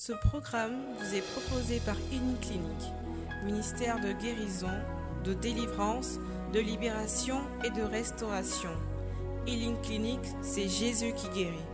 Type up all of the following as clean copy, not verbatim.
Ce programme vous est proposé par Healing Clinic, ministère de guérison, de délivrance, de libération et de restauration. Healing Clinic, c'est Jésus qui guérit.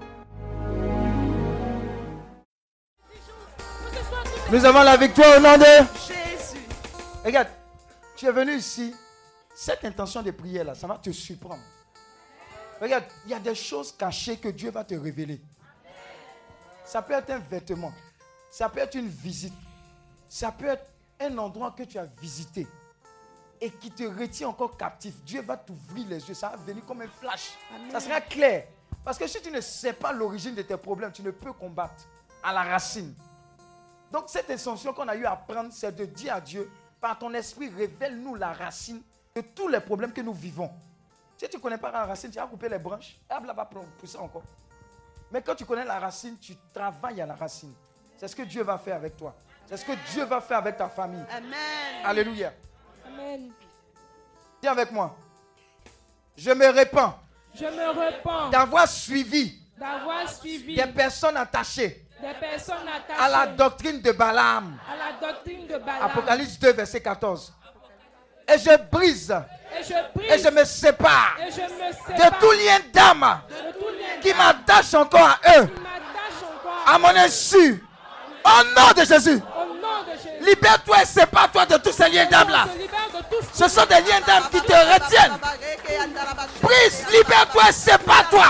Nous avons la victoire au nom de Jésus. Regarde, tu es venu ici, cette intention de prière là, ça va te surprendre. Regarde, il y a des choses cachées que Dieu va te révéler. Ça peut être un vêtement, ça peut être une visite, ça peut être un endroit que tu as visité et qui te retient encore captif. Dieu va t'ouvrir les yeux, ça va venir comme un flash. Amen. Ça sera clair. Parce que si tu ne sais pas l'origine de tes problèmes, tu ne peux combattre à la racine. Donc cette intention qu'on a eu à prendre, c'est de dire à Dieu, par ton esprit, révèle-nous la racine de tous les problèmes que nous vivons. Si tu ne connais pas la racine, tu vas couper les branches, et là va pousser encore. Mais quand tu connais la racine, tu travailles à la racine. C'est ce que Dieu va faire avec toi. C'est ce que Dieu va faire avec ta famille. Amen. Alléluia. Amen. Dis avec moi. Je me répands. Je me répands d'avoir suivi des personnes attachées à la doctrine de Balaam. Apocalypse 2, verset 14. Et je brise. Et je me sépare de tout lien d'âme qui m'attache encore à eux, à mon insu, au nom de Jésus. Libère-toi et sépare-toi de tous ces liens d'âme là. Ce sont des liens d'âme qui te retiennent. Brise, libère-toi et sépare-toi.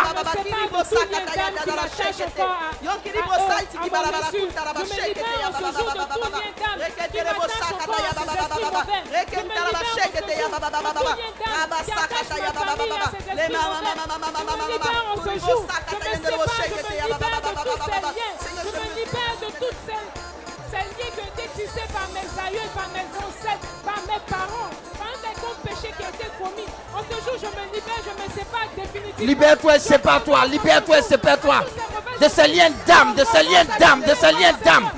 Ces liens qui ont été tissés par mes aïeux, par mes ancêtres, par mes parents, par un quelconque péché qui a été commis. En ce jour, je me libère, je me sépare définitivement. Libère-toi et sépare-toi, libère-toi et sépare-toi. De ces liens d'âme, de ces liens d'âme, de ces liens d'âme.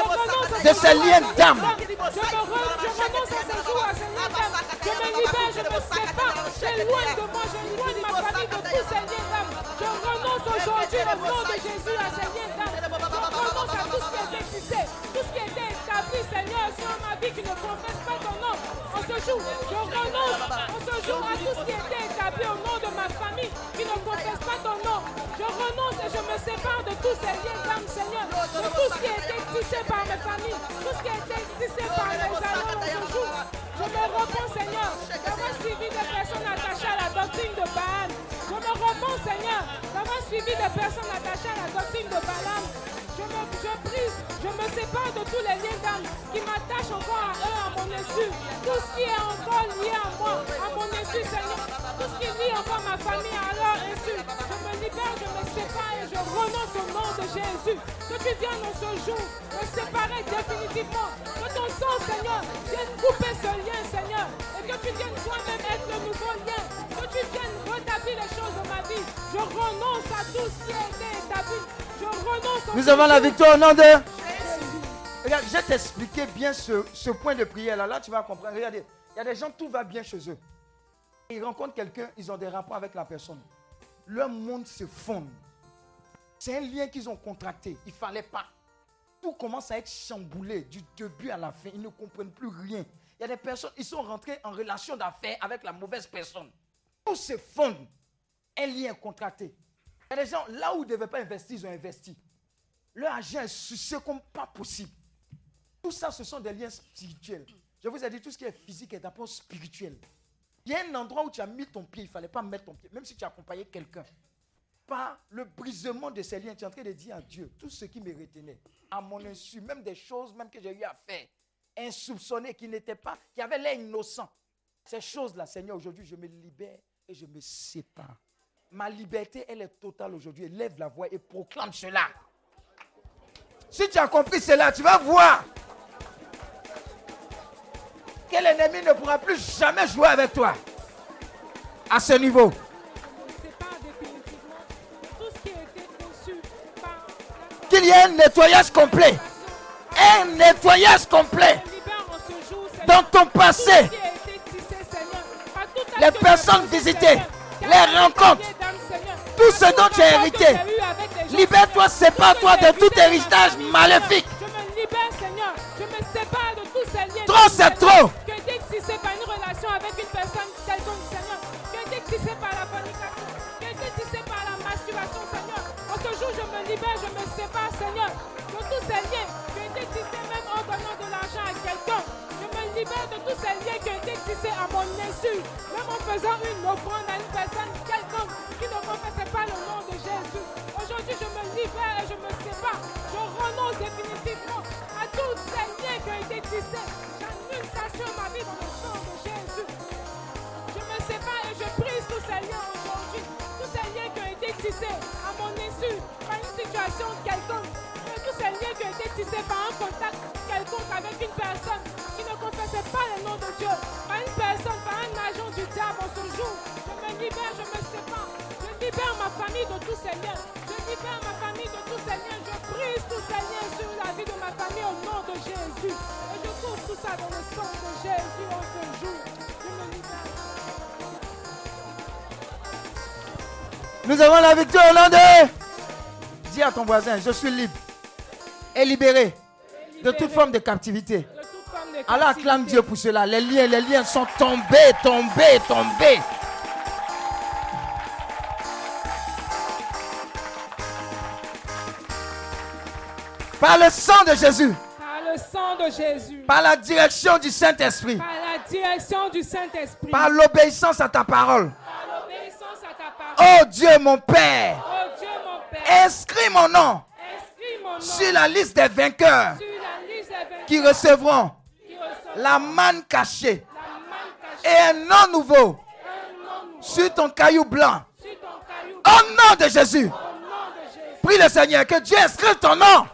De ces liens d'âme. Je renonce à ce jour, à ces liens d'âme. Je me libère, je me sépare. J'éloigne de moi, j'éloigne ma famille de tous ces liens d'âme. Je renonce aujourd'hui au nom de Jésus à ces liens d'âme. Je renonce à tout ce qui a été tissé. Tout ce qui a été établi, Seigneur, sur ma vie qui ne confesse pas ton nom. En ce jour, je renonce en ce jour à tout ce qui a été établi au nom de ma famille qui ne confesse pas ton nom. Je renonce et je me sépare de tous ces liens d'âme, Seigneur. De tout ce qui a été tissé par mes familles, tout ce qui a été tissé par mes aïeux en ce jour. Je me repens, Seigneur, d'avoir suivi des personnes attachées à la doctrine de Baal. Je me repens, Seigneur, d'avoir suivi des personnes attachées à la doctrine de Balaam. Je brise, je me sépare de tous les liens d'âme qui m'attachent encore à eux, à mon insu. Tout ce qui est encore lié à moi, à mon insu, Seigneur. Tout ce qui lie encore ma famille à leur insu. Je me libère, je me sépare et je renonce au nom de Jésus. Que tu viennes en ce jour me séparer définitivement. Que ton sang, Seigneur, vienne couper ce lien, Seigneur. Et que tu viennes toi-même être le nouveau lien. Que tu viennes rétablir les choses dans ma vie. Je renonce à tout ce qui a été établi. Nous avons la victoire au nom de Jésus. Regarde, je vais t'expliquer bien ce point de prière là. Là, tu vas comprendre. Regardez, il y a des gens, tout va bien chez eux. Ils rencontrent quelqu'un, ils ont des rapports avec la personne. Leur monde se fonde. C'est un lien qu'ils ont contracté. Il ne fallait pas. Tout commence à être chamboulé du début à la fin. Ils ne comprennent plus rien. Il y a des personnes, ils sont rentrés en relation d'affaires avec la mauvaise personne. Tout se fonde. Un lien contracté. Il y a des gens, là où ils ne devaient pas investir, ils ont investi. Leur argent est sucé comme pas possible. Tout ça, ce sont des liens spirituels. Je vous ai dit, tout ce qui est physique est d'abord spirituel. Il y a un endroit où tu as mis ton pied, il ne fallait pas mettre ton pied, même si tu as accompagné quelqu'un. Par le brisement de ces liens, tu es en train de dire à Dieu, tout ce qui me retenait, à mon insu, même des choses même que j'ai eu à faire, insoupçonnées, qui n'étaient pas, qui avaient l'air innocents. Ces choses-là, Seigneur, aujourd'hui, je me libère et je me sépare. Ma liberté, elle est totale aujourd'hui. Lève la voix et proclame cela. Si tu as compris cela, tu vas voir que l'ennemi ne pourra plus jamais jouer avec toi à ce niveau. Qu'il y ait un nettoyage complet. Un nettoyage complet dans ton passé. Les personnes visitées, les rencontres, tout ce dont tu as hérité, Libère-toi, sépare-toi de tout héritage maléfique. Je me libère, Seigneur. Je me sépare de tous ces liens. Trop, c'est trop. Que dès que tu sais pas une relation avec une personne quelconque, Seigneur. Que dès que tu sais pas la fornication. Que dès que tu sais pas la masturbation, Seigneur. En ce jour, je me libère, je me sépare, Seigneur. De tous ces liens. Que dès que tu sais même en donnant de l'argent à quelqu'un. Je me libère de tous ces liens que dès que tu sais à mon insu. Même en faisant une offrande à une personne quelconque qui ne confessait pas le nom de Jésus. Aujourd'hui, je me libère et je me sépare. Je renonce définitivement à tous ces liens qui ont été tissés. J'annule ça sur ma vie dans le sang de Jésus. Je me sépare et je brise tous ces liens aujourd'hui. Tous ces liens qui ont été tissés à mon insu, par une situation quelconque. Et tous ces liens qui ont été tissés par un contact quelconque avec une personne qui ne confessait pas le nom de Dieu. Par une personne, par un agent du diable en ce jour. Je me libère, je me sépare. Je libère ma famille de tous ces liens. Je libère ma famille de tous ces liens. Je brise tous ces liens sur la vie de ma famille au nom de Jésus. Et je couvre tout ça dans le sang de Jésus en ce jour. Je me libère. Nous avons la victoire au nom de... Dis à ton voisin, je suis libre et libéré de toute forme de captivité. Alors acclame Dieu pour cela. Les liens sont tombés. Par le sang de Jésus. Par le sang de Jésus. Par la direction du Saint-Esprit. Par la direction du Saint-Esprit. Par l'obéissance à ta parole. Par l'obéissance à ta parole. Oh Dieu mon Père. Oh Dieu mon Père. Inscris mon nom. Inscris mon nom sur la liste des vainqueurs. Sur la liste des vainqueurs. Qui recevront la manne cachée. Et un nom nouveau. Sur ton caillou blanc. Au nom de Jésus. Prie le Seigneur que Dieu inscrive ton nom.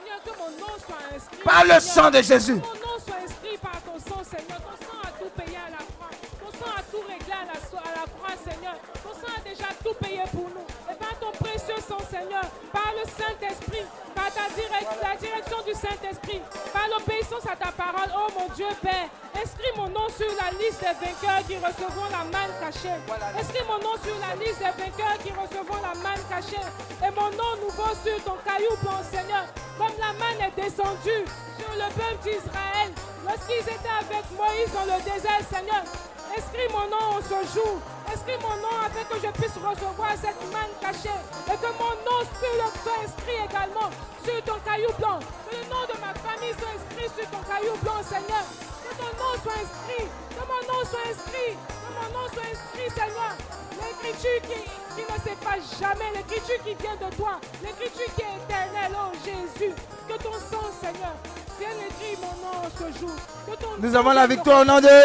Par le sang de Jésus. Ton nom soit inscrit par ton sang, Seigneur. Ton sang a tout payé à la croix. Ton sang a tout réglé à la croix, Seigneur. Ton sang a déjà tout payé pour nous. Et par ton précieux sang, Seigneur, par le Saint-Esprit, par la direction du Saint-Esprit, par l'obéissance à ta parole, oh mon Dieu Père, inscris mon nom sur la liste des vainqueurs qui recevront la manne cachée. Inscris mon nom sur la liste des vainqueurs qui recevront la manne cachée. Et mon nom nouveau sur ton caillou blanc, Seigneur. Comme la manne est descendue sur le peuple d'Israël lorsqu'ils étaient avec Moïse dans le désert, Seigneur. Inscris mon nom en ce jour. Inscris mon nom afin que je puisse recevoir cette manne cachée. Et que mon nom soit inscrit également sur ton caillou blanc. Que le nom de ma famille soit inscrit sur ton caillou blanc, Seigneur. Que ton nom soit inscrit. Que mon nom soit inscrit. Que mon nom soit inscrit, Seigneur. L'écriture qui ne s'efface jamais. L'écriture qui vient de toi. L'écriture qui est éternelle, oh Jésus. Que ton sang, Seigneur, vienne écrire mon nom en ce jour. Nous avons la victoire au nom de...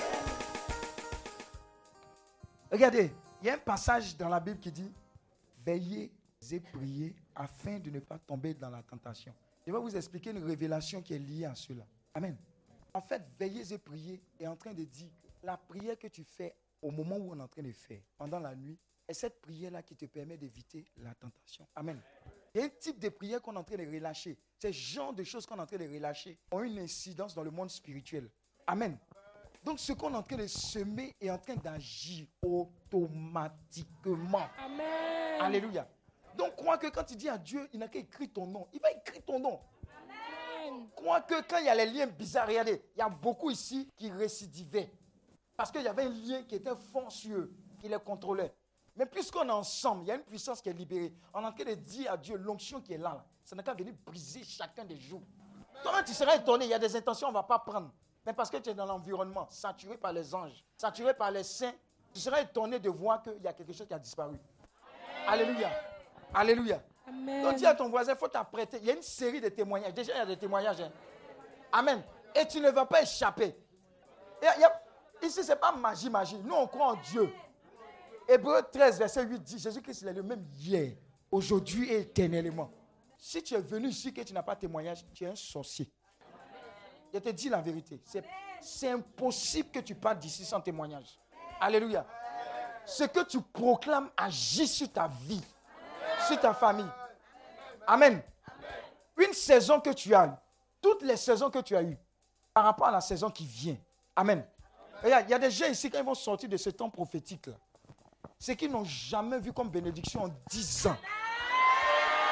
Regardez, il y a un passage dans la Bible qui dit « Veillez et priez afin de ne pas tomber dans la tentation. » Je vais vous expliquer une révélation qui est liée à cela. Amen. En fait, veillez et priez est en train de dire la prière que tu fais au moment où on est en train de faire, pendant la nuit, est cette prière-là qui te permet d'éviter la tentation. Amen. Il y a un type de prière qu'on est en train de relâcher. Ces genres de choses qu'on est en train de relâcher ont une incidence dans le monde spirituel. Amen. Donc, ce qu'on est en train de semer est en train d'agir automatiquement. Amen. Alléluia. Donc, crois que quand tu dis à Dieu, il n'a qu'à écrire ton nom. Il va écrire ton nom. Amen. Crois que quand il y a les liens bizarres, regardez, il y a beaucoup ici qui récidivaient. Parce qu'il y avait un lien qui était fort sur eux, qui les contrôlait. Mais puisqu'on est ensemble, il y a une puissance qui est libérée. On est en train de dire à Dieu, l'onction qui est là, ça n'a qu'à venir briser chacun des jours. Toi, tu seras étonné, il y a des intentions qu'on ne va pas prendre. Mais parce que tu es dans l'environnement, saturé par les anges, saturé par les saints, tu seras étonné de voir qu'il y a quelque chose qui a disparu. Alléluia. Alléluia. Amen. Donc dis à ton voisin, il faut t'apprêter. Il y a une série de témoignages. Déjà, il y a des témoignages. Hein. Amen. Et tu ne vas pas échapper. Ici, ce n'est pas magie. Nous, on croit en Dieu. Hébreux 13, verset 8 dit, Jésus-Christ, il est le même hier, aujourd'hui et éternellement. Si tu es venu ici et que tu n'as pas de témoignage, tu es un sorcier. Je te dis la vérité. C'est impossible que tu partes d'ici sans témoignage. Alléluia. Ce que tu proclames agit sur ta vie, sur ta famille. Amen. Une saison que tu as, toutes les saisons que tu as eues, par rapport à la saison qui vient. Amen. Regarde, il y a des gens ici, quand ils vont sortir de ce temps prophétique-là, c'est qu'ils n'ont jamais vu comme bénédiction en 10 ans.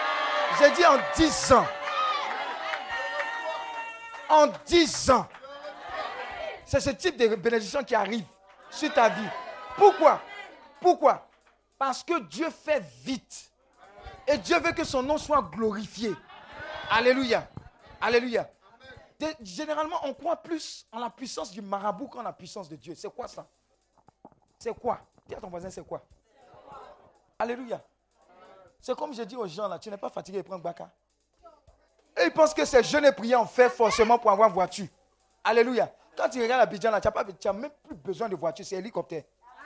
J'ai dit en 10 ans. En 10 ans. C'est ce type de bénédiction qui arrive sur ta vie. Pourquoi? Pourquoi? Parce que Dieu fait vite. Et Dieu veut que son nom soit glorifié. Alléluia. Alléluia. Généralement, on croit plus en la puissance du marabout qu'en la puissance de Dieu. C'est quoi ça? C'est quoi? Dis à ton voisin, c'est quoi? Alléluia. C'est comme je dis aux gens, là, tu n'es pas fatigué de prendre Baka. Et ils pensent que c'est jeûne et prière, on fait forcément pour avoir voiture. Alléluia. Quand tu regardes Abidjan, là, tu n'as même plus besoin de voiture, c'est hélicoptère.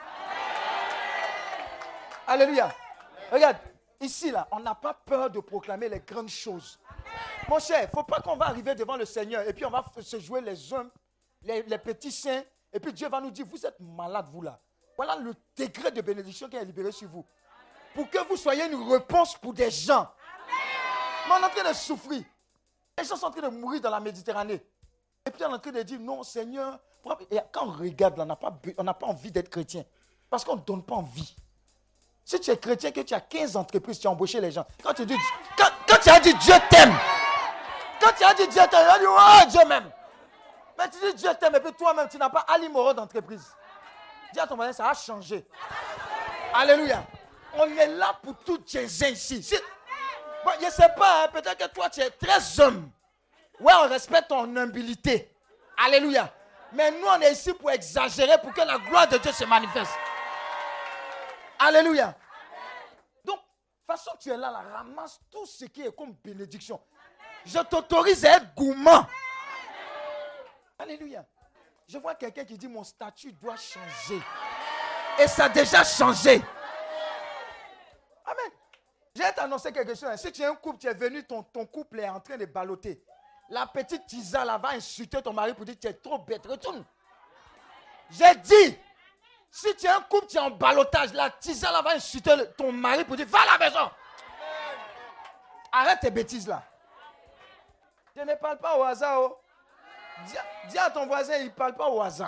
Alléluia. Regarde, ici, là, on n'a pas peur de proclamer les grandes choses. Mon cher, il ne faut pas qu'on va arriver devant le Seigneur et puis on va se jouer les hommes, les petits saints, et puis Dieu va nous dire, vous êtes malades, vous là. Voilà le degré de bénédiction qui est libéré sur vous. Pour que vous soyez une réponse pour des gens. Mais on est en train de souffrir. Les gens sont en train de mourir dans la Méditerranée. Et puis on est en train de dire, non Seigneur. Et quand on regarde, là, on n'a pas envie d'être chrétien. Parce qu'on ne donne pas envie. Si tu es chrétien, que tu as 15 entreprises, tu as embauché les gens. Quand tu as dit Dieu t'aime. Quand tu as dit Dieu t'aime, tu as dit, oh Dieu m'aime. Mais tu dis Dieu t'aime et puis toi-même, tu n'as pas alimoré d'entreprise. Dis à ton voisin, ça a changé. Alléluia. On est là pour tout Jésus ici. Bon, je ne sais pas, hein, peut-être que toi tu es très homme. Ouais, on respecte ton humilité. Alléluia. Mais nous, on est ici pour exagérer, pour que la gloire de Dieu se manifeste. Alléluia. Donc, de toute façon, tu es là, ramasse tout ce qui est comme bénédiction. Je t'autorise à être gourmand. Alléluia. Je vois quelqu'un qui dit, mon statut doit changer. Et ça a déjà changé. Amen. Je vais t'annoncer quelque chose. Si tu es un couple, tu es venu, ton couple est en train de balloter. La petite Tisa là va insulter ton mari pour dire, tu es trop bête. Retourne. J'ai dit, si tu es un couple, tu es en ballottage, la Tisa là va insulter ton mari pour dire, va à la maison. Arrête tes bêtises là. Je ne parle pas au hasard. Oh. Dis à ton voisin, il ne parle pas au hasard.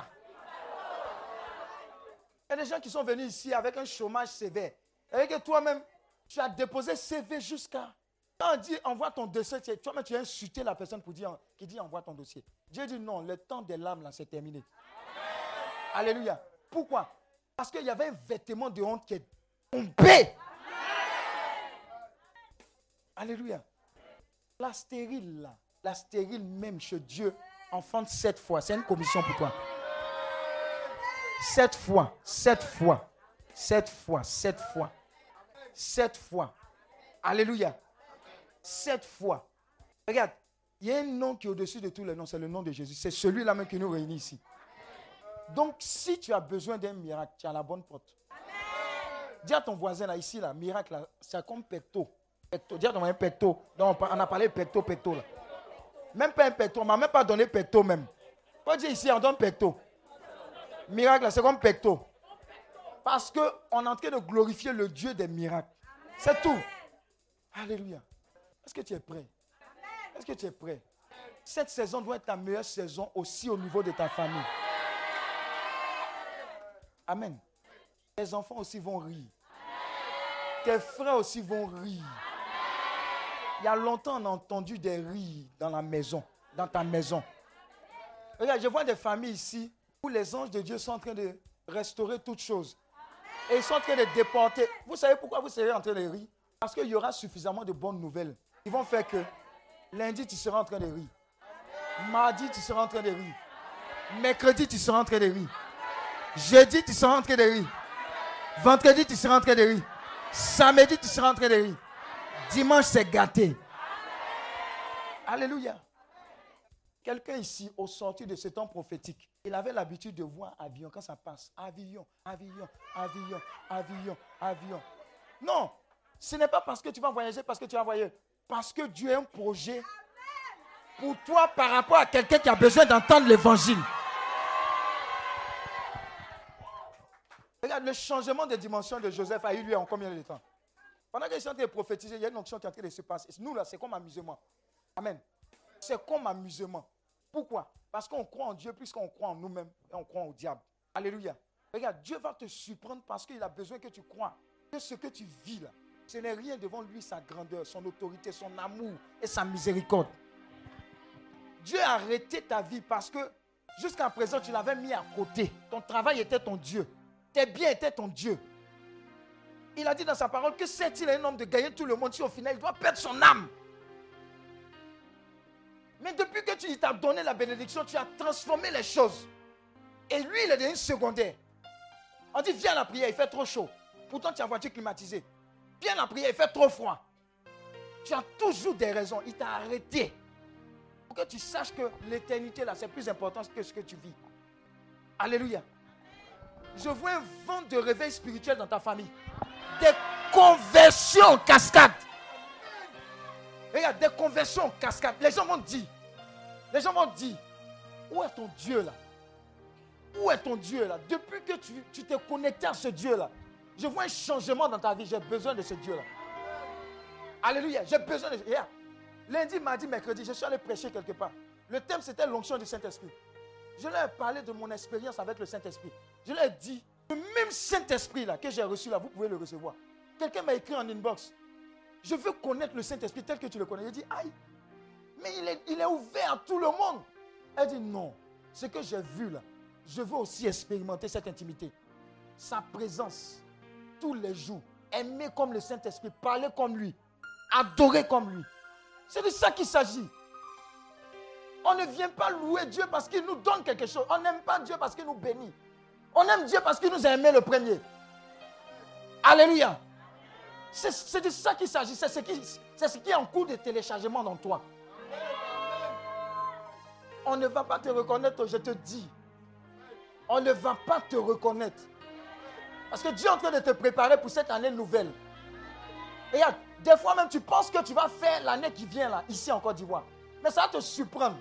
Il y a des gens qui sont venus ici avec un chômage sévère. Et que toi-même, tu as déposé CV jusqu'à... Quand on dit envoie ton dossier, toi-même tu as insulté la personne qui dit envoie ton dossier. Dieu dit non, le temps des larmes là, c'est terminé. Alléluia. Pourquoi? Parce qu'il y avait un vêtement de honte qui est tombé. Alléluia. La stérile là, la stérile même chez Dieu, enfante 7 fois. C'est une commission pour toi. 7 fois, 7 fois, 7 fois, 7 fois, 7 fois. Alléluia. 7 fois. Regarde, il y a un nom qui est au-dessus de tous les noms, c'est le nom de Jésus. C'est celui-là même qui nous réunit ici. Donc, si tu as besoin d'un miracle, tu as la bonne porte. Dis à ton voisin là, ici, là, miracle, là, c'est comme pecto. Dis à ton voisin pecto. Donc, on a parlé pecto là. Même pas un pecto, on ne m'a même pas donné pecto même. Faut dire ici, on donne pecto. Miracle, là, c'est comme pecto. Parce qu'on est en train de glorifier le Dieu des miracles. C'est tout. Alléluia. Est-ce que tu es prêt? Est-ce que tu es prêt? Cette saison doit être ta meilleure saison aussi au niveau de ta famille. Amen. Tes enfants aussi vont rire. Tes frères aussi vont rire. Il y a longtemps, on a entendu des rires dans la maison, dans ta maison. Regarde, je vois des familles ici où les anges de Dieu sont en train de restaurer toutes choses. Et ils sont en train de déporter. Vous savez pourquoi vous serez en train de rire? Parce qu'il y aura suffisamment de bonnes nouvelles. Ils vont faire que lundi, tu seras en train de rire. Mardi, tu seras en train de rire. Mercredi, tu seras en train de rire. Jeudi, tu seras en train de rire. Vendredi, tu seras en train de rire. Samedi, tu seras en train de rire. Dimanche, c'est gâté. Alléluia. Quelqu'un ici, au sortir de ce temps prophétique, il avait l'habitude de voir avion quand ça passe. Avion, avion, avion, avion, avion. Non, ce n'est pas parce que tu vas voyager, parce que tu vas voyager. Parce que Dieu a un projet pour toi par rapport à quelqu'un qui a besoin d'entendre l'évangile. Regarde, le changement de dimension de Joseph a eu lieu en combien de temps? Pendant qu'ils sont en train de prophétiser, il y a une onction qui est en train de se passer. Nous, là, c'est comme amusement. Amen. C'est comme amusement. Pourquoi? Parce qu'on croit en Dieu plus qu'on croit en nous-mêmes et on croit au diable. Alléluia. Regarde, Dieu va te surprendre parce qu'il a besoin que tu crois que ce que tu vis là, Ce n'est rien devant lui, sa grandeur, son autorité, son amour et sa miséricorde. Dieu a arrêté ta vie parce que jusqu'à présent, tu l'avais mis à côté. Ton travail était ton Dieu. Tes biens étaient ton Dieu. Il a dit dans sa parole que sert-il un homme de gagner tout le monde si au final il doit perdre son âme. Mais depuis que tu t'as donné la bénédiction, tu as transformé les choses. Et lui, il est devenu secondaire. On dit, viens à la prière, il fait trop chaud. Pourtant, tu as une voiture climatisée. Viens à la prière, il fait trop froid. Tu as toujours des raisons. Il t'a arrêté. Pour que tu saches que l'éternité, là, c'est plus important que ce que tu vis. Alléluia. Je vois un vent de réveil spirituel dans ta famille. Des conversions en cascade. Regarde, des conversions en cascade. Les gens vont dire, où est ton Dieu là? Où est ton Dieu là? Depuis que tu t'es connecté à ce Dieu là, je vois un changement dans ta vie. J'ai besoin de ce Dieu là. Alléluia, j'ai besoin de... Regarde, lundi, mardi, mercredi, je suis allé prêcher quelque part. Le thème c'était l'onction du Saint-Esprit. Je leur ai parlé de mon expérience avec le Saint-Esprit. Je leur ai dit, le même Saint-Esprit là que j'ai reçu là, vous pouvez le recevoir. Quelqu'un m'a écrit en inbox. Je veux connaître le Saint-Esprit tel que tu le connais. Je dis, aïe, mais il est ouvert à tout le monde. Elle dit, non, ce que j'ai vu là, je veux aussi expérimenter cette intimité. Sa présence, tous les jours, aimer comme le Saint-Esprit, parler comme lui, adorer comme lui. C'est de ça qu'il s'agit. On ne vient pas louer Dieu parce qu'il nous donne quelque chose. On n'aime pas Dieu parce qu'il nous bénit. On aime Dieu parce qu'il nous a aimé le premier. Alléluia. C'est de ça qu'il s'agit. C'est ce qui est en cours de téléchargement dans toi. On ne va pas te reconnaître, je te dis. On ne va pas te reconnaître. Parce que Dieu est en train de te préparer pour cette année nouvelle. Et regarde, des fois même tu penses que tu vas faire l'année qui vient là, ici en Côte d'Ivoire. Mais ça va te surprendre.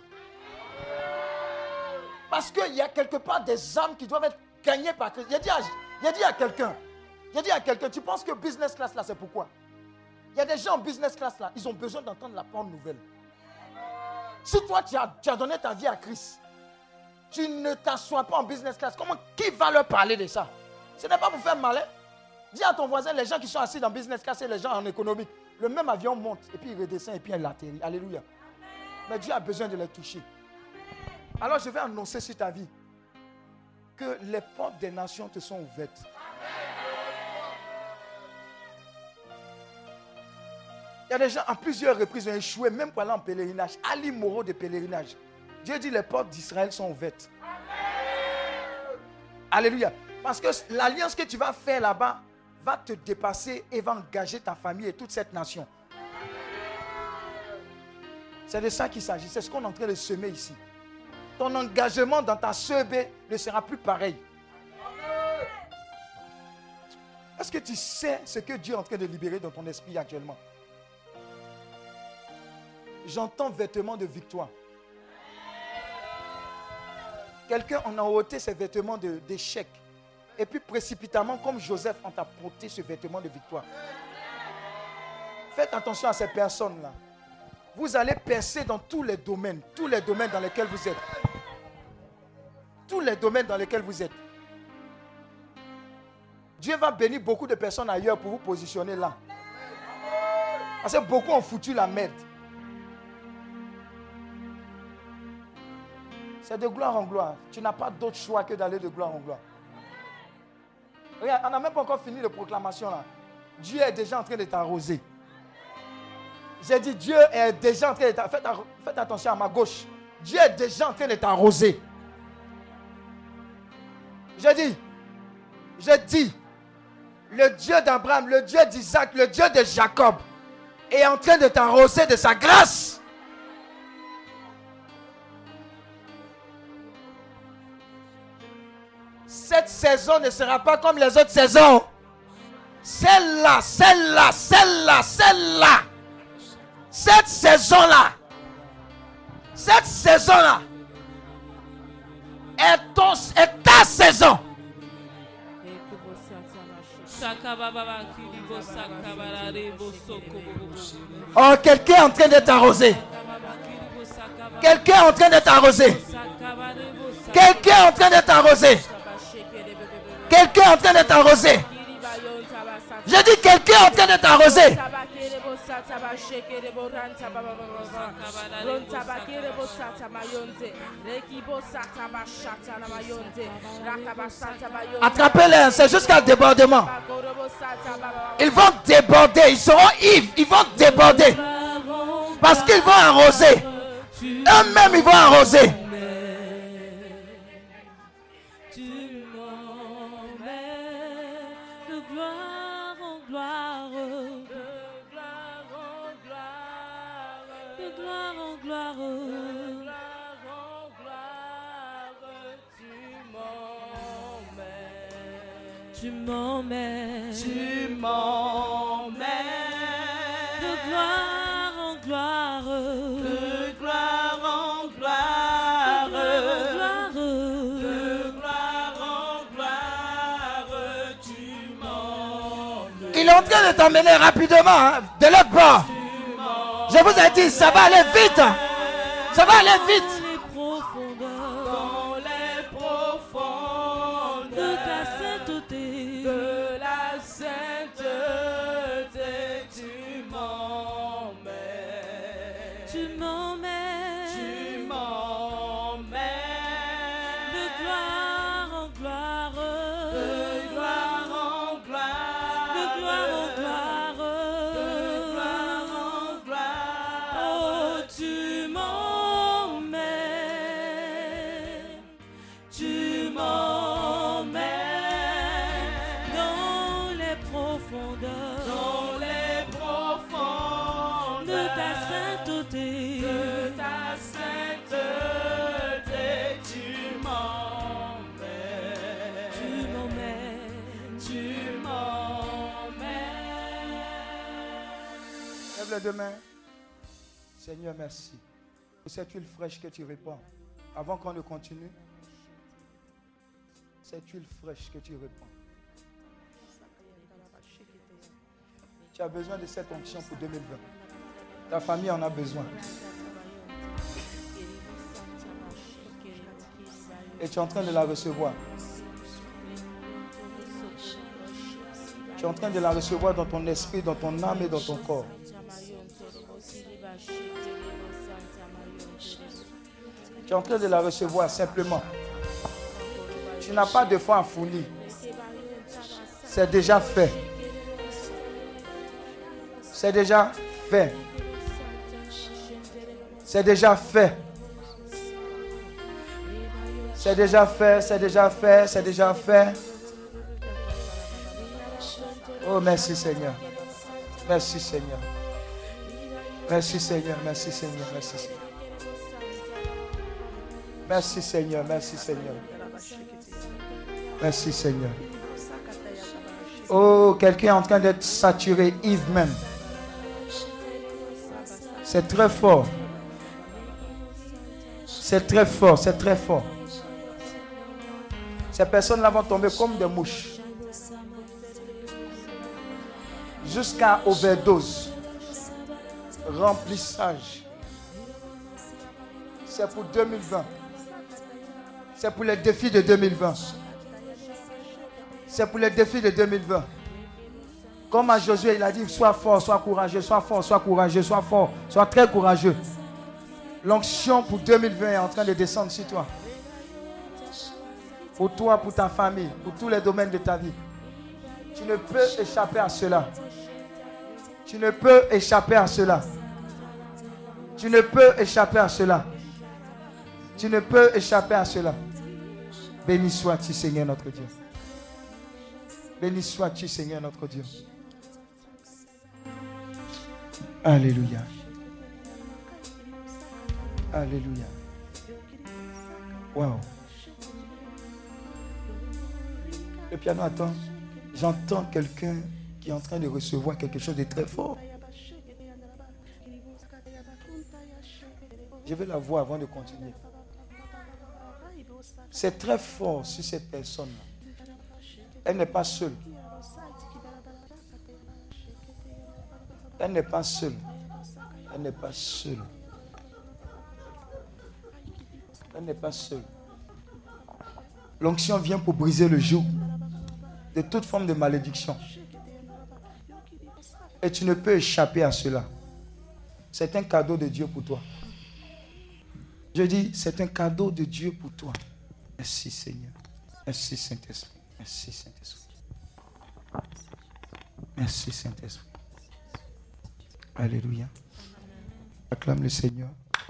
Parce qu'il y a quelque part des âmes qui doivent être gagnées par Christ. Il a dit à quelqu'un, tu penses que business class là, c'est pourquoi? Il y a des gens en business class là, ils ont besoin d'entendre la bonne nouvelle. Si toi, tu as donné ta vie à Christ, tu ne t'assois pas en business class, qui va leur parler de ça? Ce n'est pas pour faire malin. Dis à ton voisin, les gens qui sont assis dans business class et les gens en économique, le même avion monte et puis il redescend et puis il atterrit. Alléluia. Mais Dieu a besoin de les toucher. Alors je vais annoncer sur ta vie que les portes des nations te sont ouvertes. Il y a des gens à plusieurs reprises ont échoué, même pour aller en pèlerinage, à l'immoraux de pèlerinage. Dieu dit les portes d'Israël sont ouvertes. Alléluia. Parce que l'alliance que tu vas faire là-bas va te dépasser et va engager ta famille et toute cette nation. C'est de ça qu'il s'agit. C'est ce qu'on est en train de semer ici. Ton engagement dans ta SEB ne sera plus pareil. Est-ce que tu sais ce que Dieu est en train de libérer dans ton esprit actuellement? J'entends vêtements de victoire. Quelqu'un en a ôté ses vêtements d'échec. Et puis précipitamment, comme Joseph, on t'a porté ce vêtement de victoire. Faites attention à ces personnes-là. Vous allez percer dans tous les domaines dans lesquels vous êtes. Tous les domaines dans lesquels vous êtes. Dieu va bénir beaucoup de personnes ailleurs pour vous positionner là. Parce que beaucoup ont foutu la merde. C'est de gloire en gloire. Tu n'as pas d'autre choix que d'aller de gloire en gloire. Regarde, on n'a même pas encore fini la proclamation là. Dieu est déjà en train de t'arroser. J'ai dit Dieu est déjà en train de t'arroser. Faites attention à ma gauche. Dieu est déjà en train de t'arroser. J'ai dit, le Dieu d'Abraham, le Dieu d'Isaac, le Dieu de Jacob est en train de t'arroser de sa grâce. Cette saison ne sera pas comme les autres saisons. Celle-là. Cette saison-là est ta saison. Oh, quelqu'un est en train de t'arroser. Quelqu'un est en train de t'arroser. Quelqu'un est en train de t'arroser. Quelqu'un est en train de t'arroser. J'ai dit quelqu'un est en train d'être arrosé. Attrapez-les, c'est jusqu'à débordement. Ils vont déborder, ils seront ivres, ils vont déborder. Parce qu'ils vont arroser. Eux-mêmes, ils vont arroser. Tu m'emmènes, Tu m'emmènes de gloire en gloire, de gloire en gloire, de gloire en gloire, tu m'emmènes. Il est en train de t'emmener rapidement hein, de l'autre bord. Je vous ai dit, ça va aller vite. Ça va aller vite. Dans les profondeurs de ta sainteté, de la sainteté, tu m'emmènes. tu m'emmènes Tu m'emmènes de gloire en gloire, de gloire en gloire, de gloire en gloire, de gloire en gloire. oh tu m'emmènes, Tu m'emmènes dans les profondeurs dans les profondeurs de ta sainteté, de ta sainteté, tu m'emmènes. tu m'emmènes, Tu m'emmènes. Lève les deux mains. Seigneur, merci pour cette huile fraîche que tu répands. Avant qu'on ne continue, cette huile fraîche que tu répands. Tu as besoin de cette onction pour 2020. Ta famille en a besoin. Et tu es en train de la recevoir. Tu es en train de la recevoir dans ton esprit, dans ton âme et dans ton corps. Tu es en train de la recevoir simplement. Tu n'as pas de foi en fourni. C'est déjà fait. C'est déjà fait. C'est déjà fait. C'est déjà fait, c'est déjà fait, c'est déjà fait. Oh, merci Seigneur. Merci Seigneur. Merci Seigneur, merci Seigneur, merci Seigneur. Merci Seigneur, merci Seigneur. Merci Seigneur. Oh, quelqu'un est en train d'être saturé, Yves même. C'est très fort. C'est très fort, c'est très fort. Ces personnes-là vont tomber comme des mouches. Jusqu'à overdose. Remplissage. C'est pour 2020. C'est pour les défis de 2020. C'est pour les défis de 2020. Comme à Josué, il a dit, sois fort, sois courageux, sois fort, sois courageux, sois fort, sois très courageux. L'onction pour 2020 est en train de descendre sur toi. Pour toi, pour ta famille, pour tous les domaines de ta vie. Tu ne peux échapper à cela. Tu ne peux échapper à cela. Tu ne peux échapper à cela. Tu ne peux échapper à cela. Béni sois-tu, Seigneur notre Dieu. Béni sois-tu, Seigneur notre Dieu. Alléluia. Alléluia. Wow. Le piano attend. J'entends quelqu'un qui est en train de recevoir quelque chose de très fort. Je vais la voir avant de continuer. C'est très fort sur cette personne-là. Elle n'est pas seule. Elle n'est pas seule. Elle n'est pas seule. Elle n'est pas seule. L'onction vient pour briser le joug de toute forme de malédiction. Et tu ne peux échapper à cela. C'est un cadeau de Dieu pour toi. Je dis, c'est un cadeau de Dieu pour toi. Merci Seigneur. Merci Saint-Esprit. Merci Saint-Esprit. Merci Saint-Esprit. Alléluia. Acclame le Seigneur.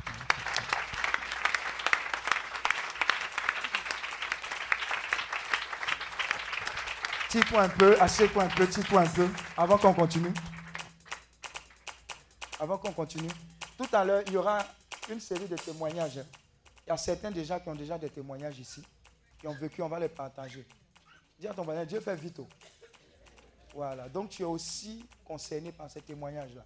Tire-toi un peu, assieds-toi un peu, tire-toi un peu, avant qu'on continue. Avant qu'on continue. Tout à l'heure, il y aura une série de témoignages. Il y a certains déjà qui ont déjà des témoignages ici, qui ont vécu, on va les partager. Dis à ton voisin, Dieu fait vite. Voilà, donc tu es aussi concerné par ces témoignages-là.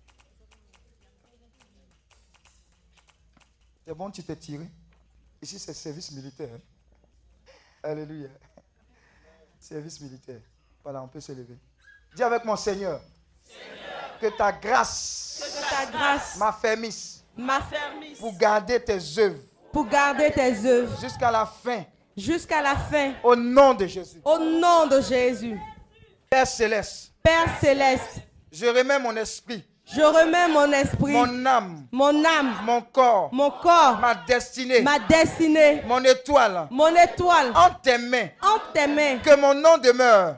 C'est bon, tu t'es tiré. Ici, c'est service militaire. Alléluia. Service militaire. Voilà, on peut se lever. Dis avec mon Seigneur. Que ta grâce m'affermisse pour garder tes œuvres. Pour garder tes œuvres. Jusqu'à la fin. Jusqu'à la fin. Au nom de Jésus. Au nom de Jésus. Père céleste. Père céleste. Je remets mon esprit. Je remets mon esprit, mon âme, mon corps, ma destinée, mon étoile, en tes mains, que mon nom demeure,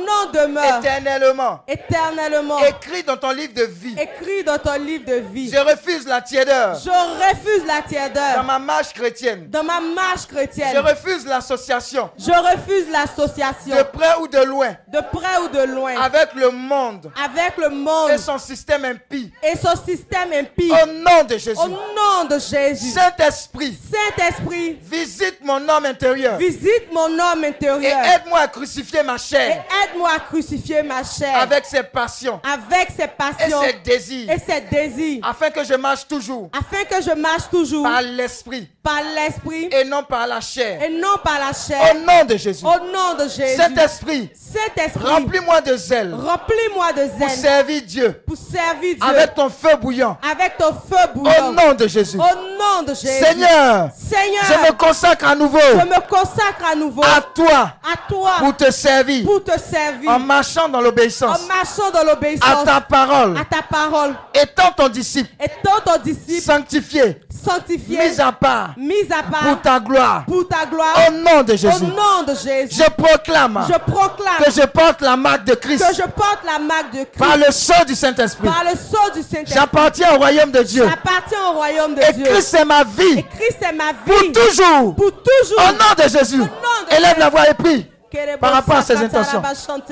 éternellement, écrit dans ton livre de vie, je refuse la tiédeur, dans ma marche chrétienne, je refuse l'association, de près ou de loin, avec le monde, et son système impie. Au nom de Jésus. Saint-Esprit. Visite mon homme intérieur. Et aide-moi à crucifier ma chair. Avec ses passions. Et ses désirs. Afin que je marche toujours. Par l'esprit. Et non par la chair. Au nom de Jésus. Saint-Esprit. Remplis-moi de zèle. Pour servir Dieu. Avec ton feu bouillant. Au nom de Jésus. Seigneur, je me consacre à nouveau. À toi. Pour te servir. En marchant dans l'obéissance. À ta parole. Étant ton disciple. Sanctifié. Mis à part. Pour ta gloire. Au nom de Jésus. Je proclame. Que je porte la marque de Christ. Par le sceau du Saint-Esprit. J'appartiens au royaume de Dieu. Et Christ c'est ma vie. Pour toujours. Au nom de Jésus. Élève la voix et prie. Par rapport à ses intentions.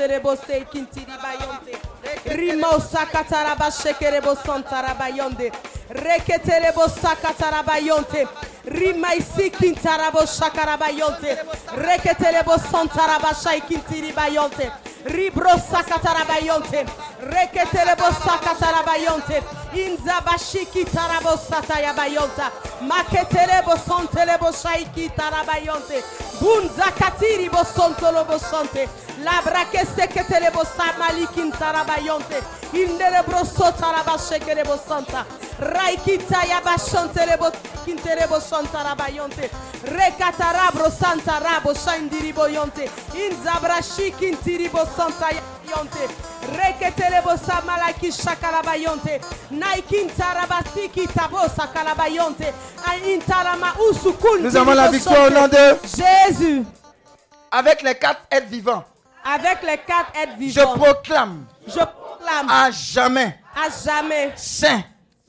Rimo sakataraba shekerebo santarabayonde. Reketelebo sakatarabayonte. Rimaisi kintarabo shakarabayonte. Reketelebo santaraba shaikintiribayonte. Ribro sakatarabayonte. Reketelebo sakatarabayonte. Inzabashi tarabo satayabayonta. Maketelebo santelebo shaikitarabayonte. Bunzakatiri bo sontolobo sante. La brakese ketelebo samalikin tarabayonte. Indelebro sotarabashekelebo santa. Raikita yabashantelebo kintelebo santarabayonte. Rekatarabro santa rabo shandiribo yonte. Inzabrashi kintiribo santa yonte. Reketelebo samalaki shakalabayonte. Naikin tarabasiki tabo sakalabayonte. Intarama usukun. Nous avons la victoire au nom de Jésus. Avec les 4 êtres vivants. Je proclame. À jamais. Saint.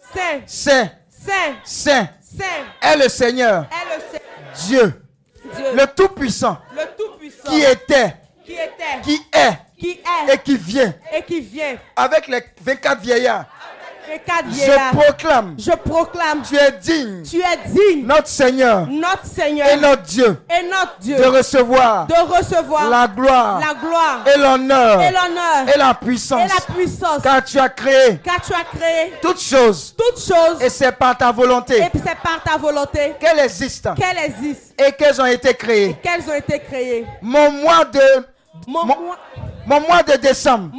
Est le Seigneur. Dieu. Le Tout-Puissant. Qui était. Qui est. Et qui vient. Avec les 24 vieillards. Je proclame. Tu es digne. Notre Seigneur. Et notre Dieu. De recevoir. La gloire. Et l'honneur. Et la puissance. Car tu as créé. Toutes choses. Et c'est par ta volonté. Qu'elles existent. Et qu'elles ont été créées. Mon Mon mois de décembre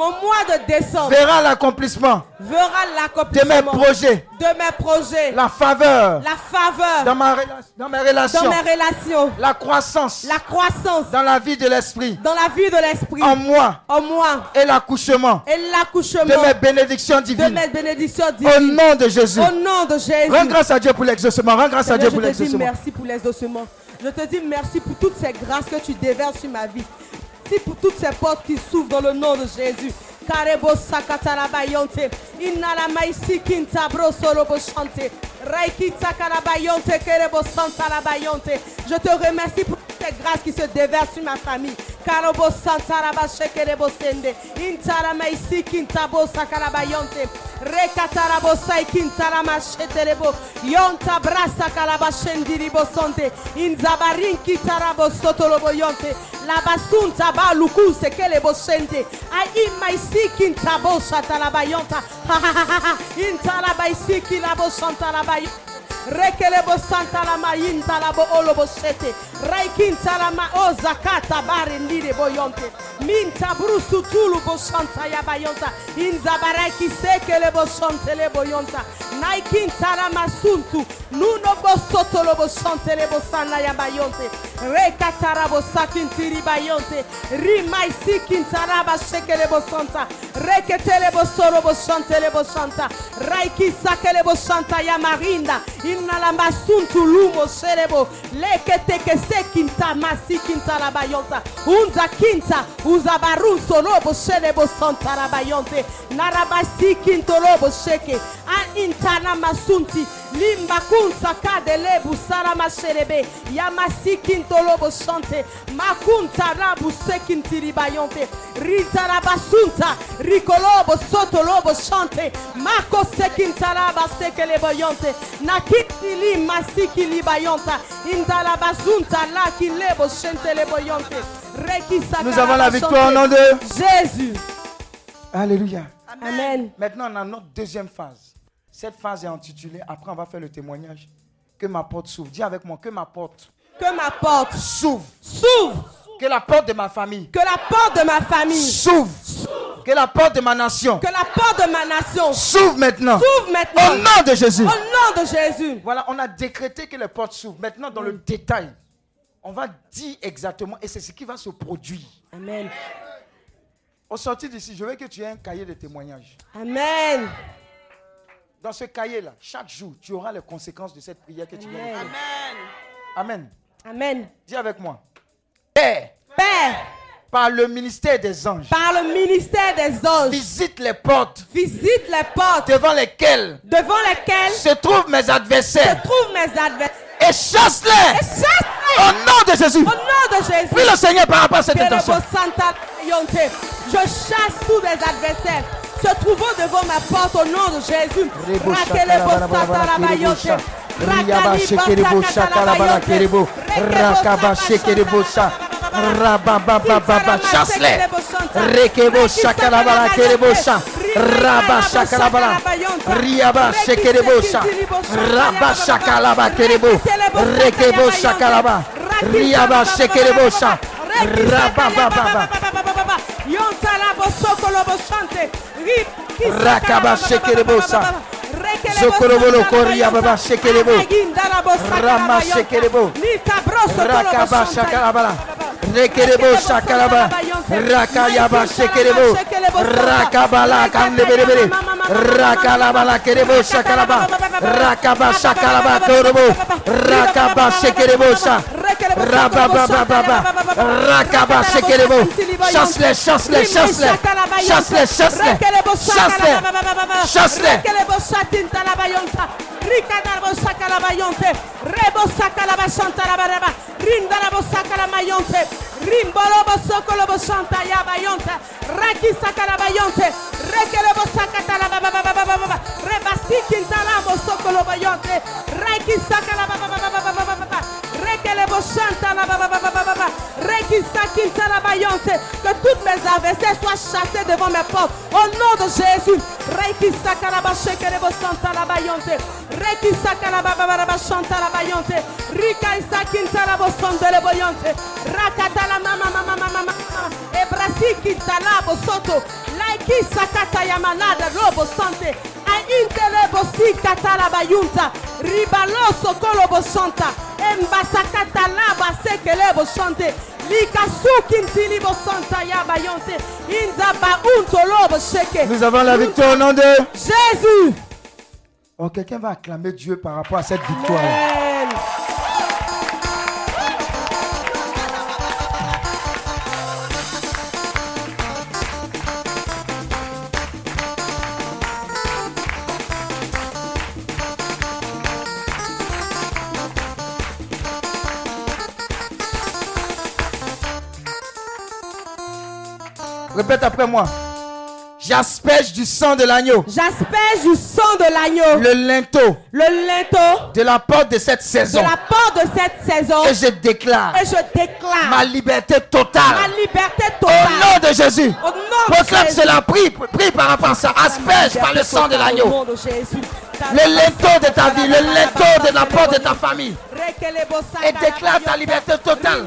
verra l'accomplissement de mes projets. La faveur dans mes relations. La croissance dans la vie de l'esprit. En moi. Et l'accouchement de mes bénédictions divines. Au nom de Jésus. Rends grâce à Dieu pour l'exaucement. Merci pour l'exaucement. Je te dis merci pour toutes ces grâces que tu déverses sur ma vie. Merci pour toutes ces portes qui s'ouvrent dans le nom de Jésus. Karebo sakatara bayonte, inala maisi kinta brosolo bochante, raiki takara bayonte, kerebo santara bayonte. Je te remercie pour toutes ces grâces qui se déversent sur ma famille. Karebo santara bashekerebo sende, intara maisi kinta bosakara bayonte, rekatara bosai kintara macheterebo, yonta brasa kalabashendiri bosonte, inzabarin kitara bosotolo boyonte, la basunta ba luku sekelebo sende, ai maisi Kinta bosa talabayonta, ha ha ha ha, intala baisi kilabo santa labayo, rekelebo santa la mayinta labo olobo sete, raikinta la ma ozakata bare ndire boyonte, minta brusu tulu bo santa ya bayonta, inzabaraki sekelebo sante le boyonta, naikinta la masuntu, nuno bo soto lobo sante le bo sana ya bayonte, rekatara bo sakintiri bayonte, rimai sikintara ba sekelebo santa. Reketelebo sorobo chantelebo santa. Raiki sakelebo santa ya marinda. Inalamba suntu lumo serebo. Lekete kese kinta masi kinta la bayonta. Unza kinta uzabaru sorobo serebo santa la bayonte. Narabasi kinto lobo sheke. An intana masunti. Limba kunsa kadelebu sarama serebe. Yamasi kinto lobo chante. Makunta rabu sekintiri bayonte. Rita rabasunta. Ricolobo soto lobo chante, Marco sekintalaba sekele boyonte, nakiti li masiki li bayonta, indala basunta la ki lebo chante le boyonte. Nous avons la victoire au nom de Jésus. Alléluia. Amen. Maintenant, on a notre deuxième phase. Cette phase est intitulée, après on va faire le témoignage, que ma porte s'ouvre. Dis avec moi, que ma porte s'ouvre. Que la porte de ma famille s'ouvre. Que la porte de ma nation s'ouvre maintenant. Au nom de Jésus. Voilà, on a décrété que les portes s'ouvrent. Maintenant, dans le détail, on va dire exactement, et c'est ce qui va se produire. Amen. Au sortir d'ici, je veux que tu aies un cahier de témoignages. Amen. Dans ce cahier-là, chaque jour, tu auras les conséquences de cette prière que tu viens de faire. Amen. Amen. Dis avec moi. Père. Par le ministère des anges. Visite les portes. Devant lesquelles se trouvent mes adversaires. Et chasse-les. Au nom de Jésus. Prie le Seigneur par rapport à cette intention. Je chasse tous mes adversaires se trouvant devant ma porte au nom de Jésus. Chasse-les. Rekebo shakalabala kerebosha. Rabba shakalabala. Riaba shekerebosha. Rabba shakalaba kerebo. Rekebo shakalaba. Riaba shekerebosha. Rabba baba. Rakaba shekerebosha. Zokorobolo koria baba shekerebo. Rama shekerebo. Rakaba shakalabala. Rekerebo shakalaba. Rakayaba shekerebo. Rakabala kandebere. Rakalabala kerebo shakalaba. Rakaba shakalaba korobo. Rakaba shekerebo sha. Rababa baba. Rakaba shekerebo. Chasse-les. Ricadabo sakala bayonte, rebo sakala bashanta la baraba, rindarabo sakala mayonte, rimbolobo sokolobo shanta ya bayonte, raki sakala bayonte, rekelebo sakata la baba, rebasiki ntalabo sokolobo bayonte, raki sakala baba, rekelebo shanta la baba, reki sakinta la bayonte, que toutes mes adversaires soient chassés devant mes portes, au nom de Jésus, reki sakala bashekelebo shanta la bayonte. Reki sakala baba chanta la bayonte. Rika isakinta la bosonde le boyonte. Rakata la mama. Ebrasiki talabo soto. Laiki sakata yamanada robo sante. Aintele bosi katala bayunta. Ribaloso kolobo santa. Embasakata laba sekele bo sante. Nous avons la victoire au nom de Jésus. Oh, quelqu'un va acclamer Dieu par rapport à cette victoire. Amen. Répète après moi. J'asperge du sang de l'agneau. J'asperge du sang de l'agneau. Le linteau. Le linteau. De la porte de cette saison. De la porte de cette saison. Et je déclare. Ma liberté totale. Ma liberté totale. Au nom de Jésus. Au nom de Proclame Jésus. cela. Prie par rapport à ça. Asperge par le sang de l'agneau. Au nom de Jésus. Le linteau de ta vie. Le linteau de la porte de ta famille. Et déclare ta liberté totale.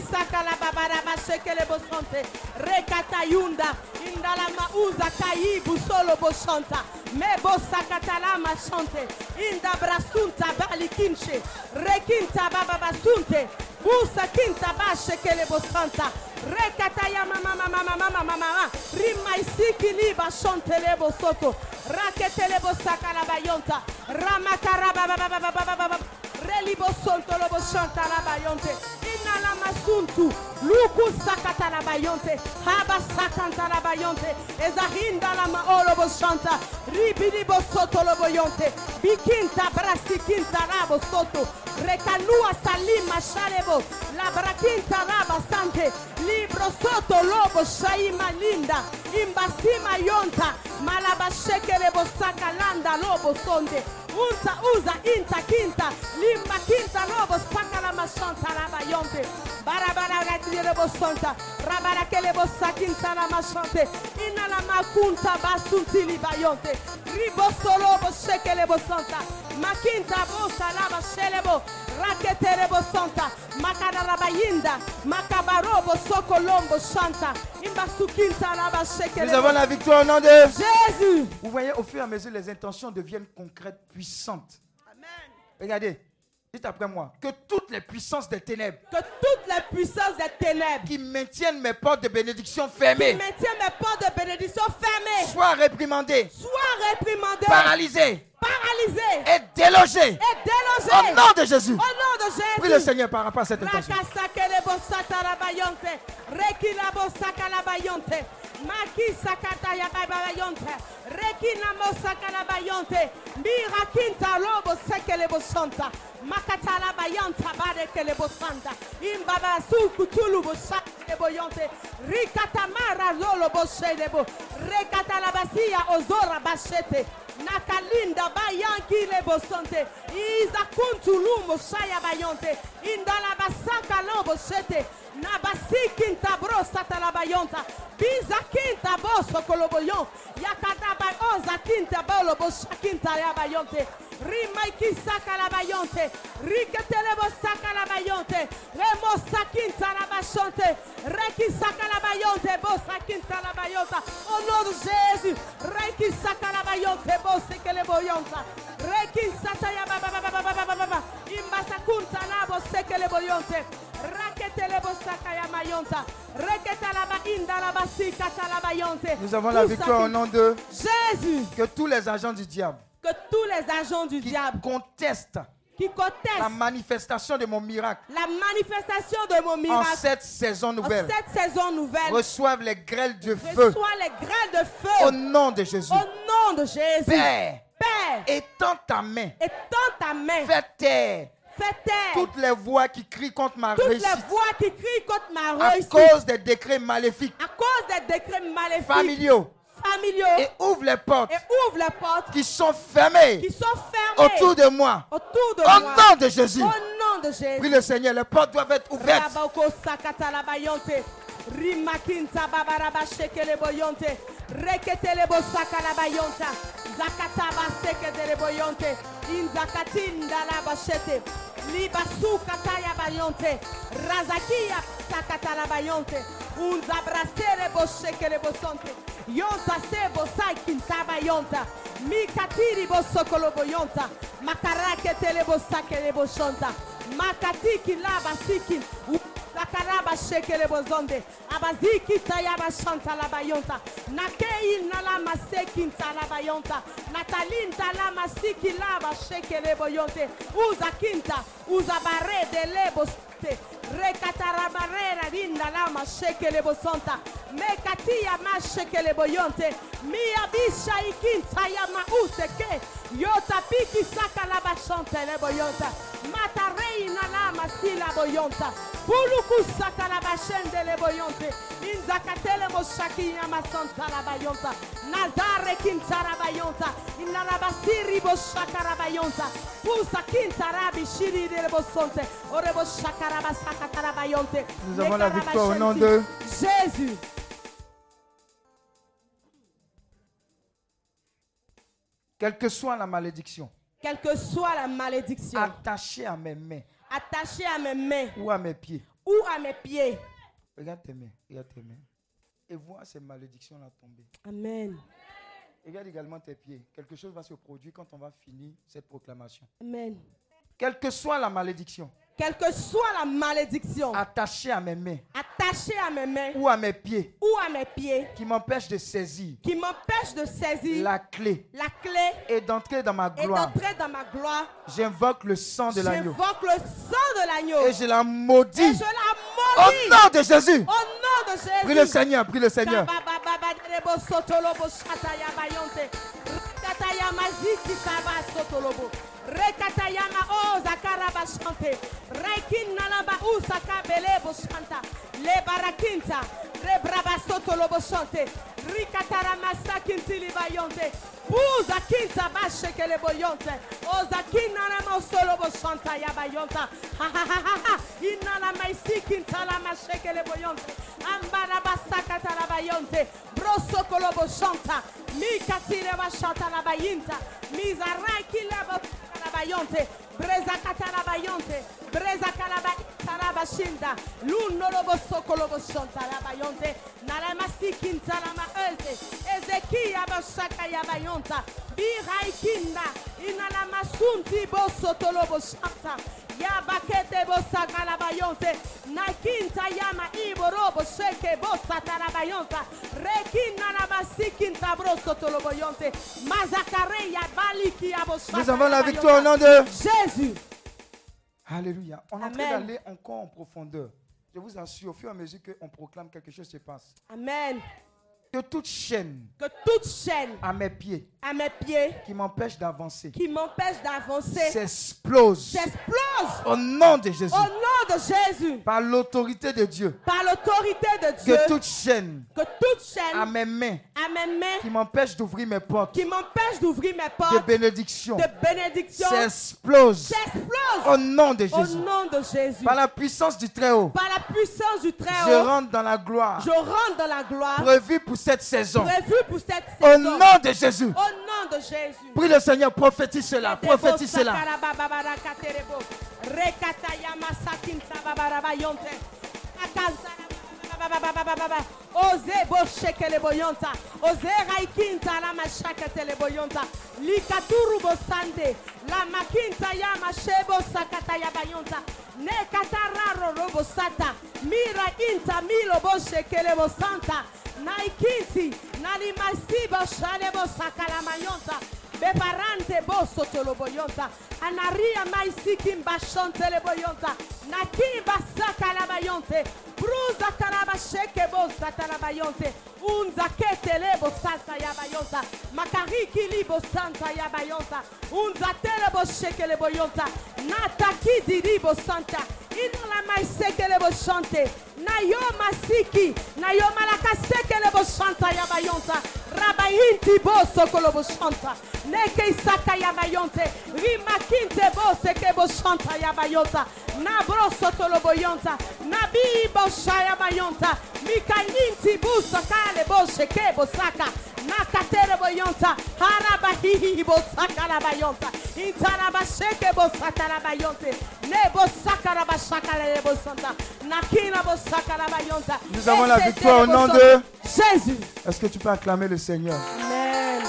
Relibo solto lobo chanta la bayonte. Inala masuntu. Luku sakata la bayonte. Haba sakanta la bayonte. Ezahinda la maolo bo chanta. Ribidibo soto lobo yonte. Bikinta brasi kinta rabo soto. Rekanua salima shalebo. La brakinta raba sante. Libro soto lobo shaima linda. Imbasima yonta. Malaba shekele bo sakalanda lobo sonde. Unta uza inta kinta. Limba kinta lobo sakala mashanta la bayonte. Barabara gatire bo santa. Rabara kele bo sakinta la mashante. Inala makunta basunti li bayonte. Ribo solo bo shekele bo santa. Makinta bo salaba shelebo. Rakete bo santa. Makada rabayinda. Makabarobo sokolombo shanta. Imbasukinta la ba shekele. Nous avons la victoire au nom de Jésus. Vous voyez, au fur et à mesure, les intentions deviennent concrètes, puissantes. Amen. Regardez, dites après moi, que toutes les puissances des ténèbres Que toutes les puissances des ténèbres qui maintiennent mes portes de bénédiction qui fermées maintiennent mes portes de bénédiction fermées soient réprimandées, soient réprimandées, paralysées paralysées et délogées et délogées. au nom de Jésus. Au nom de Jésus. Prie le Seigneur par rapport à cette intention. Rakasakele bosata la bayonte. Rekila bosaka la bayonte. Maki sakata ya bayonte. Rekina mosaka la bayonte. Mirakinta lobo sekele bosanta. Makata la bayanta barekele bosanta. Imbaba suku tulu bosaka boyonte. Rikatamara lolo bosedebo. Rekata la basia ozora bashete. Nakalinda bayanki le bosonte. Iza kuntu lumo shaya bayonte. Indala basaka lobo shete. Nabasikinta brosa talabayonta. Bizakinta boso koloboyon. Yakata bayoza kinta bolo boshakinta yabayonte. Rimaiki saka la bayonte. Riketele bosaka la bayonte. Remo sakinta la bashonte. Reki saka la bayonte. Bosakinta la bayonta. Au nom de Jésus. Reki saka la bayonte. Bosekele boyonta. Reki sataya baba. Imbasakunta la bosekele boyonte. Raketele bosaka ya mayonta. Reketa la ba inda la basika la bayonte. Nous avons la victoire au nom de Jésus. que tous les agents du diable Que tous les agents du qui diable contestent qui contestent la manifestation de mon miracle la manifestation de mon en miracle cette saison en nouvelle cette saison nouvelle reçoivent les grêles de feu reçoit les grêles de feu au nom de Jésus. au nom de Jésus. Père, Père, étends ta main, étends ta main, fais taire fais taire toutes les voix qui crient contre ma toutes réussite les voix qui crient contre ma à réussite cause des décrets maléfiques à cause des décrets maléfiques familiaux familiaux et ouvre les portes et ouvre les portes qui sont fermées qui sont fermées autour de moi autour de au moi. nom de Jésus. Au nom de Jésus. Prie le Seigneur, les portes doivent être ouvertes. Rabako sakata la bayonte. Rimakinta babaraba shekele boyonte. Reketele bosaka la bayonta. Zakataba seke de boyonte. Inzakatinda la bachete. Libasu kataya bayonte. Razakia sakatala bayonte. Unzabrasere bosheke le bosonte. Yonta se bosai kintaba yonta. Mikatiri bosokolo boyonta. Makarake tele bosake le boshonta. Makatiki laba siki. Zakaraba sheke le bozonde. Abaziki tayaba shanta la bayonta. Nakei nala maseki la bayonta. Natalinta la masiki laba sheke le boyonte. Uza kinta. Uza bare de le boste. Rekatarabarera dinda la masheke le bosonta. Mekatia masheke le boyonte. Mia bisha ikinta ya mauseke. Yota piki saka la bashante le boyonta. Mata reina la masila boyonta. Puluku saka la bashende le boyonte. Inzakatele moshaki ya masanta la bayonta. Nazare kinta la bayonta. Inarabasiri boshaka la bayonta. Pusa kinta rabi shiri de bosonte. Orebo shakara saka la bayonte. Nous avons la victoire au nom de Jésus. Quelle que soit la malédiction, Quelle que soit la malédiction, attachée à mes mains attachée à mes mains ou à mes pieds. ou à mes pieds. Regarde tes mains, regarde tes mains. Et vois ces malédictions-là tomber. Amen. Regarde également tes pieds. Quelque chose va se produire quand on va finir cette proclamation. Amen. Quelle que soit la malédiction, Quelle que soit la malédiction, attachée à mes mains attachée à mes mains ou à mes pieds, ou à mes pieds, qui m'empêche de saisir qui m'empêche de saisir la clé la clé et d'entrer dans ma et gloire, d'entrer dans ma gloire, j'invoque le sang de l'agneau j'invoque le sang de l'agneau et je la maudis et je la au maudis nom de Jésus. au nom de Jésus. Prie le Seigneur, prie le Seigneur. Rekatayama o zakaraba shante. Rekin nalamba usaka belebo shanta. Le barakinta. Le braba sotolobo shante. Rikatara masakinti libayonte. Uza kinta basheke le boyonte. Oza kinana mosolobo shanta yabayonta. Ha ha ha ha ha. Inana maisikinta la masheke le boyonte. Ambara basaka talabayonte. Brosokolobo shanta. Mikatire bashanta la bayinta. Mizaraki lebo bayonte, breza katarabayonte, breza kalabayintarabashinda, luno lobo sokolobo shontarabayonte, nalamasikintarama elte, Ezekia bashaka yabayonta, biraikinda, inalamasunti bosotolobo shanta, yabakete bosakalabayonte, nakinta yama iborobo sheke bosatarabayonta, rekina nabasikinta brosotoloboyonte, mazakareya baliki abosaka. Nous avons la victoire au nom de Jésus. Alléluia. On est en train Amen. d'aller encore en profondeur. Je vous assure, au fur et à mesure qu'on proclame, quelque chose se passe. Amen. Que toute chaîne Que toute chaîne à mes pieds à mes pieds qui m'empêche d'avancer qui m'empêche d'avancer s'explose s'explose au nom de Jésus. au nom de Jésus. Par l'autorité de Dieu. Par l'autorité de Dieu. Que toute chaîne Que toute chaîne à mes mains à mes mains qui m'empêche d'ouvrir mes portes qui m'empêche d'ouvrir mes de portes bénédiction de bénédiction s'explose s'explose au nom de au Jésus. nom de Jésus. Par la puissance du Très-Haut, Par la puissance du je Très-Haut, rentre dans la gloire je rentre dans la gloire prévue pour cette saison. prévue pour cette Au saison. nom de Jésus. Au nom de Jésus. Prie le Seigneur, prophétise cela, prophétise cela. Oze bosheke le boyonta, oze raikinta la mashaka tele boyonta, likaturu bosande, la makinta ya mashebo sakata ya bayonta, ne katararo robo sata, mira inta milo bosheke le bosanta, naikinti, nalimasibo shalebo sakala mayonta, beparante boso tolo boyonta, anaria maisikim bashonte le boyonta, nakimba sakala bayonte, bruza karaba sheke bosa tarabayonte, unza kete lebo santa ya bayonta, makariki libo santa ya bayonta, unza telebo sheke le boyonta, natakidi libo santa, inola maiseke lebo shante, nayo masiki, nayo malakaseke lebo shanta ya bayonta, rabayinti boso kolobo shanta, neke isaka ya bayonte, rimakinte bose kebo shanta ya bayonta, nabroso tolo boyonta, nabibo shaya bayonta, mikayinti buso kale bose kebo saka, Nakatere boyonta. Harabahi bosakara bayonta. Intarabasheke bosakara bayonte. Nebo sakara bashakara bosanta. Nakina bosakara bayonta. Nous avons la victoire au nom de Jésus. Est-ce que tu peux acclamer le Seigneur? Amen.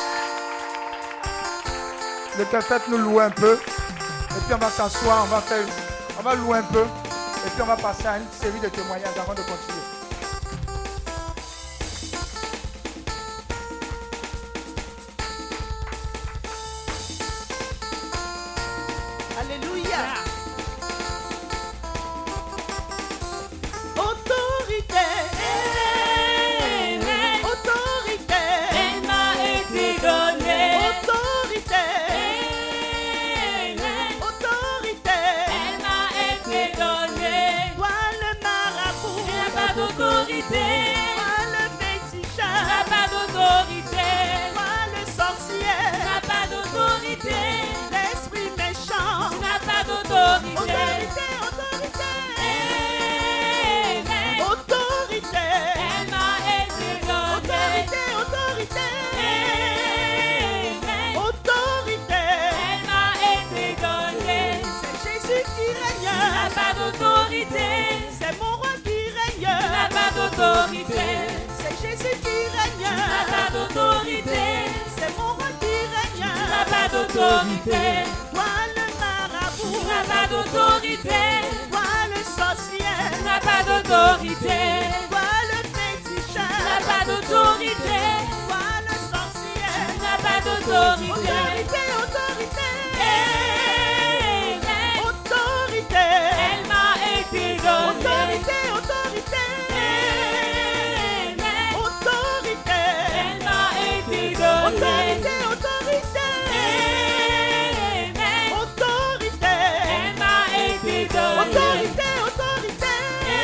Le cœur, faites-nous louer un peu. Et puis on va s'asseoir, on va louer un peu. Et puis on va passer à une série de témoignages avant de continuer. Alléluia. Autorité. Autorité. Elle m'a été donnée. Autorité. Autorité. Elle m'a été donnée. Toi le marabout. Tu n'as pas d'autorité. Toi le Tu féticheur. n'as pas d'autorité. Toi le sorcier. Tu n'as pas d'autorité. L'esprit méchant. Tu n'as pas d'autorité. Autorité, autorité. Amen. Autorité. Elle m'a été donnée. Autorité, autorité. Amen. Autorité. Elle m'a été donnée. C'est Jésus qui Tu règne. n'as pas d'autorité. C'est mon roi qui Tu règne. n'as pas d'autorité. C'est Jésus qui règne. Tu n'as pas d'autorité. C'est mon roi qui règne. Tu n'as pas d'autorité. Toi le marabout. Tu n'as pas d'autorité. Toi le sorcier. Tu n'as pas d'autorité. Toi le Tu féticheur. n'as pas d'autorité. Toi le sorcier. Tu n'as pas d'autorité. Autorité, autorité. Amen. Autorité. Elle m'a été donnée. Autorité, autorité. Amen. Autorité. Elle m'a été donnée. Autorité, autorité. Amen. Autorité. Elle m'a été donnée. Autorité, autorité.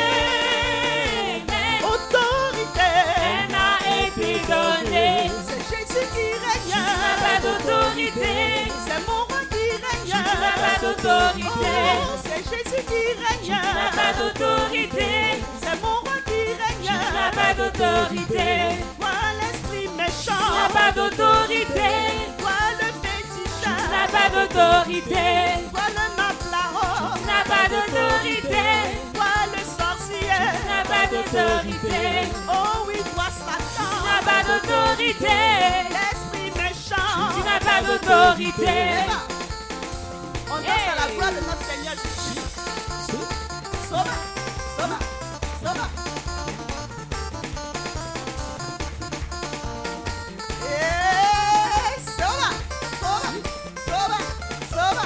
Amen. Autorité. Elle m'a été donnée. C'est Jésus qui règne. Tu n'as pas d'autorité. C'est mon roi qui règne. Tu n'as pas d'autorité. Oh, c'est Jésus qui règne. Tu n'as pas d'autorité. C'est mon roi qui règne. Tu n'as pas d'autorité. Toi l'esprit méchant. Tu n'as pas d'autorité. Toi le féticheur. Tu n'as pas d'autorité. Toi le mablaro. Tu n'as pas d'autorité. Toi le sorcier. Tu n'as pas d'autorité. Oh oui, toi Tu Satan. n'as pas d'autorité. L'esprit méchant. Tu n'as pas d'autorité. On danse à la gloire de notre Seigneur Jésus. Sauva, sauva, sauva. Eh, sauva, sauva, sauva, sauva.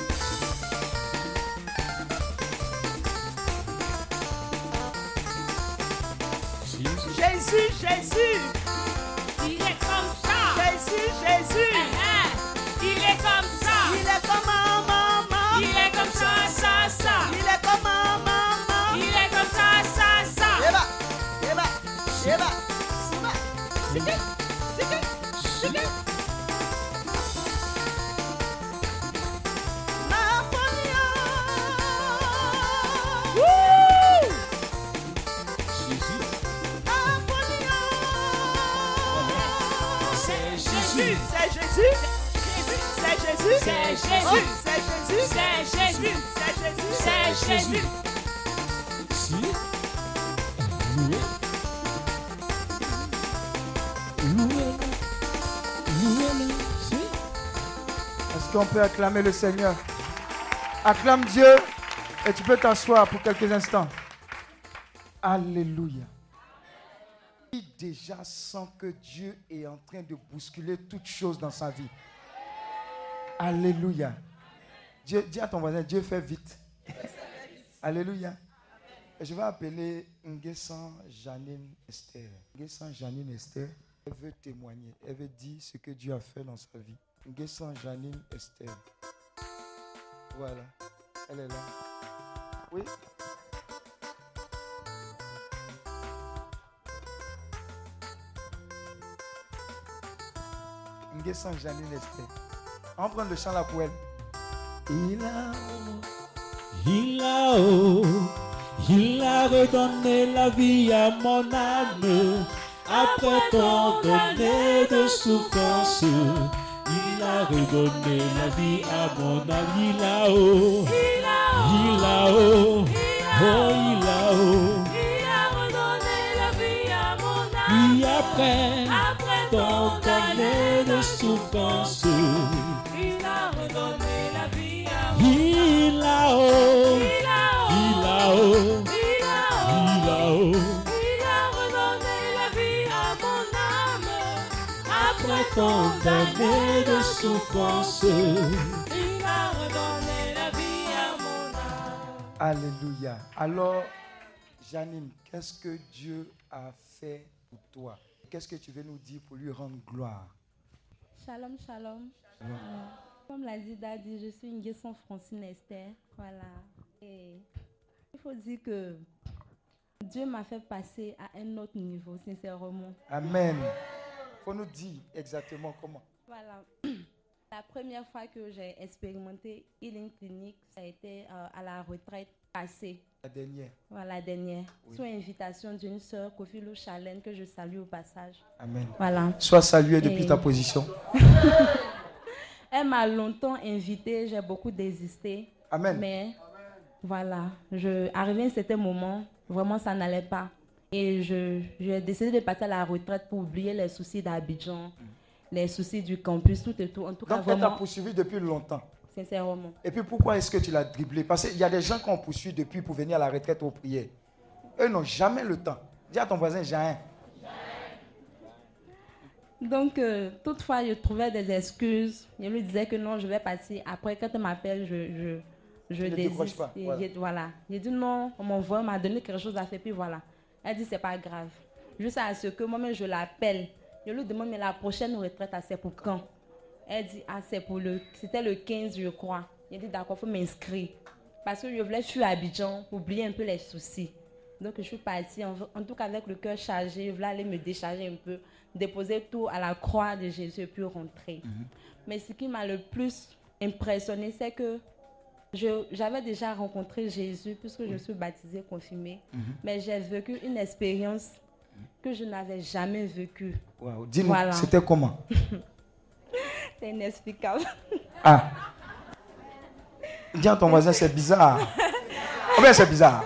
Jésus, Jésus, Il est comme ça. Jésus, Jésus. Il est comme ça. Il est comme un maman. Il est comme ça, ça, ça. Il est comme un maman. Il est comme ça, ça, ça. Eba, eba, eba, suba, sike, sike, sike. Napoléon. Woo! Napoléon. C'est Jésus. C'est Jésus. C'est Jésus. C'est Jésus. Oh, c'est Jésus. C'est Jésus. C'est Jésus. C'est Jésus. Est-ce qu'on peut acclamer le Seigneur? Acclame Dieu et tu peux t'asseoir pour quelques instants. Alléluia. Qui déjà sent que Dieu est en train de bousculer toutes choses dans sa vie? Alléluia. Dieu, dis à ton voisin, Dieu fait vite. Alléluia. Et je vais appeler Nguessan Janine Esther. Nguessan Janine Esther, elle veut témoigner. Elle veut dire ce que Dieu a fait dans sa vie. Nguessan Janine Esther. Voilà. Elle est là. Oui. Nguessan Janine Esther. On va prendre le chant là pour elle. Il a redonné la vie à mon âme. Après tant d'années de souffrance, il a redonné la vie à mon ami là-haut. Il là-haut, oh il là-haut. Il a redonné la vie à mon âme. Et après tant d'années de souffrance, Il a redonné la vie à mon âme. il là-haut, Il a il là-haut, Il a il là-haut. Il a redonné la vie à mon âme. Après tant d'années de souffrance, Il a redonné la vie à mon âme. Alléluia. Alors, Janine, qu'est-ce que Dieu a fait pour toi? Qu'est-ce que tu veux nous dire pour lui rendre gloire? Shalom, shalom. Comme l'a dit Daddy, je suis une Guesson Francine Esther. Voilà. Et il faut dire que Dieu m'a fait passer à un autre niveau, sincèrement. Amen. Il faut nous dire exactement comment. Voilà. La première fois que j'ai expérimenté Healing Clinic, ça a été à la retraite passée. La dernière. Voilà, la dernière. Oui. Sous invitation d'une sœur, Kofi Lou Chalen, que je salue au passage. Amen. Voilà. Sois salué depuis Et- ta position. Elle m'a longtemps invitée, j'ai beaucoup désisté. Amen. Mais voilà, arrivé à un certain moment, vraiment ça n'allait pas. Et j'ai décidé de partir à la retraite pour oublier les soucis d'Abidjan, les soucis du campus, tout et tout. En tout cas, Donc, elle t'a vraiment, poursuivi depuis longtemps. sincèrement. Et puis, pourquoi est-ce que tu l'as dribblé? Parce qu'il y a des gens qu'on poursuit depuis pour venir à la retraite aux prières. Eux n'ont jamais le temps. Dis à ton voisin, j'ai rien. Donc, toutefois, je trouvais des excuses. Je lui disais que non, je vais partir. Après, quand elle m'appelle, je ne décroches désiste. pas, Et voilà. voilà. J'ai dit non, on m'a donné quelque chose à faire, puis voilà. Elle dit, c'est pas grave. Juste à ce que moi-même, je l'appelle. Je lui demande, mais la prochaine retraite, c'est pour quand? Elle dit, c'était le 15, je crois. J'ai dit, d'accord, il faut m'inscrire. Parce que je voulais fuir à Abidjan, oublier un peu les soucis. Donc, je suis partie, en tout cas avec le cœur chargé. Je voulais aller me décharger un peu, déposer tout à la croix de Jésus et puis rentrer. Mais ce qui m'a le plus impressionné, c'est que j'avais déjà rencontré Jésus puisque je suis baptisée, confirmée. Mais j'ai vécu une expérience que je n'avais jamais vécue. Wow. Dis-nous, Voilà. c'était comment? C'est inexplicable. Ah. Dis à ton voisin, c'est bizarre. Combien c'est bizarre?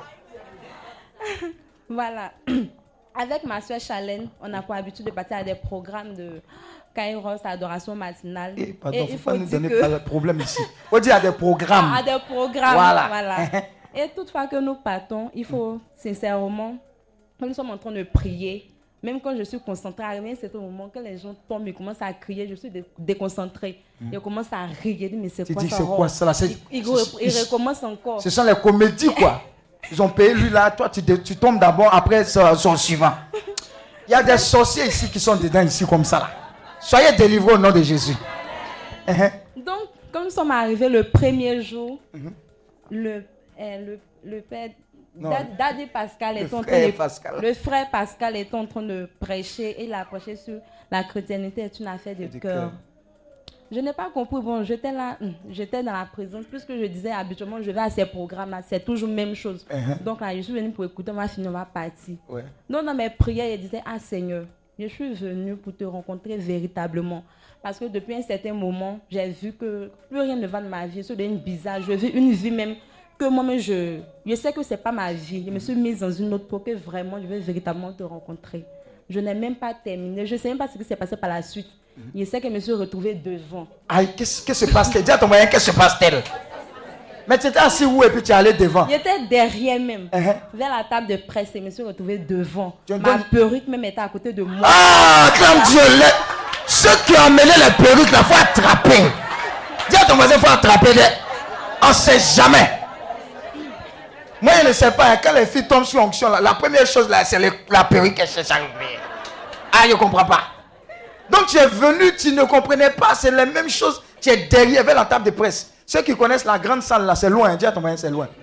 Voilà. Avec ma soeur Chalène, on a pour habitude de partir à des programmes de Kairos, adoration matinale. Eh, pardon, il ne il faut pas nous dire donner que- pas de problème ici. Il faut dire à des programmes. à des programmes. Voilà. Voilà. Et toutefois que nous partons, il faut sincèrement, quand nous sommes en train de prier, même quand je suis concentrée, arrivé à un certain moment, quand les gens tombent et commencent à crier, je suis déconcentrée. Je commence à rire. Je dis, mais c'est Tu quoi dis, ça? c'est quoi ça là? Il recommence encore. Ce sont les comédies, quoi. Ils ont payé lui là, toi tu tombes d'abord, après son suivant. Il y a des sorciers ici qui sont dedans, ici, comme ça là. Soyez délivrés au nom de Jésus. Donc, quand nous sommes arrivés le premier jour, le père Non. Daddy Pascal est en train frère de Pascal. le frère Pascal est en train de prêcher et il a prêché sur la chrétienté est une affaire de du cœur. cœur. Je n'ai pas compris. Bon, j'étais là, j'étais dans la présence. Puisque je disais habituellement, je vais à ces programmes-là, c'est toujours la même chose. Donc là, je suis venue pour écouter, on va finir, on va partir. Ouais. Donc dans mes prières, je disais, ah Seigneur, je suis venue pour te rencontrer véritablement. Parce que depuis un certain moment, j'ai vu que plus rien ne va de ma vie. Je suis devenue bizarre. Je vis une vie même que moi-même, je sais que ce n'est pas ma vie. Je me suis mise dans une autre pour que vraiment, je veux véritablement te rencontrer. Je n'ai même pas terminé. Je ne sais même pas ce qui s'est passé par la suite. Je sais que je me suis retrouvée devant. Aïe, qu'est-ce que se passe-t-il? Dis à ton moyen, qu'est-ce que se passe-t-il? Mais tu étais assis où et puis tu es allé devant? J'étais derrière même, vers la table de presse et je me suis retrouvée devant. Tu Ma donnes- perruque même était à côté de moi. Ah, clame Dieu. Ceux qui ont emmené les perruques, il faut attraper. Dis à ton voisin, il faut attraper. On ne sait jamais. Moi, je ne sais pas, hein, quand les filles tombent sur onction, là, la première chose, là, c'est la perruque qu'elles cherchent à enlever. Ah, je ne comprends pas. Donc, tu es venu, tu ne comprenais pas, c'est la même chose. Tu es derrière, vers la table de presse. Ceux qui connaissent la grande salle, là, c'est loin. Dis à ton voisin, c'est loin.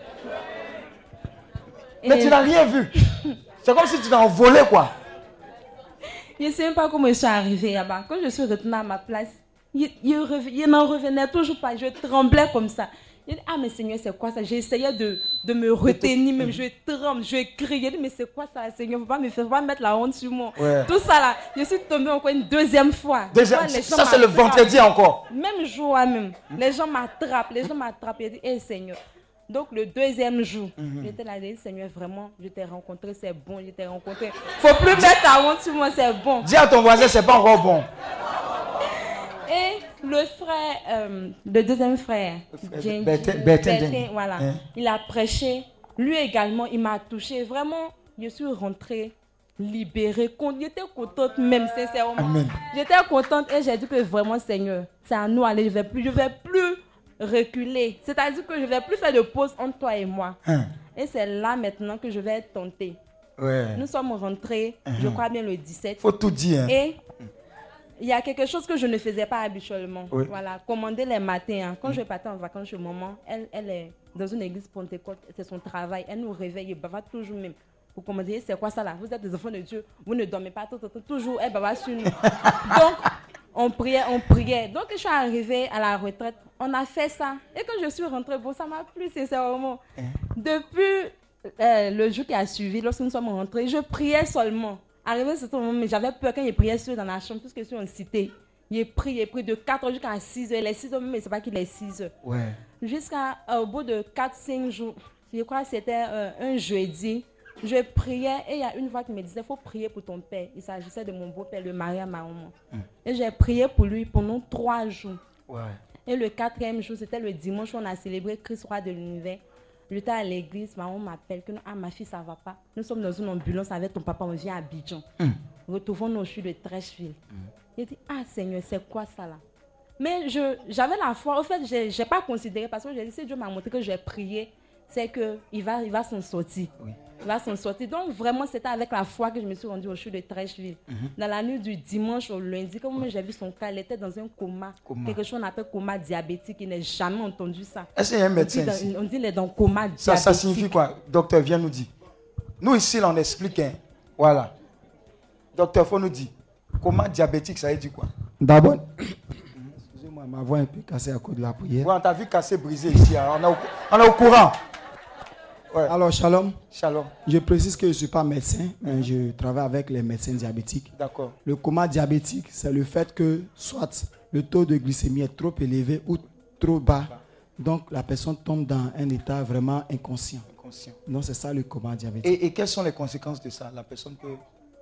Mais Et tu n'as rien vu. C'est comme si tu t'es envolé, quoi. je ne sais même pas comment je suis arrivée là-bas. Quand je suis retournée à ma place, je n'en revenais toujours pas. Je tremblais comme ça. Il dit, ah mais Seigneur, c'est quoi ça? J'ai essayé de me retenir, même je tremble, je crie. Il dit, mais c'est quoi ça, Seigneur? Faut pas mettre la honte sur moi. Ouais. Tout ça là, je suis tombée encore une deuxième fois. Ça c'est le vendredi encore. Même jour même, les gens m'attrapent. Il dit, hé Seigneur. Donc le deuxième jour, j'étais là, je dis, Seigneur, vraiment, je t'ai rencontré, c'est bon, je t'ai rencontré. Faut plus mettre la honte sur moi, c'est bon. Dis à ton voisin, c'est pas encore bon. Et le frère, le deuxième frère, Bertin, voilà, il a prêché. Lui également, il m'a touché. Vraiment, je suis rentrée libérée. J'étais contente même, sincèrement. Amen. J'étais contente et j'ai dit que vraiment, Seigneur, c'est à nous aller. Je vais plus reculer. C'est-à-dire que je ne vais plus faire de pause entre toi et moi. Et c'est là maintenant que je vais être tentée. Ouais. Nous sommes rentrés, je crois bien le 17. Faut tout dire. Et il y a quelque chose que je ne faisais pas habituellement. Oui. Voilà, commander les matins. Quand je partais en vacances chez maman, elle est dans une église pentecôte, c'est son travail. Elle nous réveille, elle bavard toujours même. Pour commander, c'est quoi ça là? Vous êtes des enfants de Dieu, vous ne dormez pas toujours, elle bavard sur nous. Donc, on priait. Donc, je suis arrivée à la retraite, on a fait ça. Et quand je suis rentrée, bon, ça m'a plu sincèrement. Depuis le jour qui a suivi, lorsque nous sommes rentrés, je priais seulement. Arrivé à ce moment, mais j'avais peur quand il priait seul dans la chambre, puisque je suis en cité. Il prie de 4 h jusqu'à 6 h. Les 6 h, mais c'est pas qu'il est 6 h. Ouais. Au bout de 4-5 jours, je crois que c'était un jeudi, je priais et il y a une voix qui me disait, il faut prier pour ton père. Il s'agissait de mon beau-père, le mari à ma maman. Et j'ai prié pour lui pendant 3 jours. Ouais. Et le 4e jour, c'était le dimanche où on a célébré Christ roi de l'univers. J'étais à l'église, maman m'appelle que ma fille, ça ne va pas. Nous sommes dans une ambulance avec ton papa, on vient à Abidjan. Retrouvons-nous au chute de Trècheville. J'ai dit, ah Seigneur, c'est quoi ça là? Mais j'avais la foi. Au fait, je n'ai pas considéré parce que j'ai dit, si Dieu m'a montré que j'ai prié, c'est qu'il va s'en sortir. Oui. Il va s'en sortir. Donc vraiment, c'était avec la foi que je me suis rendue au chute de Trècheville. Dans la nuit du dimanche au lundi, comme j'ai vu son cas, elle était dans un coma. Quelque chose qu'on appelle coma diabétique. Il n'a jamais entendu ça. Est-ce qu'il y a un médecin ici? On dit qu'il est dans coma diabétique. Ça signifie quoi? Docteur, viens nous dire. Nous ici, là, on explique. Hein. Voilà. Docteur, il faut nous dire. Coma diabétique, ça veut dire quoi? D'abord, excusez-moi, ma voix est un peu cassée à cause de la prière. Oui, on t'a vu casser, brisé ici. Hein. On est au courant. Ouais. Alors, shalom. Shalom. Je précise que je ne suis pas médecin, mais je travaille avec les médecins diabétiques. D'accord. Le coma diabétique, c'est le fait que soit le taux de glycémie est trop élevé ou trop bas. Donc, la personne tombe dans un état vraiment inconscient. Donc, c'est ça le coma diabétique. Et quelles sont les conséquences de ça? La personne peut...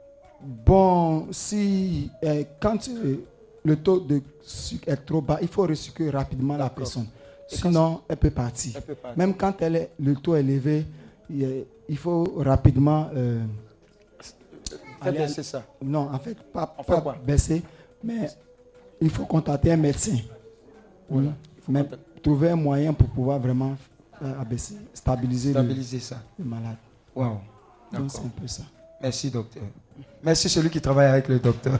Bon, quand le taux de sucre est trop bas, il faut resucrer rapidement la personne. Sinon, elle peut partir. Même quand le taux est élevé, il faut rapidement... baisser ça. Non, en fait, pas baisser, mais il faut contacter un médecin. Voilà. Mais trouver un moyen pour pouvoir vraiment abaisser, stabiliser le malade. Wow. Donc, c'est un peu ça. Merci, docteur. Merci celui qui travaille avec le docteur.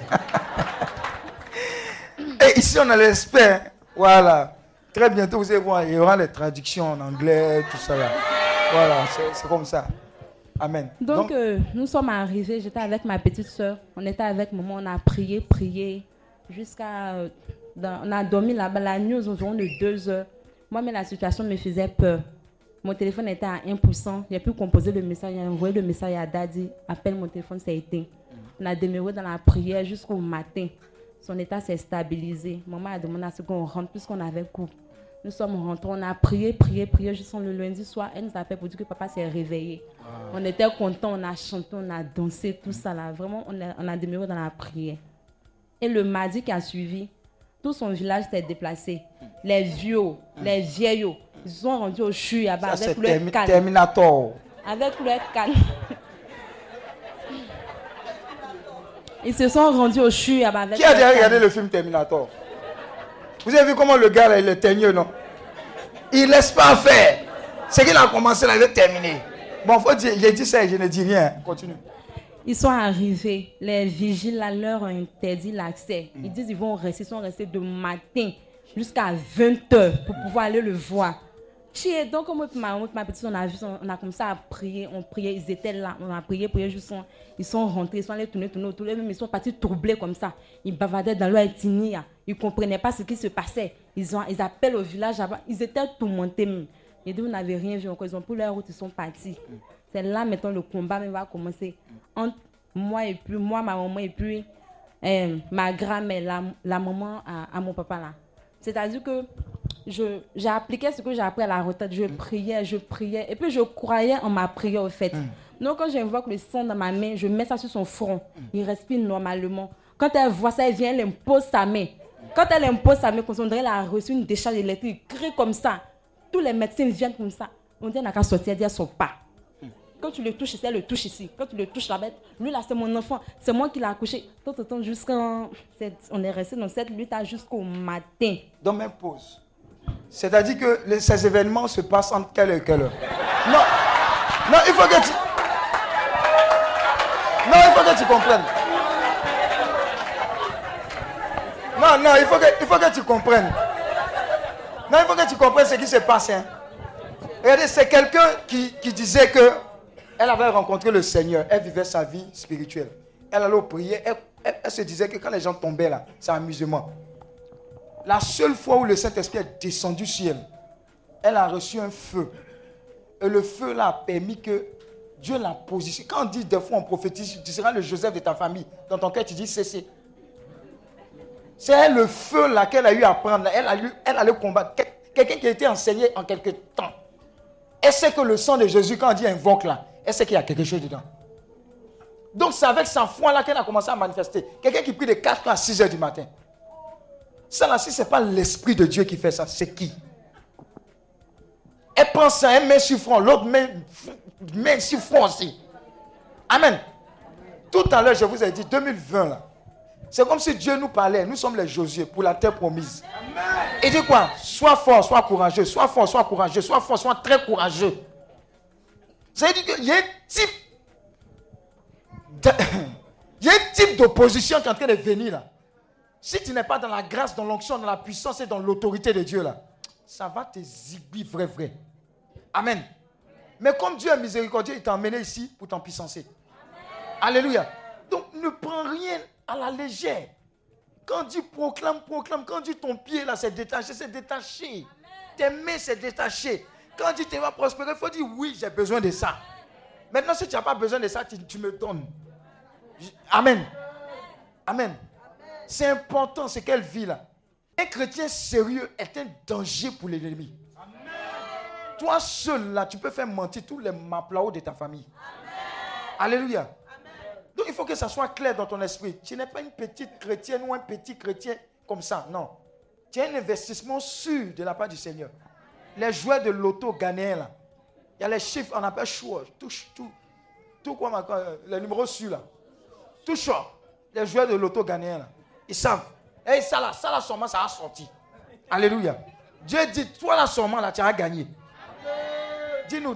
Et ici, on a l'expert. Voilà. Très bientôt, vous allez voir, il y aura les traductions en anglais, tout ça là. Voilà, c'est comme ça. Amen. Donc nous sommes arrivés, j'étais avec ma petite soeur, on était avec maman, on a prié, jusqu'à... on a dormi là-bas, la nuit aux environs de 2 heures. Moi, mais la situation me faisait peur. Mon téléphone était à 1%, j'ai pu composer le message, j'ai envoyé le message à Daddy, appelle mon téléphone, c'est éteint. On a demeuré dans la prière jusqu'au matin. Son état s'est stabilisé. Maman a demandé à ce qu'on rentre puisqu'on avait cours. Nous sommes rentrés, on a prié jusqu'au le lundi soir. Elle nous appelle pour dire que papa s'est réveillé. On était contents, on a chanté, on a dansé, tout ça là. Vraiment, on a demeuré dans la prière. Et le mardi qui a suivi, tout son village s'est déplacé. Les vieux, les vieillots, ils sont rendus au CHU avec leur canne. Terminator. Avec leur canne. Ils se sont rendus au CHU avec... Qui a déjà regardé le film Terminator? Vous avez vu comment le gars là, il est teigneux, non? Il ne laisse pas faire. Ce qu'il a commencé là, il veut terminer. Bon, faut dire, il a dit ça et je ne dis rien. Continue. Ils sont arrivés. Les vigiles là, leur ont interdit l'accès. Ils disent qu'ils sont restés de matin jusqu'à 20 h pour pouvoir aller le voir. Donc, ma petite, on a commencé à prier, on priait, ils étaient là, on a prié, juste, ils sont rentrés, ils sont allés tourner autour, même ils sont partis troublés comme ça. Ils bavardaient dans leur ethnie, ils ne comprenaient pas ce qui se passait. Ils appellent au village, ils étaient tourmentés même. Et donc, on n'avait rien vu encore, ils ont pris leur route, ils sont partis. C'est là maintenant le combat va commencer entre moi, ma maman et puis ma grand-mère, la maman à mon papa là. C'est-à-dire que j'ai appliqué ce que j'ai appris à la retraite. Je priais. Et puis je croyais en ma prière au fait. Donc quand j'invoque le sang dans ma main, je mets ça sur son front. Il respire normalement. Quand elle voit ça, elle vient, elle impose sa main. Quand elle impose sa main, on dirait qu'elle a reçu une décharge électrique. Il crie comme ça. Tous les médecins viennent comme ça. On dit qu'elle n'a qu'à sortir, elle dit elle ne sort pas. Quand tu le touches ici, elle le touche ici. Quand tu le touches là-bas, lui là c'est mon enfant. C'est moi qui l'ai accouché. Tout le temps jusqu'en... On est resté dans cette lutte jusqu'au matin. Dans même pause. C'est-à-dire que ces événements se passent entre quelle et quelle heure? Non, il faut que tu... Non, il faut que tu comprennes. Non, il faut que tu comprennes. Non, il faut que tu comprennes ce qui se passe. Hein. Regardez, c'est quelqu'un qui disait que elle avait rencontré le Seigneur, elle vivait sa vie spirituelle. Elle allait prier, elle se disait que quand les gens tombaient là, c'est amusement. La seule fois où le Saint-Esprit est descendu sur elle, elle a reçu un feu. Et le feu là a permis que Dieu la positionne. Quand on dit des fois on prophétise, tu seras le Joseph de ta famille. Dans ton cœur, tu dis c'est. C'est le feu là qu'elle a eu à prendre. Elle a le combat. Quelqu'un qui a été enseigné en quelque temps. Elle sait que le sang de Jésus, quand on dit invoque là, elle sait qu'il y a quelque chose dedans. Donc c'est avec sa foi là qu'elle a commencé à manifester. Quelqu'un qui prie de 4 à 6 heures du matin. Ça là, si ce n'est pas l'Esprit de Dieu qui fait ça, c'est qui? Elle prend ça, elle met sur front, l'autre met sur front aussi. Amen. Tout à l'heure, je vous ai dit, 2020 là, c'est comme si Dieu nous parlait, nous sommes les Josué pour la terre promise. Amen. Il dit quoi? Sois fort, sois courageux, sois fort, sois courageux, sois fort, sois très courageux. Ça veut dire qu'il y a un type d'opposition qui est en train de venir là. Si tu n'es pas dans la grâce, dans l'onction, dans la puissance et dans l'autorité de Dieu là, ça va te zigouiller vrai. Amen. Mais comme Dieu est miséricordieux, il t'a emmené ici pour t'en puissancer. Alléluia. Donc ne prends rien à la légère. Quand Dieu proclame, quand Dieu ton pied là s'est détaché, c'est détaché. Tes mains s'est détaché. Quand Dieu te va prospérer, il faut dire oui, j'ai besoin de ça. Maintenant, si tu n'as pas besoin de ça, tu me donnes. Amen. Amen. C'est important ce qu'elle vit là. Un chrétien sérieux est un danger pour l'ennemi. Toi seul là, tu peux faire mentir tous les maplaos de ta famille. Amen. Alléluia. Amen. Donc il faut que ça soit clair dans ton esprit. Tu n'es pas une petite chrétienne ou un petit chrétien comme ça, non. Tu as un investissement sûr de la part du Seigneur. Les joueurs de loto ghanéens là, il y a les chiffres, on appelle choix, tout quoi, les numéros sûrs là. Tout choix. Les joueurs de loto ghanéens là, ils savent. Et ça là sûrement ça a sorti. Alléluia. Dieu dit, toi là sûrement là, tu as gagné. Dis-nous.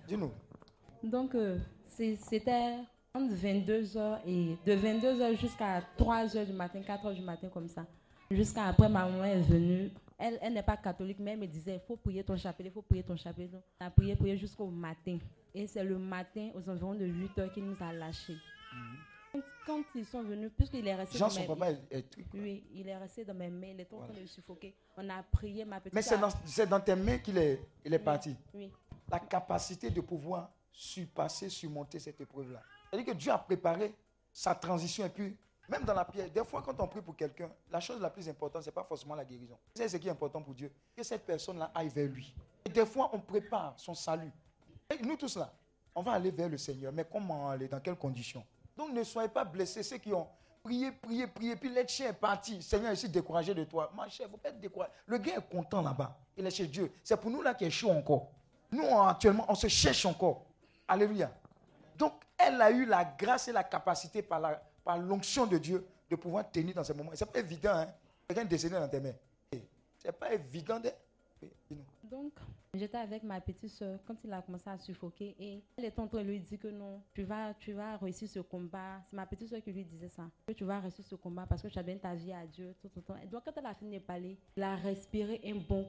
Donc, c'était entre 22h et de 22h jusqu'à 3h du matin, 4h du matin comme ça. Jusqu'à après, ma maman est venue. Elle n'est pas catholique, mais elle me disait, il faut prier ton chapelet, Donc, on a prié jusqu'au matin. Et c'est le matin, aux environs de 8h, qu'il nous a lâchés. Quand ils sont venus, puisqu'il est resté dans mes mains. Oui, il est resté dans mes mains, il est en train de suffoquer. On a prié, ma petite. Mais c'est dans tes mains qu'il est parti. Oui. La capacité de pouvoir surmonter cette épreuve-là. C'est-à-dire que Dieu a préparé sa transition et puis, même dans la prière, des fois quand on prie pour quelqu'un, la chose la plus importante, ce n'est pas forcément la guérison. C'est ce qui est important pour Dieu, que cette personne-là aille vers lui. Et des fois, on prépare son salut. Et nous tous là, on va aller vers le Seigneur, mais comment aller, dans quelles conditions? Donc ne soyez pas blessés, ceux qui ont prié, puis l'être chien est parti. Seigneur, je suis découragé de toi. Ma chère, il ne faut pas être découragé. Le gars est content là-bas, il est chez Dieu. C'est pour nous là qui est chaud encore. Nous, actuellement, on se cherche encore. Alléluia. Donc, elle a eu la grâce et la capacité par l'onction de Dieu de pouvoir tenir dans ce moment. Ce n'est pas évident, hein. Quelqu'un décédé dans tes mains. Ce n'est pas évident. Donc, j'étais avec ma petite soeur quand il a commencé à suffoquer et elle était en train de lui dire que non, tu vas réussir ce combat. C'est ma petite soeur qui lui disait ça. Que tu vas réussir ce combat parce que tu as donné ta vie à Dieu. Tout. Et donc, quand elle a fini de parler, elle a respiré un bon coup.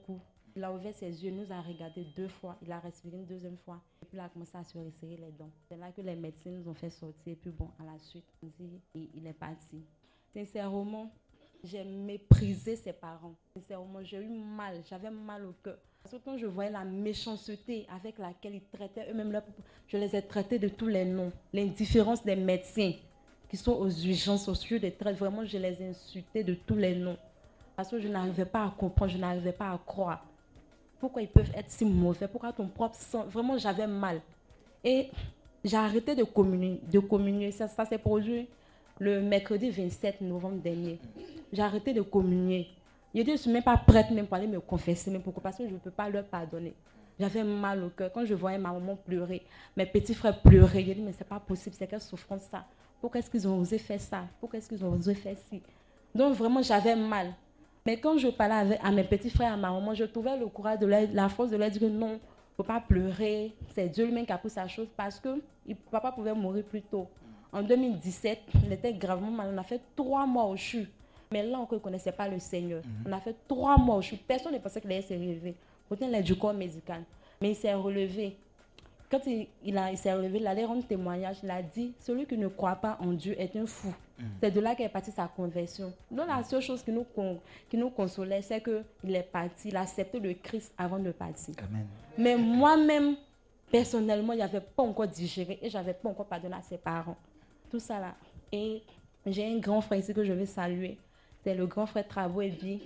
Il a ouvert ses yeux, nous a regardé 2 fois, il a respiré une 2e fois. Et puis il a commencé à se resserrer les dents. C'est là que les médecins nous ont fait sortir. Et puis bon, à la suite, il est parti. Sincèrement, j'ai méprisé ses parents. Sincèrement, j'ai eu mal, j'avais mal au cœur. Parce que quand je voyais la méchanceté avec laquelle ils traitaient eux-mêmes leurs propos, je les ai traités de tous les noms. L'indifférence des médecins qui sont aux urgences, aux lieux de traite, vraiment, je les ai insultés de tous les noms. Parce que je n'arrivais pas à comprendre, je n'arrivais pas à croire. Pourquoi ils peuvent être si mauvais? Pourquoi ton propre sang? Vraiment, j'avais mal. Et j'ai arrêté de communier. Ça s'est produit le mercredi 27 novembre dernier. J'ai arrêté de communier. Je ne suis même pas prête même pour aller me confesser. Mais pourquoi? Parce que je ne peux pas leur pardonner. J'avais mal au cœur. Quand je voyais ma maman pleurer, mes petits frères pleurer, j'ai dit, mais ce n'est pas possible, c'est quelle souffrance ça? Pourquoi est-ce qu'ils ont osé faire ça? Pourquoi est-ce qu'ils ont osé faire ci? Donc vraiment, j'avais mal. Mais quand je parlais à mes petits frères, à ma maman, je trouvais le courage, la force de leur dire non, il ne faut pas pleurer, c'est Dieu lui-même qui a pris sa chose parce que papa pouvait mourir plus tôt. En 2017, il était gravement malade. On a fait 3 mois au CHU. Mais là encore, il ne connaissait pas le Seigneur. On a fait 3 mois au CHU. Personne ne pensait qu'il allait se relever. Pourtant, il est du corps médical. Mais il s'est relevé. Quand il s'est relevé, il allait rendre témoignage. Il a dit, celui qui ne croit pas en Dieu est un fou. C'est de là qu'est partie sa conversion. Donc la seule chose qui nous consolait, c'est qu'il est parti, il a accepté le Christ avant de partir. Amen. Mais moi-même, personnellement, je n'avais pas encore digéré et je n'avais pas encore pardonné à ses parents. Tout ça là. Et j'ai un grand frère ici que je vais saluer. C'est le grand frère Trabo Ebi.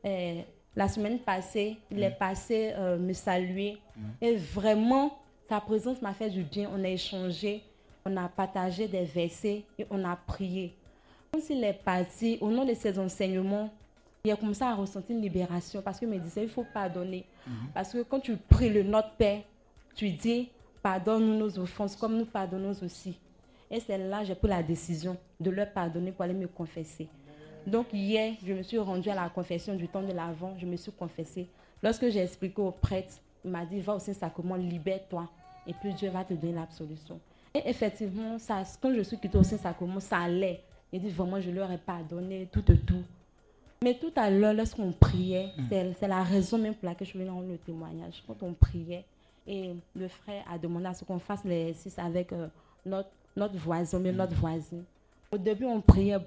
La semaine passée, il est passé me saluer. Et vraiment, sa présence m'a fait du bien. On a échangé, on a partagé des versets et on a prié. Quand il est parti, au nom de ses enseignements, il a commencé à ressentir une libération parce qu'il me disait il faut pardonner. Parce que quand tu pries le Notre Père, tu dis pardonne-nous nos offenses comme nous pardonnons aussi. Et c'est là que j'ai pris la décision de leur pardonner pour aller me confesser. Donc hier, je me suis rendue à la confession du temps de l'Avent, je me suis confessée. Lorsque j'ai expliqué au prêtre, il m'a dit va au Saint-Sacrement, libère-toi et puis Dieu va te donner l'absolution. Et effectivement, ça, quand je suis quittée au Saint-Sacrement, ça allait. Il dit vraiment je leur ai pardonné, tout. Mais tout à l'heure, lorsqu'on priait, c'est la raison même pour laquelle je suis venue rendre le témoignage. Quand on priait, et le frère a demandé à ce qu'on fasse l'exercice avec notre voisin, mais notre voisine. Au début, on priait,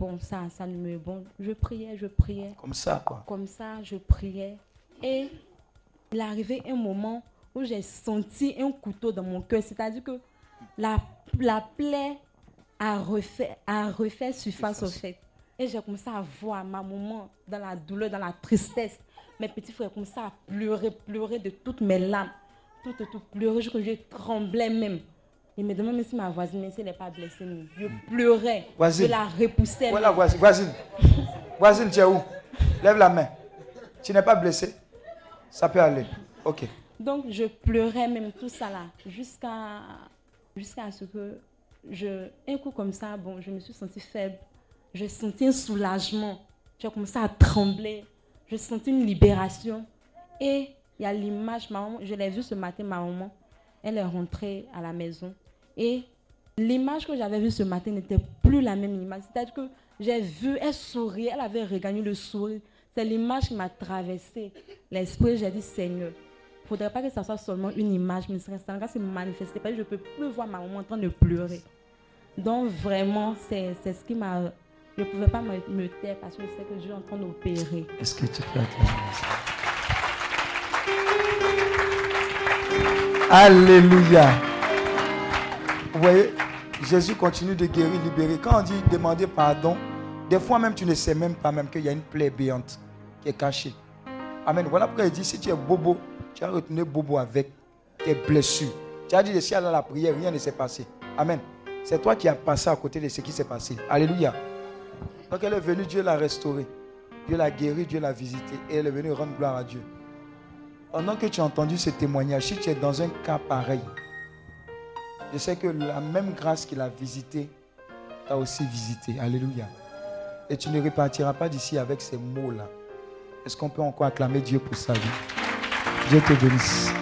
je priais. Comme ça, quoi. Comme ça, je priais. Et il est arrivé un moment où j'ai senti un couteau dans mon cœur. C'est-à-dire que la plaie a refait surface au fait. Et j'ai commencé à voir ma maman dans la douleur, dans la tristesse. Mes petits frères commençaient à pleurer de toutes mes larmes. Tout pleurer, je tremblais même. Il me demandait si ma voisine, mais si elle n'est pas blessée. Je pleurais, voisine. Je la repoussais. Voilà, voisine. Voisine, tu es où? Lève la main. Tu n'es pas blessée? Ça peut aller. Ok. Donc, je pleurais même tout ça là, jusqu'à ce que, un coup comme ça, je me suis sentie faible. Je sentis un soulagement. J'ai commencé à trembler. Je sentis une libération. Et il y a l'image, ma maman, je l'ai vue ce matin, ma maman. Elle est rentrée à la maison. Et l'image que j'avais vue ce matin n'était plus la même image. C'est-à-dire que j'ai vu, elle souriait, elle avait regagné le sourire. C'est l'image qui m'a traversé l'esprit. J'ai dit, Seigneur, il ne faudrait pas que ça soit seulement une image, mais ça se manifester. Parce que je ne peux plus voir ma maman en train de pleurer. Donc vraiment, c'est ce qui m'a... Je ne pouvais pas me taire parce que je sais que Dieu est en train d'opérer. Est-ce que tu peux acclamer ça? Alléluia. Vous voyez, Jésus continue de guérir, libérer. Quand on dit demander pardon, des fois même tu ne sais même pas qu'il y a une plaie béante qui est cachée. Amen. Voilà pourquoi il dit, si tu es bobo, tu as retenu bobo avec tes blessures. Tu as dit de ciel à la prière, rien ne s'est passé. Amen. C'est toi qui as passé à côté de ce qui s'est passé. Alléluia. Donc elle est venue, Dieu l'a restaurée. Dieu l'a guérie, Dieu l'a visitée. Et elle est venue rendre gloire à Dieu. Pendant que tu as entendu ce témoignage, si tu es dans un cas pareil, je sais que la même grâce qu'il a visité t'a aussi visité. Alléluia. Et tu ne repartiras pas d'ici avec ces mots-là. Est-ce qu'on peut encore acclamer Dieu pour sa vie? Dieu te bénisse.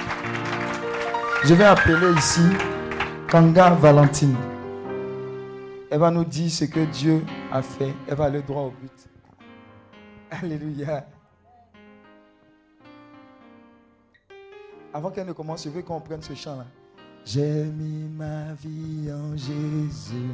Je vais appeler ici Kanga Valentine. Elle va nous dire ce que Dieu a fait. Elle va aller droit au but. Alléluia. Avant qu'elle ne commence, je veux qu'on prenne ce chant-là. J'ai mis ma vie en Jésus.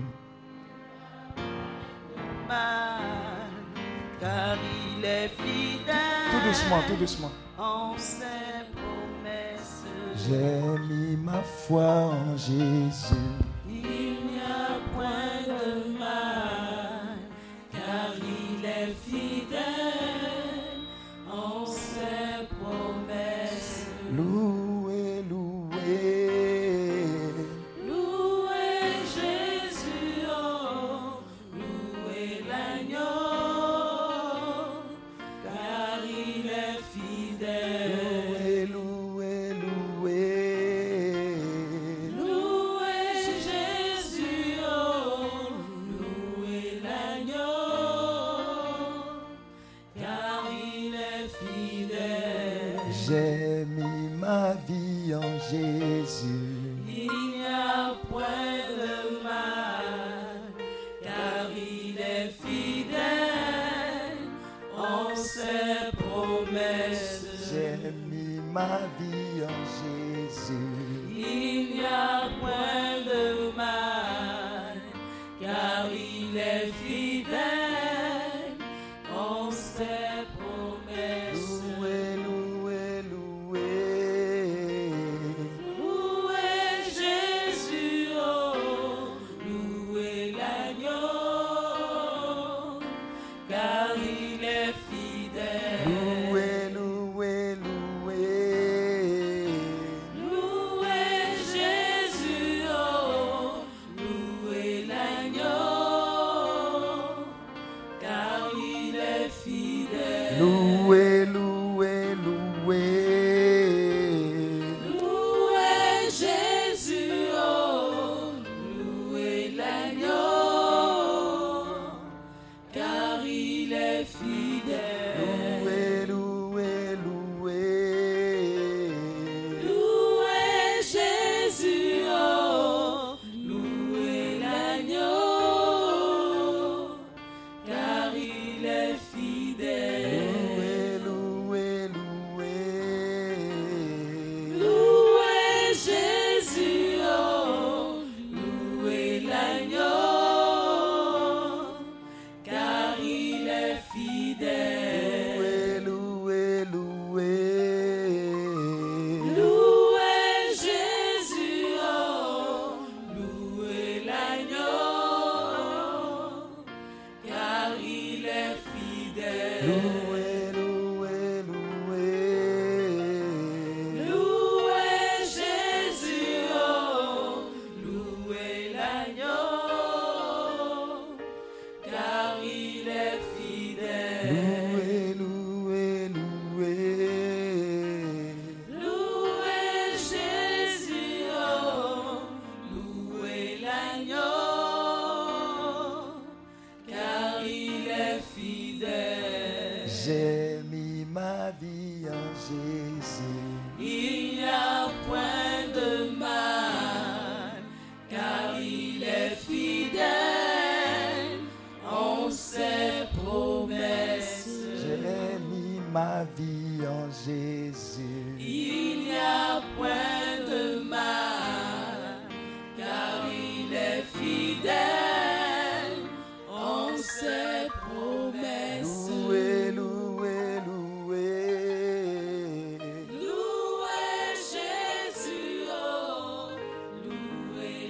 Car il est fidèle. Tout doucement, tout doucement. En ses promesses. J'ai mis ma foi en Jésus. Il n'y a point de mal, car il est fidèle en ses promesses. Louez, louez. Louez Jésus, oh, louez l'agneau, car il est fidèle. Louez, louez. Louez Jésus, oh, louez l'agneau, car il est fidèle. J'ai mis ma vie en Jésus. Il n'y a point de mal, car il est fidèle en ses promesses. J'ai mis ma vie en Jésus. Il n'y a point de mal, car il est fidèle en ses promesses. Louez, louez, louez. Louez Jésus, oh, louez l'agneau, car il est fidèle. Louez, louez, louez. Louez Jésus, oh, louez l'agneau, car il est fidèle. Louez, louez, louez. Louez Jésus, oh, louez l'agneau, car il est fidèle. Louez, louez, louez. Louez Jésus, oh, louez l'agneau, car il est fidèle. Louez, louez, louez. Louez Jésus, oh, louez l'agneau, car il est fidèle. Louez, louez, louez. Louez Jésus, oh, louez l'agneau, car il est fidèle. Louez, louez, louez. Louez Jésus, oh, louez l'agneau, car il est fidèle. Louez, louez, louez. Louez Jésus, oh, louez l'agneau, car il est fidèle. J'ai mis ma vie en Jésus. Il n'y a point de mal, car il est fidèle en ses promesses. J'ai mis ma vie en Jésus. Il n'y a point de mal, car il est fidèle en ses promesses. Louez, louez, louez. Louez Jésus, oh, louez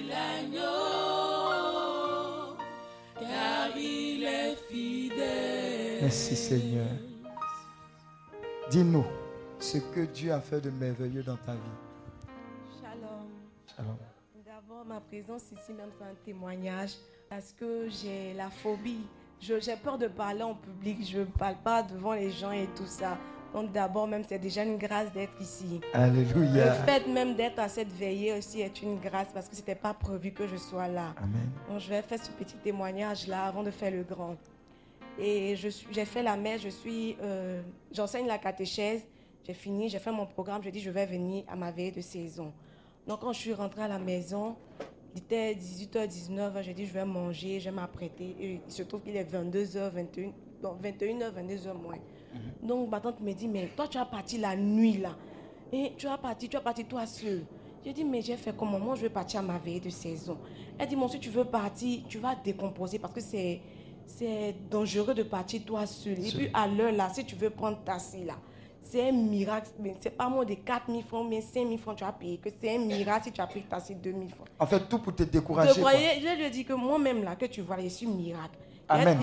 l'agneau, car il est fidèle. Merci Seigneur. Dis-nous ce que Dieu a fait de merveilleux dans ta vie. Shalom. Shalom. D'abord, ma présence ici même c'est un témoignage parce que j'ai la phobie. J'ai peur de parler en public. Je ne parle pas devant les gens et tout ça. Donc d'abord, même c'est déjà une grâce d'être ici. Alléluia. Le fait même d'être à cette veillée aussi est une grâce parce que ce n'était pas prévu que je sois là. Amen. Donc je vais faire ce petit témoignage-là avant de faire le grand. Et j'ai fait la messe, j'enseigne la catéchèse, j'ai fini, j'ai fait mon programme, je dis je vais venir à ma veillée de saison. Donc quand je suis rentrée à la maison, il était 18h, 19h, j'ai dit je vais manger, je vais m'apprêter. Et il se trouve qu'il est 22h, 21h, 22h moins. Donc ma tante me dit, mais toi tu as parti la nuit là. Et tu vas partir toi seul. J'ai dit, mais j'ai fait comment? Moi, je vais partir à ma veille de saison. Elle dit, bon, si tu veux partir, tu vas décomposer parce que c'est dangereux de partir toi seul. Et puis, à l'heure là, si tu veux prendre taxi là, c'est un miracle. C'est pas moins de 4 000 francs, mais 5 000 francs tu as payé. Que c'est un miracle si tu as pris taxi 2 000 francs. En fait, tout pour te décourager. Je lui ai dit que moi-même là, que tu vois, je suis miracle. Amen.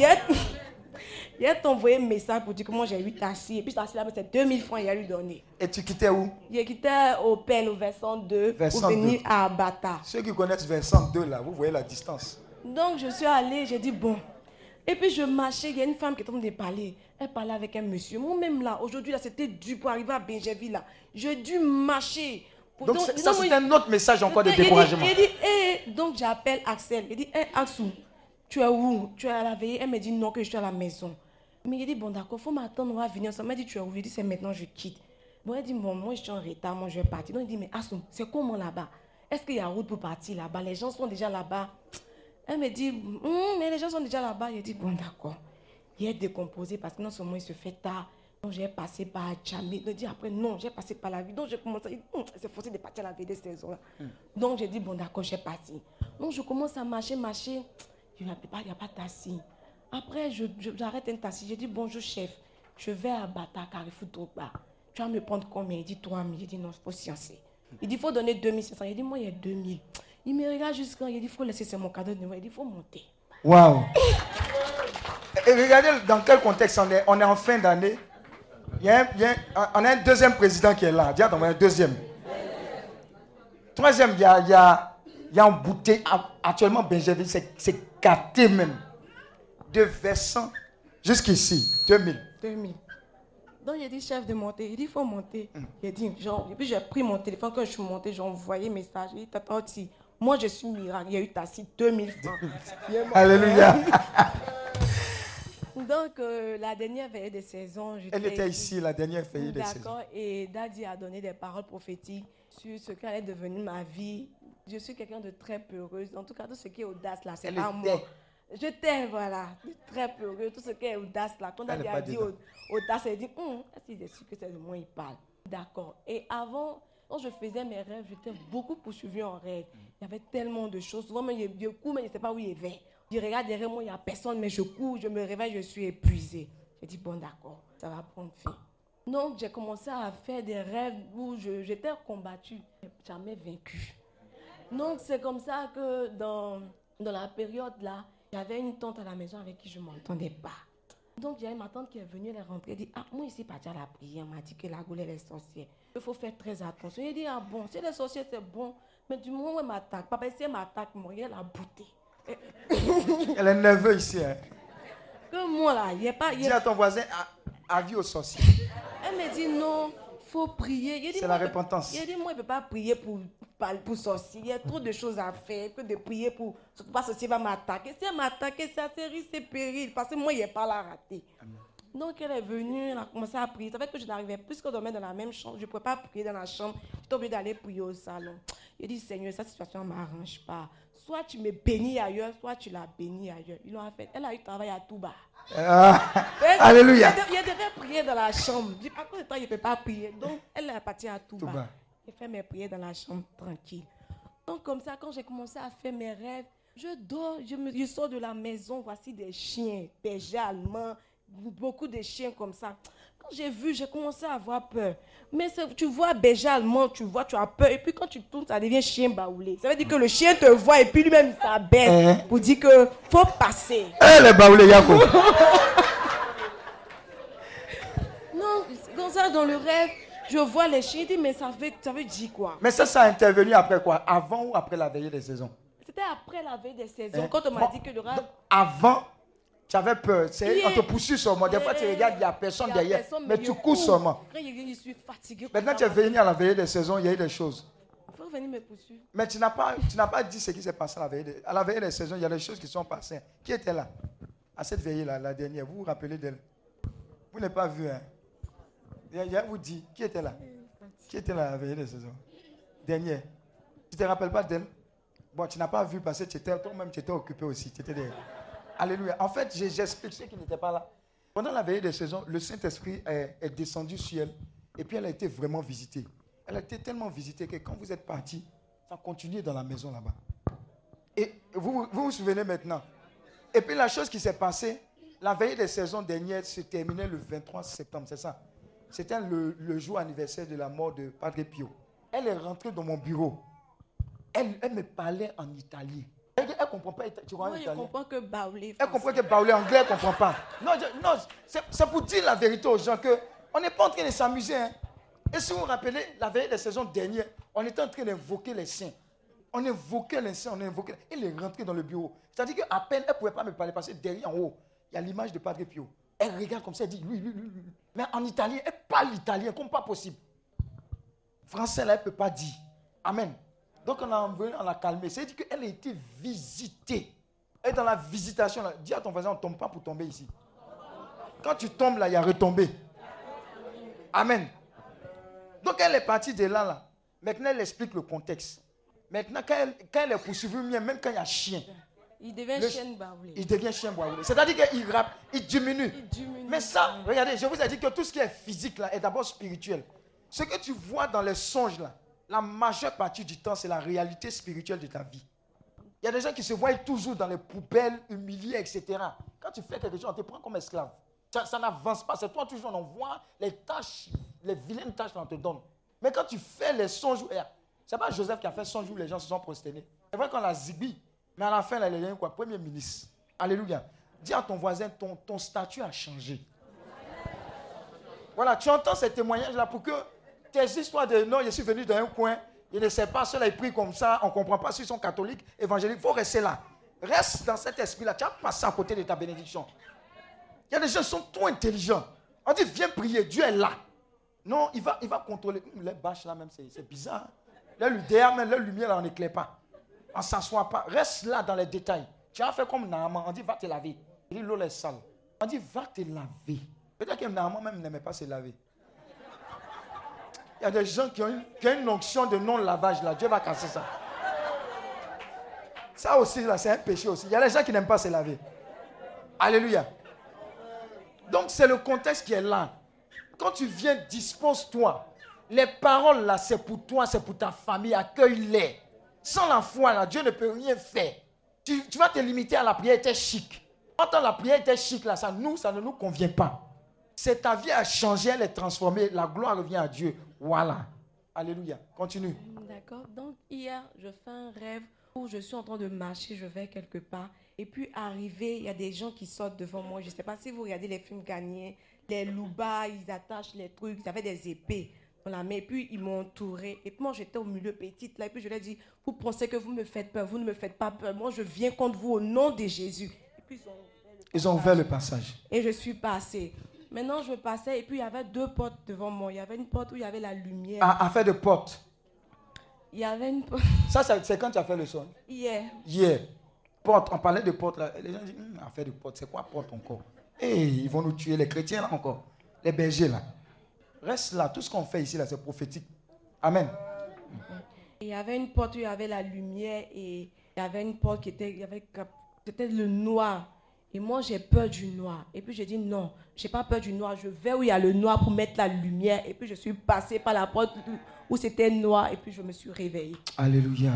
Il a envoyé un message pour dire que moi j'ai eu taxi. Et puis taxi là, c'est 2 000 francs il a lui donné. Et tu quittais où? Je quittais au Pelle, au versant 2, pour venir à Abata. Ceux qui connaissent versant 2 là, vous voyez la distance. Donc je suis allée, j'ai dit bon. Et puis je marchais, il y a une femme qui est en train de parler. Elle parlait avec un monsieur. Moi-même là, aujourd'hui là, c'était dur pour arriver à Benjerville là. J'ai dû marcher. Donc ça c'est un autre message encore de découragement. Il dit, donc j'appelle Axel. Il dit, Axel, tu es où? Tu es à la veille? Elle me dit non, que je suis à la maison. Mais il dit, bon d'accord, il faut m'attendre, on va venir ensemble. Elle dit, tu es où? Je dis, c'est maintenant, je quitte. Bon, elle dit, bon, moi je suis en retard, moi je vais partir. Donc il dit, mais Axel, c'est comment là-bas? Est-ce qu'il y a route pour partir là-bas? Les gens sont déjà là-bas. Elle me dit, mais les gens sont déjà là-bas. Il dit, bon d'accord. Il est décomposé parce que non seulement il se fait tard. Donc j'ai passé par Djamé. Il dit après, non, j'ai passé par la vie. Donc j'ai commencé à dire, c'est forcé de partir à la veille de ces heures-là. Donc j'ai dit, bon d'accord, j'ai parti. Donc je commence à marcher. Il n'y a pas de taxi. Après, j'arrête un taxi. J'ai dit, bonjour chef, je vais à Bata, Carrefour Drogba. Tu vas me prendre combien? Il dit 3 000. J'ai dit, non, il faut sciencer. Il dit, il faut donner 2 500. Il dit, moi, il y a 2 000. Il me regarde jusqu'à, il dit, il faut laisser, c'est mon cadeau de moi. Il dit, il faut monter. Waouh! Et regardez dans quel contexte on est. On est en fin d'année. On a un deuxième président qui est là. Dis, attends, un deuxième. Troisième, il y a un bouteille. Actuellement, Benjerville, c'est gâté même. De versant jusqu'ici, 2000. 2000. Donc, il a dit, chef de monter. Il dit, il faut monter. Il a dit, genre, et puis j'ai pris mon téléphone. Quand je suis montée, j'ai envoyé un message. Il dit, tata, moi, je suis miracle. Il y a eu taxi 2000 francs. Alléluia. Donc, la dernière veillée de saison, elle était ici, la dernière veillée de saison. D'accord, et Daddy a donné des paroles prophétiques sur ce qu'allait devenir ma vie. Je suis quelqu'un de très peureuse. En tout cas, tout ce qui est audace là, c'est pas moi. Je t'aime, voilà. Très peureux. Tout ce qui est audace là. Quand Daddy a dit audace, elle dit, est-ce qu'il est sûr que c'est de moi il parle? D'accord. Et avant, quand je faisais mes rêves, j'étais beaucoup poursuivie en rêve. Il y avait tellement de choses. Souvent, je cours, mais je ne sais pas où il est. Je regarde derrière moi, il n'y a personne, mais je cours, je me réveille, je suis épuisée. J'ai dit, bon, d'accord, ça va prendre fin. Donc, j'ai commencé à faire des rêves où j'étais combattue, jamais vaincue. Donc, c'est comme ça que dans la période là, j'avais une tante à la maison avec qui je ne m'entendais pas. Donc, il y a ma tante qui est venue, elle est rentrée, elle dit, moi, ici, partie à la prière, on m'a dit que la goule, elle est sorcière. Il faut faire très attention. Elle dit, bon, si elle est sorcière, c'est bon, mais du moment où elle m'attaque, papa, si elle m'attaque, moi, elle a bouté. Elle est nerveuse ici. Hein. Que moi là, il n'y a pas. Dis à ton voisin, avis aux sorciers. Elle me dit non, il faut prier. C'est la repentance. Il dit, moi, je ne peux pas prier pour sorcier. Il y a trop de choses à faire que de prier pour. Surtout pas sorcier va m'attaquer. Si elle m'attaque, c'est risque, c'est péril. Parce que moi, il n'y a pas la raté. Donc, elle est venue, elle a commencé à prier. Ça fait que je n'arrivais plus qu'on dormait dans la même chambre. Je ne pouvais pas prier dans la chambre. J'étais obligée d'aller prier au salon. Il dit, Seigneur, cette situation ne m'arrange pas. Soit tu me bénis ailleurs, soit tu la bénis ailleurs. Ils l'ont fait. Elle a eu travail à Touba. Alléluia. Il devait prier dans la chambre. Je dis, à cause de temps, il ne peut pas prier. Donc, elle est partie à Touba. J'ai fait mes prières dans la chambre tranquille. Donc, comme ça, quand j'ai commencé à faire mes rêves, je dors, je sors de la maison, voici des chiens, bergers allemands, beaucoup de chiens comme ça. Quand j'ai vu, j'ai commencé à avoir peur. Mais tu vois berger allemand, tu as peur. Et puis quand tu tournes, ça devient chien baoulé. Ça veut dire que le chien te voit et puis lui-même, il s'abaisse pour dire qu'il faut passer. Les baoulés, Yako. Non, comme ça, dans le rêve, je vois les chiens. Je dis, mais ça veut dire quoi? Mais ça a intervenu après quoi? Avant ou après la veillée des saisons? C'était après la veille des saisons. Quand on m'a dit que le rêve... Avant, tu avais peur. On te poursuit seulement. Des fois, tu regardes, il n'y a personne derrière. Mais tu cours seulement. Je suis fatiguée. Maintenant, tu es venu à la veillée des saisons, il y a eu des choses. Il faut venir me poursuivre. Mais tu n'as pas dit ce qui s'est passé à la veillée des saisons. Il y a des choses qui sont passées. Qui était là? À cette veillée-là, la dernière. Vous vous rappelez d'elle? Vous n'avez pas vu, hein? Je vous dis, qui était là? Qui était là à la veillée des saisons? Dernière. Tu ne te rappelles pas d'elle? Bon, tu n'as pas vu parce que toi-même, tu étais occupé aussi. Tu étais derrière. Alléluia. En fait, j'explique ceux qui n'étaient pas là. Pendant la veillée des saisons, le Saint-Esprit est descendu sur elle et puis elle a été vraiment visitée. Elle a été tellement visitée que quand vous êtes parti, ça a continué dans la maison là-bas. Et vous vous souvenez maintenant. Et puis la chose qui s'est passée, la veille des saisons dernières se terminait le 23 septembre, c'est ça. C'était le jour anniversaire de la mort de Padre Pio. Elle est rentrée dans mon bureau. Elle me parlait en italien. Elle ne comprend pas tu comprends italien? Je comprends que baoulé. Elle comprend que baoulé anglais, elle ne comprend pas. Non, c'est pour dire la vérité aux gens qu'on n'est pas en train de s'amuser. Hein. Et si vous vous rappelez, la veille des saisons dernières, on était en train d'invoquer les saints. On invoquait les saints, on invoquait. Elle est rentrée dans le bureau. C'est-à-dire qu'à peine, elle ne pouvait pas me parler parce que derrière, en haut, il y a l'image de Padre Pio. Elle regarde comme ça, elle dit lui. Mais en italien, elle parle l'italien comme pas possible. Français, là, elle ne peut pas dire. Amen. Donc on a envoyé, on l'a calmée. C'est-à-dire qu'elle a été visitée. Et dans la visitation, là, dis à ton voisin, on ne tombe pas pour tomber ici. Quand tu tombes là, il y a retombé. Amen. Donc elle est partie de là. Maintenant, elle explique le contexte. Maintenant, quand elle est poursuivie, même quand il y a chien. Il devient chien baoulé. Il devient chien baoulé. C'est-à-dire qu'il rappe, il diminue. Mais ça, regardez, je vous ai dit que tout ce qui est physique là est d'abord spirituel. Ce que tu vois dans les songes là, la majeure partie du temps, c'est la réalité spirituelle de ta vie. Il y a des gens qui se voient toujours dans les poubelles, humiliés, etc. Quand tu fais quelque chose, on te prend comme esclave. Ça n'avance pas. C'est toi toujours, on voit les tâches, les vilaines tâches qu'on te donne. Mais quand tu fais les songes, c'est pas Joseph qui a fait songe où les gens se sont prosternés. C'est vrai qu'on l'a zigbi, mais à la fin, il y a quoi? Premier ministre. Alléluia. Dis à ton voisin, ton statut a changé. Voilà, tu entends ces témoignages-là pour que tes histoires de non, je suis venu dans un coin, je ne sais pas, ceux-là ils prient comme ça, on ne comprend pas s'ils sont catholiques, évangéliques, il faut rester là. Reste dans cet esprit-là, tu vas passer à côté de ta bénédiction. Il y a des gens qui sont trop intelligents. On dit, viens prier, Dieu est là. Non, il va contrôler. Les bâches là même, c'est bizarre. La lumière là, on n'éclaire pas. On ne s'assoit pas. Reste là dans les détails. Tu as fait comme Naaman, on dit, va te laver. Il dit, l'eau est sale. On dit, va te laver. Peut-être que Naaman même n'aimait pas se laver. Il y a des gens qui ont une onction de non-lavage là. Dieu va casser ça. Ça aussi, là, c'est un péché aussi. Il y a des gens qui n'aiment pas se laver. Alléluia. Donc, c'est le contexte qui est là. Quand tu viens, dispose-toi. Les paroles là, c'est pour toi, c'est pour ta famille. Accueille-les. Sans la foi là, Dieu ne peut rien faire. Tu vas te limiter à la prière était chic. Quand la prière était chic là, ça ne nous convient pas. C'est ta vie a changé, elle est transformée. La gloire revient à Dieu. Voilà. Alléluia. Continue. D'accord. Donc, hier, je fais un rêve où je suis en train de marcher, je vais quelque part. Et puis, arrivé, il y a des gens qui sortent devant moi. Je ne sais pas si vous regardez les films gagnés. Les loubas, ils attachent les trucs. Ils avaient des épées dans la main. Et puis, ils m'ont entouré. Et puis, moi, j'étais au milieu petite là. Et puis, je leur ai dit, vous pensez que vous me faites peur. Vous ne me faites pas peur. Moi, je viens contre vous au nom de Jésus. Et puis, ils ont ouvert le passage. Et je suis passée. Maintenant, je passais et puis il y avait deux portes devant moi. Il y avait une porte où il y avait la lumière. Ah, affaire de porte. Il y avait une porte. Ça, c'est quand tu as fait le son? Hier. Hier. Porte, on parlait de porte là. Les gens disent, affaire de porte, c'est quoi porte encore? Ils vont nous tuer, les chrétiens là encore. Les bergers là. Reste là, tout ce qu'on fait ici là, c'est prophétique. Amen. Il y avait une porte où il y avait la lumière et il y avait une porte qui était, c'était le noir. Et moi, j'ai peur du noir. Et puis, j'ai dit non, je n'ai pas peur du noir. Je vais où il y a le noir pour mettre la lumière. Et puis, je suis passée par la porte où c'était noir. Et puis, je me suis réveillée. Alléluia.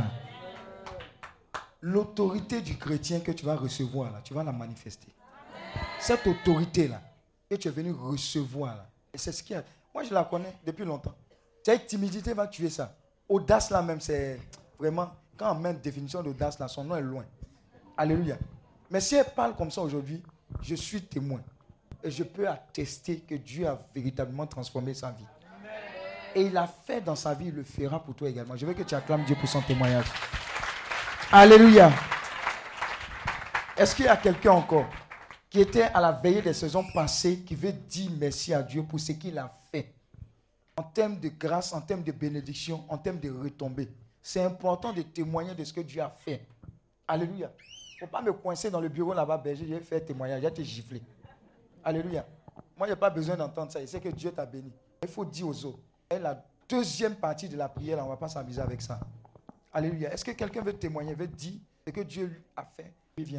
L'autorité du chrétien que tu vas recevoir, là, tu vas la manifester. Cette autorité-là, que tu es venu recevoir, là, et c'est ce qu'il y a. Moi, je la connais depuis longtemps. Cette timidité va tuer ça. Audace, là même, c'est vraiment... Quand on met une définition d'audace, là, son nom est loin. Alléluia. Mais si elle parle comme ça aujourd'hui, je suis témoin. Et je peux attester que Dieu a véritablement transformé sa vie. Et il a fait dans sa vie, il le fera pour toi également. Je veux que tu acclames Dieu pour son témoignage. Alléluia. Est-ce qu'il y a quelqu'un encore qui était à la veillée des saisons passées, qui veut dire merci à Dieu pour ce qu'il a fait? En termes de grâce, en termes de bénédiction, en termes de retombées. C'est important de témoigner de ce que Dieu a fait. Alléluia. Il ne faut pas me coincer dans le bureau là-bas, berger, j'ai fait témoignage, j'ai été giflé. Alléluia. Moi, je n'ai pas besoin d'entendre ça. Je sais que Dieu t'a béni. Il faut dire aux autres. Et la deuxième partie de la prière, là, on ne va pas s'amuser avec ça. Alléluia. Est-ce que quelqu'un veut témoigner, veut dire ce que Dieu lui a fait? Il vient.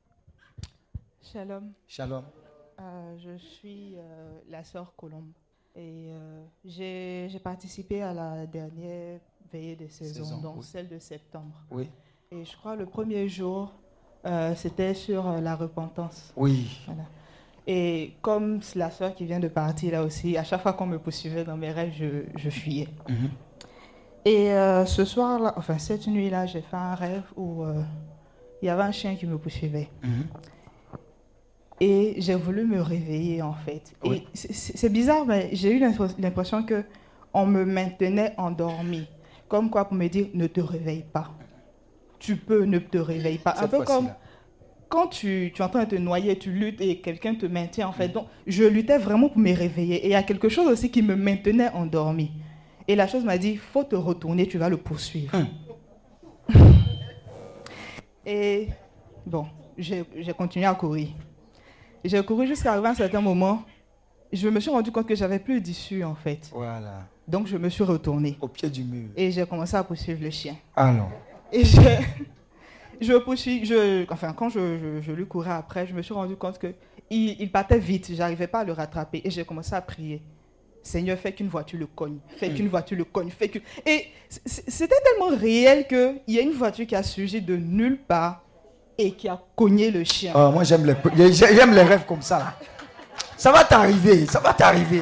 Shalom. Shalom. Je suis la sœur Colombe. Et j'ai participé à la dernière veillée de saison, donc celle de septembre. Oui. Et je crois le premier jour, c'était sur la repentance. Oui. Voilà. Et comme la soeur qui vient de partir là aussi, à chaque fois qu'on me poursuivait dans mes rêves, je fuyais. Et ce soir-là, enfin cette nuit-là, j'ai fait un rêve où il y avait un chien qui me poursuivait. Et j'ai voulu me réveiller en fait. Oui. Et c'est bizarre, mais j'ai eu l'impression qu'on me maintenait endormie. Comme quoi pour me dire, ne te réveille pas. Tu peux ne te réveiller pas. Un peu comme quand tu es en train de te noyer, tu luttes et quelqu'un te maintient en fait. Donc je luttais vraiment pour me réveiller. Et il y a quelque chose aussi qui me maintenait endormie. Et la chose m'a dit, il faut te retourner, tu vas le poursuivre. Et bon, j'ai continué à courir. J'ai couru jusqu'à arriver à un certain moment. Je me suis rendu compte que j'avais plus d'issue en fait. Voilà. Donc je me suis retournée. Au pied du mur. Et j'ai commencé à poursuivre le chien. Ah non. Et quand je lui courais après, je me suis rendu compte qu'il partait vite. Je n'arrivais pas à le rattraper. Et j'ai commencé à prier. Seigneur, fais qu'une voiture le cogne. Fais qu'une voiture le cogne. Et c'était tellement réel qu'il y a une voiture qui a surgi de nulle part et qui a cogné le chien. Oh, moi, j'aime les rêves comme ça. Là. Ça va t'arriver. Ça va t'arriver.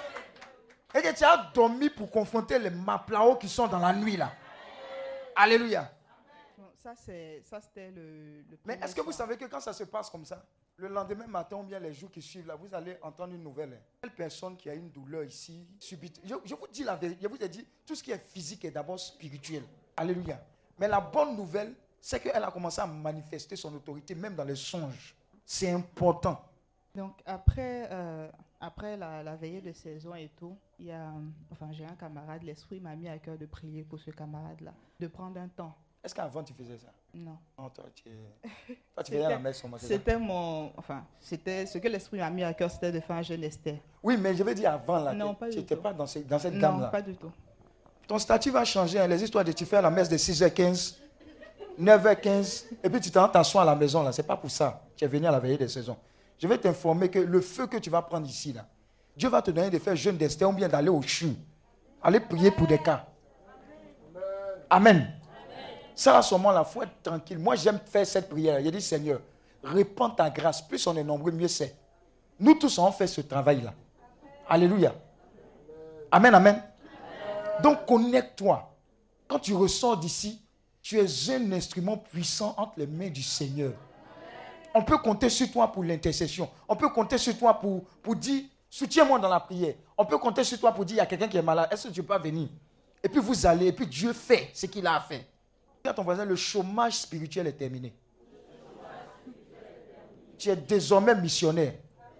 Et que tu as dormi pour confronter les maplao qui sont dans la nuit là. Alléluia. Ça, c'était le Mais est-ce que vous savez que quand ça se passe comme ça, le lendemain matin ou bien les jours qui suivent, là, vous allez entendre une nouvelle. Quelle personne qui a une douleur ici, subite. Je vous dis la vérité, je vous ai dit, tout ce qui est physique est d'abord spirituel. Alléluia. Mais la bonne nouvelle, c'est qu'elle a commencé à manifester son autorité, même dans les songes. C'est important. Donc, après la veillée de saison et tout, j'ai un camarade, l'esprit m'a mis à cœur de prier pour ce camarade-là, de prendre un temps. Est-ce qu'avant tu faisais ça? Non. Non, toi tu faisais la messe. C'était ce que l'esprit m'a mis à cœur, c'était de faire un jeûne Esther. Oui, mais je veux dire avant là. Non, pas du tout. Tu n'étais pas dans cette gamme-là. Non, pas du tout. Ton statut va changer. Hein. Les histoires de tu fais la messe de 6h15, 9h15, et puis tu t'assois à la maison là. C'est pas pour ça. Tu es venu à la veillée des saisons. Je vais t'informer que le feu que tu vas prendre ici là, Dieu va te donner de faire jeûne d'Esther ou bien d'aller au CHU. Aller prier pour des cas. Amen. Ça, à ce moment-là, il faut être tranquille. Moi, j'aime faire cette prière. Il dit, Seigneur, répands ta grâce. Plus on est nombreux, mieux c'est. Nous tous, on fait ce travail-là. Alléluia. Amen, amen. Donc, connecte-toi. Quand tu ressors d'ici, tu es un instrument puissant entre les mains du Seigneur. On peut compter sur toi pour l'intercession. On peut compter sur toi pour dire, soutiens-moi dans la prière. On peut compter sur toi pour dire, il y a quelqu'un qui est malade. Est-ce que tu peux venir? Et puis vous allez, et puis Dieu fait ce qu'il a fait. Dis à ton voisin, le chômage spirituel est terminé. Tu es désormais missionnaire.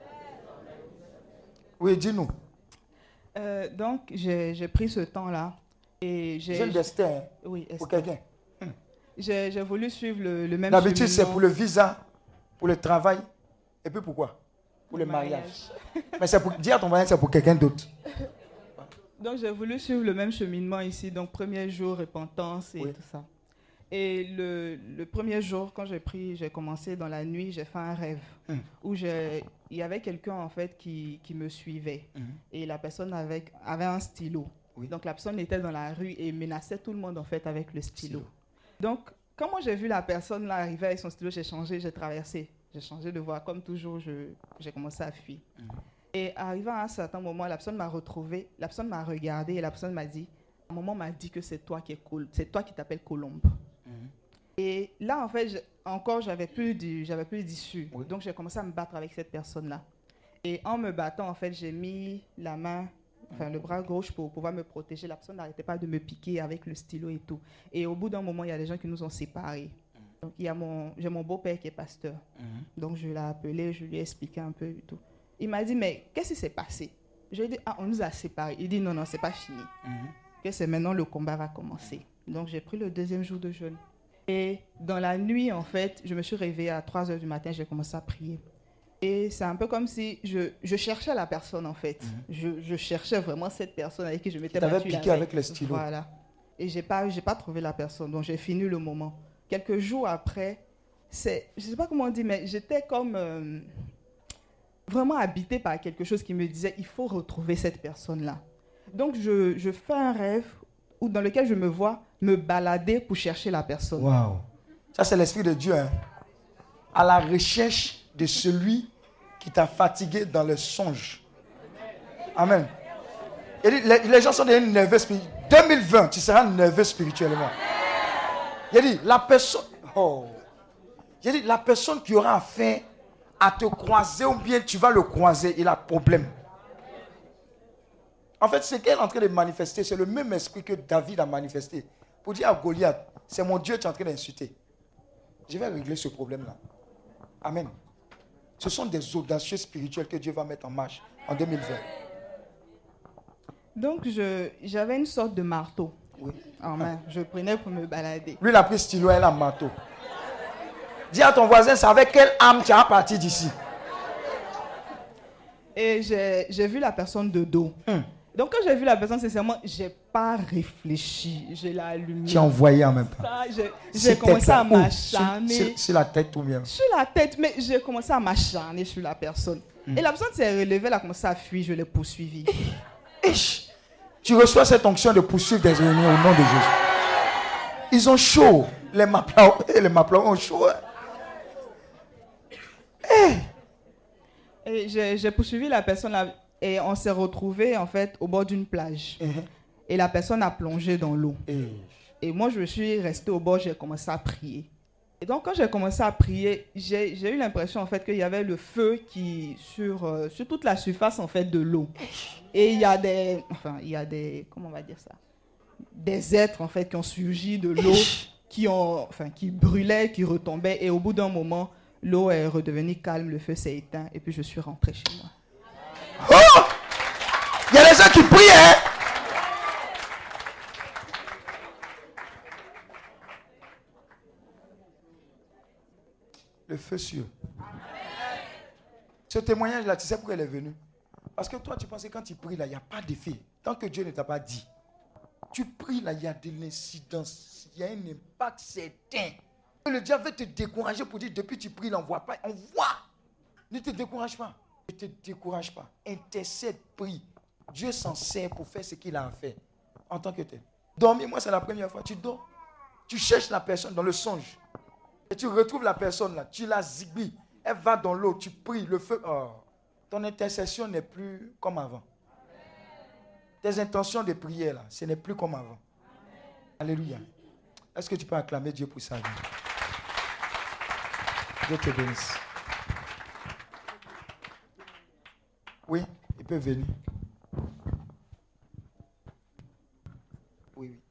Oui, dis-nous. Donc, j'ai pris ce temps-là. Jeune d'Esther, hein? Oui, Esther. Pour quelqu'un. J'ai voulu suivre le même D'habitude, c'est pour le visa, pour le travail. Et puis pourquoi? Pour le mariage. Mais c'est pour dire à ton voisin, c'est pour quelqu'un d'autre. Donc, j'ai voulu suivre le même cheminement ici. Donc, premier jour, repentance et tout ça. Et le premier jour, quand j'ai commencé dans la nuit, j'ai fait un rêve où il y avait quelqu'un en fait qui me suivait. Et la personne avait un stylo. Oui. Donc la personne était dans la rue et menaçait tout le monde en fait avec le stylo. Donc quand moi j'ai vu la personne là arriver avec son stylo, j'ai changé, j'ai traversé. J'ai changé de voie. Comme toujours, j'ai commencé à fuir. Et arrivant à un certain moment, la personne m'a retrouvé, la personne m'a regardé et la personne m'a dit, à un moment m'a dit que c'est toi qui t'appelles Colombe. Et là, en fait, j'avais plus d'issue. Oui. Donc, j'ai commencé à me battre avec cette personne-là. Et en me battant, en fait, j'ai mis la main, le bras gauche pour pouvoir me protéger. La personne n'arrêtait pas de me piquer avec le stylo et tout. Et au bout d'un moment, il y a des gens qui nous ont séparés. Donc, j'ai mon beau-père qui est pasteur. Donc, je l'ai appelé, je lui ai expliqué un peu et tout. Il m'a dit, mais qu'est-ce qui s'est passé? Je lui ai dit, on nous a séparés. Il dit, non, c'est pas fini. Que c'est maintenant le combat va commencer. Donc, j'ai pris le deuxième jour de jeûne. Et dans la nuit, en fait, je me suis réveillée à 3h du matin, j'ai commencé à prier. Et c'est un peu comme si je cherchais la personne, en fait. Je cherchais vraiment cette personne avec qui je m'étais battue. Tu t'avais piqué avec le stylo. Voilà. Et je n'ai pas trouvé la personne, donc j'ai fini le moment. Quelques jours après, je ne sais pas comment on dit, mais j'étais comme... vraiment habité par quelque chose qui me disait, il faut retrouver cette personne-là. Donc, je fais un rêve dans lequel je me vois me balader pour chercher la personne. Waouh. Ça, c'est l'Esprit de Dieu. Hein? À la recherche de celui qui t'a fatigué dans le songe. Amen. Et les gens sont devenus nerveux spirituellement. 2020, tu seras nerveux spirituellement. Il a dit, la personne... Oh. Il dit, la personne qui aura affaire à te croiser ou bien tu vas le croiser, il a problème. En fait, ce qu'elle est en train de manifester, c'est le même esprit que David a manifesté. Pour dire à Goliath, c'est mon Dieu que tu es en train d'insulter. Je vais régler ce problème-là. Amen. Ce sont des audacieux spirituels que Dieu va mettre en marche en 2020. Donc, j'avais une sorte de marteau en main. Je prenais pour me balader. Lui, il a pris stylo, elle a un marteau. Dis à ton voisin, c'est avec quelle âme tu as parti d'ici. Et j'ai vu la personne de dos. Donc, quand j'ai vu la personne, sincèrement, je n'ai pas réfléchi. Je l'ai allumé. Tu as envoyé en même temps. J'ai commencé à m'acharner. Sur la tête ou bien? Sur la tête, mais j'ai commencé à m'acharner sur la personne. Et la personne s'est relevée, elle a commencé à fuir, je l'ai poursuivie. Tu reçois cette onction de poursuivre des ennemis au nom de Jésus. Ils ont chaud. Les Mapla ont chaud. Et j'ai poursuivi la personne là, et on s'est retrouvés en fait au bord d'une plage. Et la personne a plongé dans l'eau. Et moi je suis resté au bord, j'ai commencé à prier. Et donc quand j'ai commencé à prier, j'ai eu l'impression en fait qu'il y avait le feu qui sur toute la surface en fait de l'eau. Et il y a des comment on va dire ça, des êtres en fait qui ont surgi de l'eau, qui brûlaient, qui retombaient, et au bout d'un moment l'eau est redevenue calme, le feu s'est éteint, et puis je suis rentré chez moi. Oh! Il y a des gens qui prient, hein? Le feu sur. Ce témoignage-là, tu sais pourquoi il est venu? Parce que toi, tu pensais quand tu pries là, il n'y a pas d'effet. Tant que Dieu ne t'a pas dit. Tu pries là, il y a de l'incidence. Il y a un impact certain. Le diable veut te décourager pour dire, depuis que tu pries, il n'en voit pas. On voit. Ne te décourage pas. Ne te décourage pas. Intercède, prie. Dieu s'en sert pour faire ce qu'il a à faire. En tant que tel. Dormir, moi, c'est la première fois. Tu dors. Tu cherches la personne dans le songe. Et tu retrouves la personne là. Tu la zigouilles. Elle va dans l'eau. Tu pries. Le feu. Oh. Ton intercession n'est plus comme avant. Tes intentions de prière là, ce n'est plus comme avant. Alléluia. Est-ce que tu peux acclamer Dieu pour sa vie? Dieu te bénisse. Oui, il peut venir. Oui.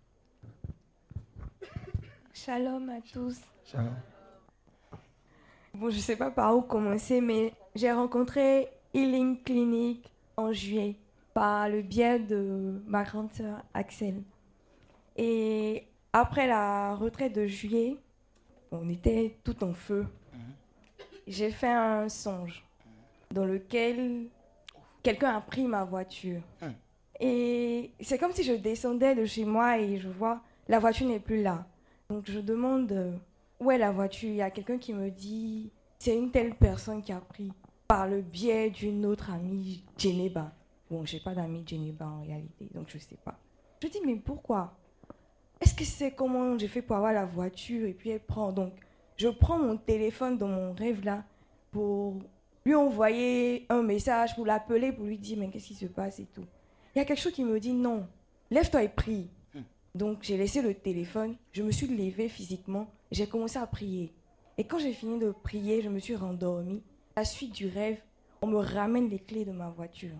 Shalom à tous. Shalom. Bon, je ne sais pas par où commencer, mais j'ai rencontré Healing Clinic en juillet par le biais de ma grande sœur Axel. Et après la retraite de juillet, on était tout en feu. J'ai fait un songe dans lequel quelqu'un a pris ma voiture. Et c'est comme si je descendais de chez moi et je vois la voiture n'est plus là. Donc je demande où est la voiture. Il y a quelqu'un qui me dit c'est une telle personne qui a pris par le biais d'une autre amie, Geneba. Bon, je n'ai pas d'amie Geneba en réalité, donc je ne sais pas. Je dis mais pourquoi? Est-ce que c'est comment j'ai fait pour avoir la voiture? Et puis elle prend. Donc je prends mon téléphone dans mon rêve là pour lui envoyer un message, pour l'appeler, pour lui dire mais qu'est-ce qui se passe et tout. Il y a quelque chose qui me dit non, lève-toi et prie. Donc j'ai laissé le téléphone, je me suis levée physiquement, j'ai commencé à prier. Et quand j'ai fini de prier, je me suis rendormie. À la suite du rêve, on me ramène les clés de ma voiture.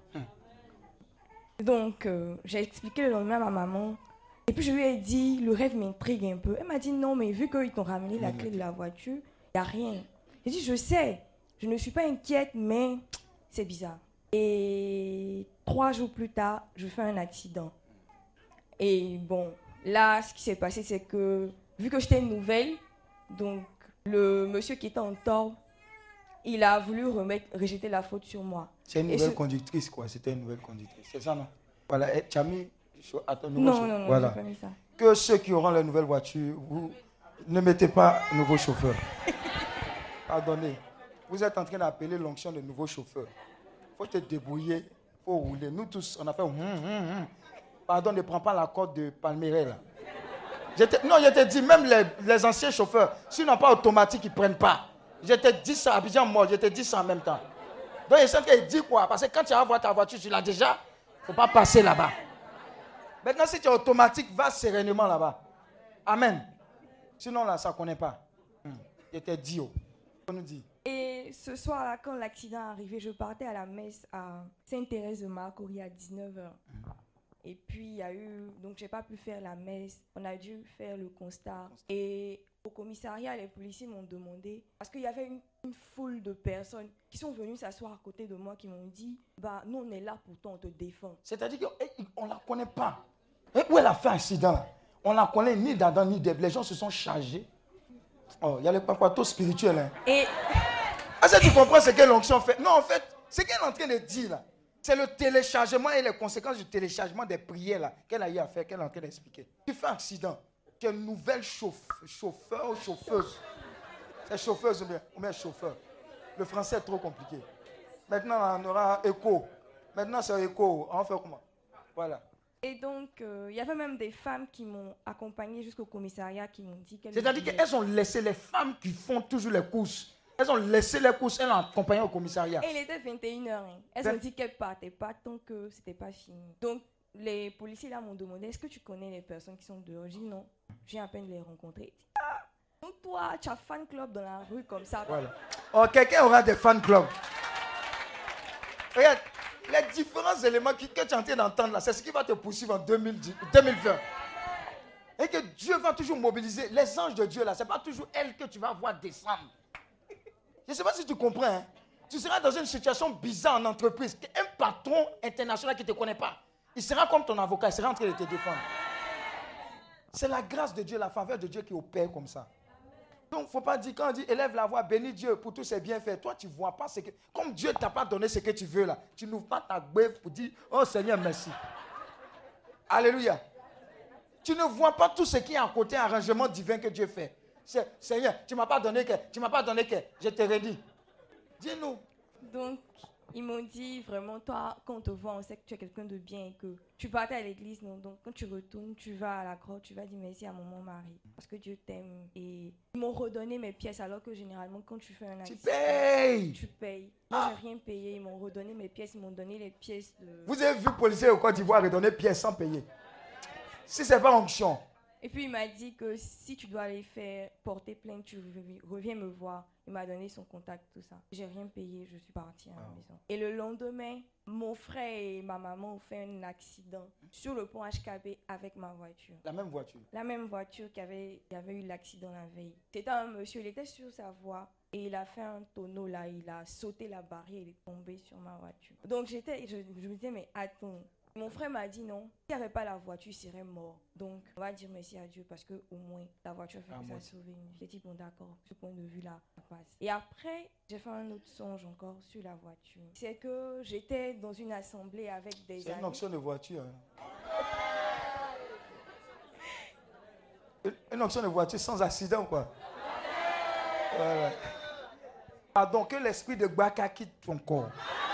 Donc j'ai expliqué le lendemain à ma maman. Et puis je lui ai dit, le rêve m'intrigue un peu. Elle m'a dit non, mais vu qu'ils t'ont ramené la clé de la voiture, il n'y a rien. J'ai dit je sais, je ne suis pas inquiète, mais c'est bizarre. Et 3 jours plus tard, je fais un accident. Et bon, là, ce qui s'est passé, c'est que, vu que j'étais nouvelle, donc le monsieur qui était en tort, il a voulu rejeter la faute sur moi. C'est une nouvelle conductrice, quoi. C'était une nouvelle conductrice. C'est ça, non? Voilà, tu as mis à ton nouveau chauffeur. Non, voilà. j'ai pas mis ça. Que ceux qui auront la nouvelle voiture, vous ne mettez pas nouveau chauffeur. Pardonnez. Vous êtes en train d'appeler l'onction de nouveau chauffeur. faut te débrouiller, il faut rouler. Nous tous, on a fait Pardon, ne prends pas la corde de Palmeiras là. Je te dis, même les anciens chauffeurs, s'ils n'ont pas automatique, ils ne prennent pas. Je te dis ça, Abidjan mort, je te dis ça en même temps. Donc, il sent qu'il dit quoi? Parce que quand tu vas voir ta voiture, tu l'as déjà, il ne faut pas passer là-bas. Maintenant, si tu es automatique, va sereinement là-bas. Amen. Sinon, là, ça ne connaît pas. Je te dis, on nous dit. Et ce soir-là, quand l'accident est arrivé, je partais à la messe à Sainte-Thérèse-de-Marcory à 19h. Et puis, il y a eu... Donc, je n'ai pas pu faire la messe. On a dû faire le constat. Et au commissariat, les policiers m'ont demandé... Parce qu'il y avait une foule de personnes qui sont venues s'asseoir à côté de moi, qui m'ont dit, bah, nous, on est là pour toi, on te défend. C'est-à-dire qu'on ne la connaît pas. Et où elle a fait un accident là? On ne la connaît ni d'Adam ni d'Ève. Les gens se sont chargés. Oh, il y a les papatos spirituels. Hein. Et... Est-ce que tu comprends ce que l'onction fait? Non, en fait, ce qu'elle est en train de dire là, c'est le téléchargement et les conséquences du téléchargement des prières là, qu'elle a eu à faire, qu'elle est en train d'expliquer. Tu fais un accident, tu es une nouvelle chauffeur ou chauffeuse. C'est chauffeuse ou bien chauffeur. Le français est trop compliqué. Maintenant, on aura écho. Maintenant, c'est écho. On va faire comment? Voilà. Et donc, il y avait même des femmes qui m'ont accompagnée jusqu'au commissariat, qui m'ont dit qu'elles... C'est-à-dire qu'elles ont laissé les femmes qui font toujours les courses. Elles ont laissé les courses, elles l'ont accompagné au commissariat. Et il était 21h. Hein. Elles ont dit qu'elles ne partaient pas tant que ce n'était pas fini. Donc, les policiers là m'ont demandé, est-ce que tu connais les personnes qui sont dehors? J'ai dit non, j'ai à peine les rencontrer. Ah, donc toi, tu as fan club dans la rue comme ça. Voilà. Oh, quelqu'un aura des fan clubs. Regarde, les différents éléments que tu es en train d'entendre là, c'est ce qui va te poursuivre en 2020. Et que Dieu va toujours mobiliser. Les anges de Dieu là, ce n'est pas toujours elle que tu vas voir descendre. Je ne sais pas si tu comprends. Hein. Tu seras dans une situation bizarre en entreprise. Un patron international qui ne te connaît pas. Il sera comme ton avocat. Il sera en train de te défendre. C'est la grâce de Dieu, la faveur de Dieu qui opère comme ça. Donc, il ne faut pas dire, quand on dit élève la voix, bénis Dieu pour tous ses bienfaits. Toi, tu ne vois pas ce que... Comme Dieu ne t'a pas donné ce que tu veux là, tu n'ouvres pas ta bouche pour dire, oh Seigneur, merci. Alléluia. Tu ne vois pas tout ce qui est à côté, arrangement divin que Dieu fait. Seigneur, tu ne m'as pas donné que, je te redis. Dis-nous. Donc, ils m'ont dit vraiment, toi, quand on te voit, on sait que tu es quelqu'un de bien et que tu partais à l'église. Non? Donc, quand tu retournes, tu vas à la grotte, tu vas dire merci à mon mari parce que Dieu t'aime. Et ils m'ont redonné mes pièces alors que généralement, quand tu fais un accident, tu payes. Moi, j'ai rien payé. Ils m'ont redonné mes pièces, ils m'ont donné les pièces de... Vous avez vu le policier au Côte d'Ivoire redonner pièces sans payer? Si ce n'est pas onction. Et puis il m'a dit que si tu dois aller faire porter plainte, tu reviens me voir. Il m'a donné son contact, tout ça. J'ai rien payé, je suis partie à la maison. Et le lendemain, mon frère et ma maman ont fait un accident sur le pont HKB avec ma voiture. La même voiture? La même voiture qui avait eu l'accident la veille. C'était un monsieur, il était sur sa voie et il a fait un tonneau là, il a sauté la barrière, il est tombé sur ma voiture. Donc je me disais, mais attends. Mon frère m'a dit non, s'il n'y avait pas la voiture, il serait mort. Donc, on va dire merci à Dieu parce qu'au moins, la voiture fait que ça a sauvé une vie. J'ai dit bon d'accord, ce point de vue-là, ça passe. Et après, j'ai fait un autre songe encore sur la voiture. C'est que j'étais dans une assemblée avec des amis. C'est une onction de voiture. Hein. Une onction de voiture sans accident, quoi. Voilà. Pardon, que l'esprit de Gbaka quitte ton corps.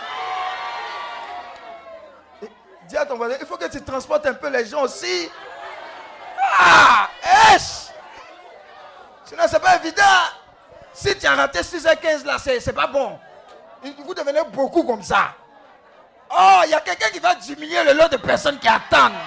Dis à ton voisin, il faut que tu transportes un peu les gens aussi. Ah! Esh! Sinon, c'est pas évident. Si tu as raté 6h15 là, c'est pas bon. Vous devenez beaucoup comme ça. Oh, il y a quelqu'un qui va diminuer le lot de personnes qui attendent.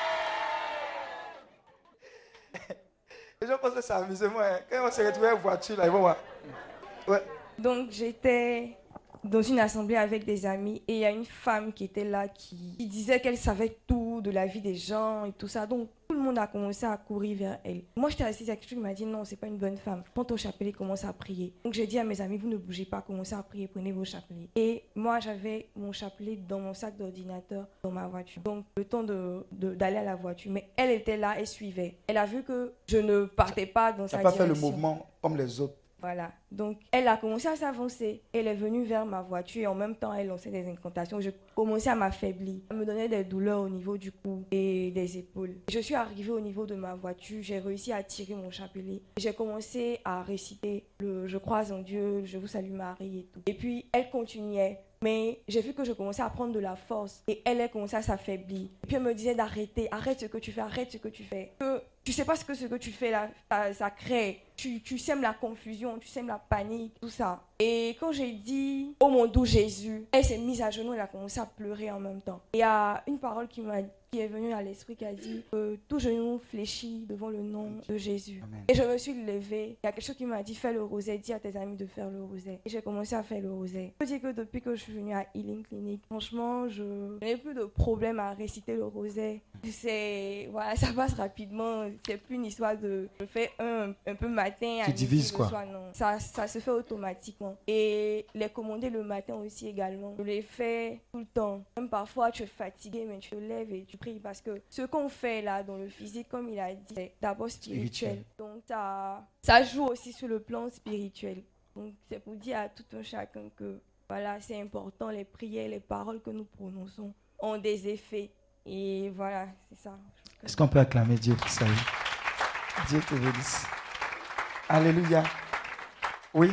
Les gens pensent que c'est amusement. Hein. Quand on se retrouve en voiture, là, ils vont voir. Ouais. Donc, j'étais dans une assemblée avec des amis et il y a une femme qui était là qui disait qu'elle savait tout de la vie des gens et tout ça. Donc tout le monde a commencé à courir vers elle. Moi j'étais assise à quelque chose qui m'a dit non, c'est pas une bonne femme. Prends ton chapelet, commence à prier. Donc j'ai dit à mes amis, vous ne bougez pas, commencez à prier, prenez vos chapelets. Et moi j'avais mon chapelet dans mon sac d'ordinateur dans ma voiture. Donc le temps d'aller à la voiture. Mais elle était là, elle suivait. Elle a vu que je ne partais pas dans sa direction. Tu n'as pas fait le mouvement comme les autres. Voilà. Donc, elle a commencé à s'avancer. Elle est venue vers ma voiture et en même temps, elle lançait des incantations. Je commençais à m'affaiblir. Elle me donnait des douleurs au niveau du cou et des épaules. Je suis arrivée au niveau de ma voiture. J'ai réussi à tirer mon chapelet. J'ai commencé à réciter le « Je crois en Dieu, je vous salue Marie » et tout. Et puis, elle continuait. Mais j'ai vu que je commençais à prendre de la force et elle commençait à s'affaiblir. Et puis elle me disait d'arrêter, arrête ce que tu fais, arrête ce que tu fais. Que tu sais pas ce que tu fais là, ça crée. Tu sèmes la confusion, tu sèmes la panique, tout ça. Et quand j'ai dit « Oh mon doux Jésus », elle s'est mise à genoux, elle a commencé à pleurer en même temps. Il y a une parole qui est venue à l'esprit qui a dit « Tout genou fléchit devant le nom de Jésus ». Et je me suis levée. Il y a quelque chose qui m'a dit « Fais le rosaire, dis à tes amis de faire le rosaire ». Et j'ai commencé à faire le rosaire. Je dis que depuis que je suis venue à Healing Clinic, franchement, je n'ai plus de problème à réciter le rosaire. Voilà, ça passe rapidement. C'est plus une histoire de je fais un peu matin, à midi, le soir, non. Ça se fait automatiquement. Et les commander le matin aussi également. Je les fais tout le temps. Même parfois, tu es fatigué, mais tu te lèves et tu pries. Parce que ce qu'on fait là, dans le physique, comme il a dit, c'est d'abord spirituel. Donc, ça joue aussi sur le plan spirituel. Donc, c'est pour dire à tout un chacun que voilà, c'est important. Les prières, les paroles que nous prononçons ont des effets. Et voilà, c'est ça. Est-ce qu'on peut acclamer Dieu pour ça? Dieu te bénisse. Alléluia. Oui.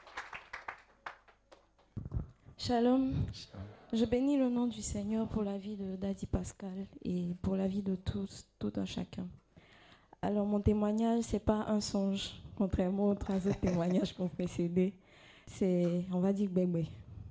Shalom. Je bénis le nom du Seigneur pour la vie de Daddy Pascal et pour la vie de tous, tout un chacun. Alors, mon témoignage, ce n'est pas un songe, contrairement aux trois autres témoignages qui ont précédé. C'est, on va dire, bébé.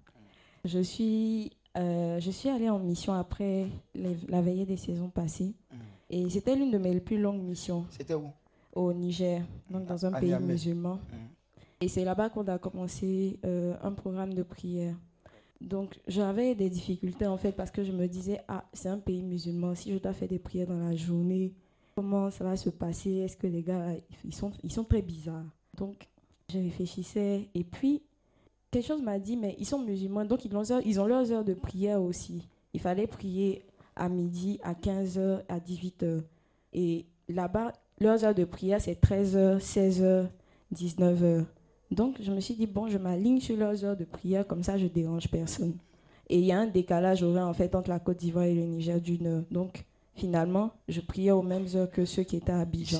Je suis allée en mission après la veillée des saisons passées. Et c'était l'une de mes plus longues missions. C'était où? Au Niger, donc dans un pays musulman. Et c'est là-bas qu'on a commencé un programme de prière. Donc j'avais des difficultés en fait parce que je me disais, c'est un pays musulman, si je dois faire des prières dans la journée, comment ça va se passer? Est-ce que les gars, ils sont très bizarres? Donc je réfléchissais et puis quelque chose m'a dit, mais ils sont musulmans, donc ils ont leurs heures de prière aussi. Il fallait prier à midi, à 15h, à 18h. Et là-bas, leurs heures de prière, c'est 13h, 16h, 19h. Donc, je me suis dit, bon, je m'aligne sur leurs heures de prière, comme ça, je ne dérange personne. Et il y a un décalage horaire, en fait, entre la Côte d'Ivoire et le Niger d'une heure. Donc, finalement, je priais aux mêmes heures que ceux qui étaient à Abidjan.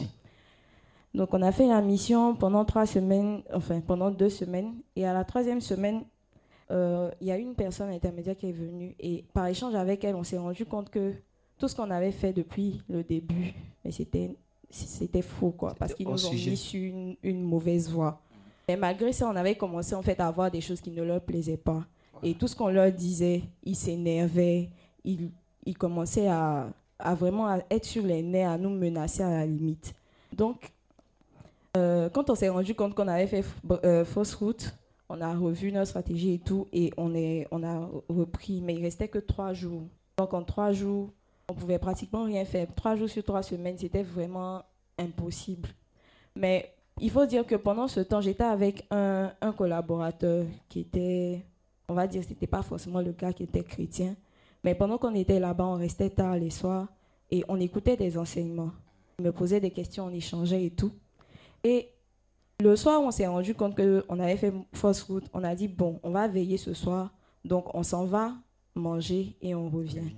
Donc, on a fait la mission pendant 3 semaines, enfin, pendant 2 semaines. Et à la 3e semaine, il y a une personne intermédiaire qui est venue. Et par échange avec elle, on s'est rendu compte que tout ce qu'on avait fait depuis le début, mais c'était faux, quoi. Parce qu'ils nous ont mis sur une mauvaise voie. Mais malgré ça, on avait commencé en fait à avoir des choses qui ne leur plaisaient pas. Et tout ce qu'on leur disait, ils s'énervaient, ils commençaient à vraiment être sur les nerfs, à nous menacer à la limite. Donc, quand on s'est rendu compte qu'on avait fait fausse route, on a revu notre stratégie et tout, et on a repris. Mais il ne restait que 3 jours. Donc, en 3 jours, on ne pouvait pratiquement rien faire. 3 jours sur 3 semaines, c'était vraiment impossible. Mais il faut dire que pendant ce temps, j'étais avec un collaborateur qui était, on va dire, ce n'était pas forcément le gars qui était chrétien. Mais pendant qu'on était là-bas, on restait tard les soirs et on écoutait des enseignements. Il me posait des questions, on échangeait et tout. Et le soir, on s'est rendu compte qu'on avait fait fausse route. On a dit, bon, on va veiller ce soir. Donc, on s'en va manger et on revient.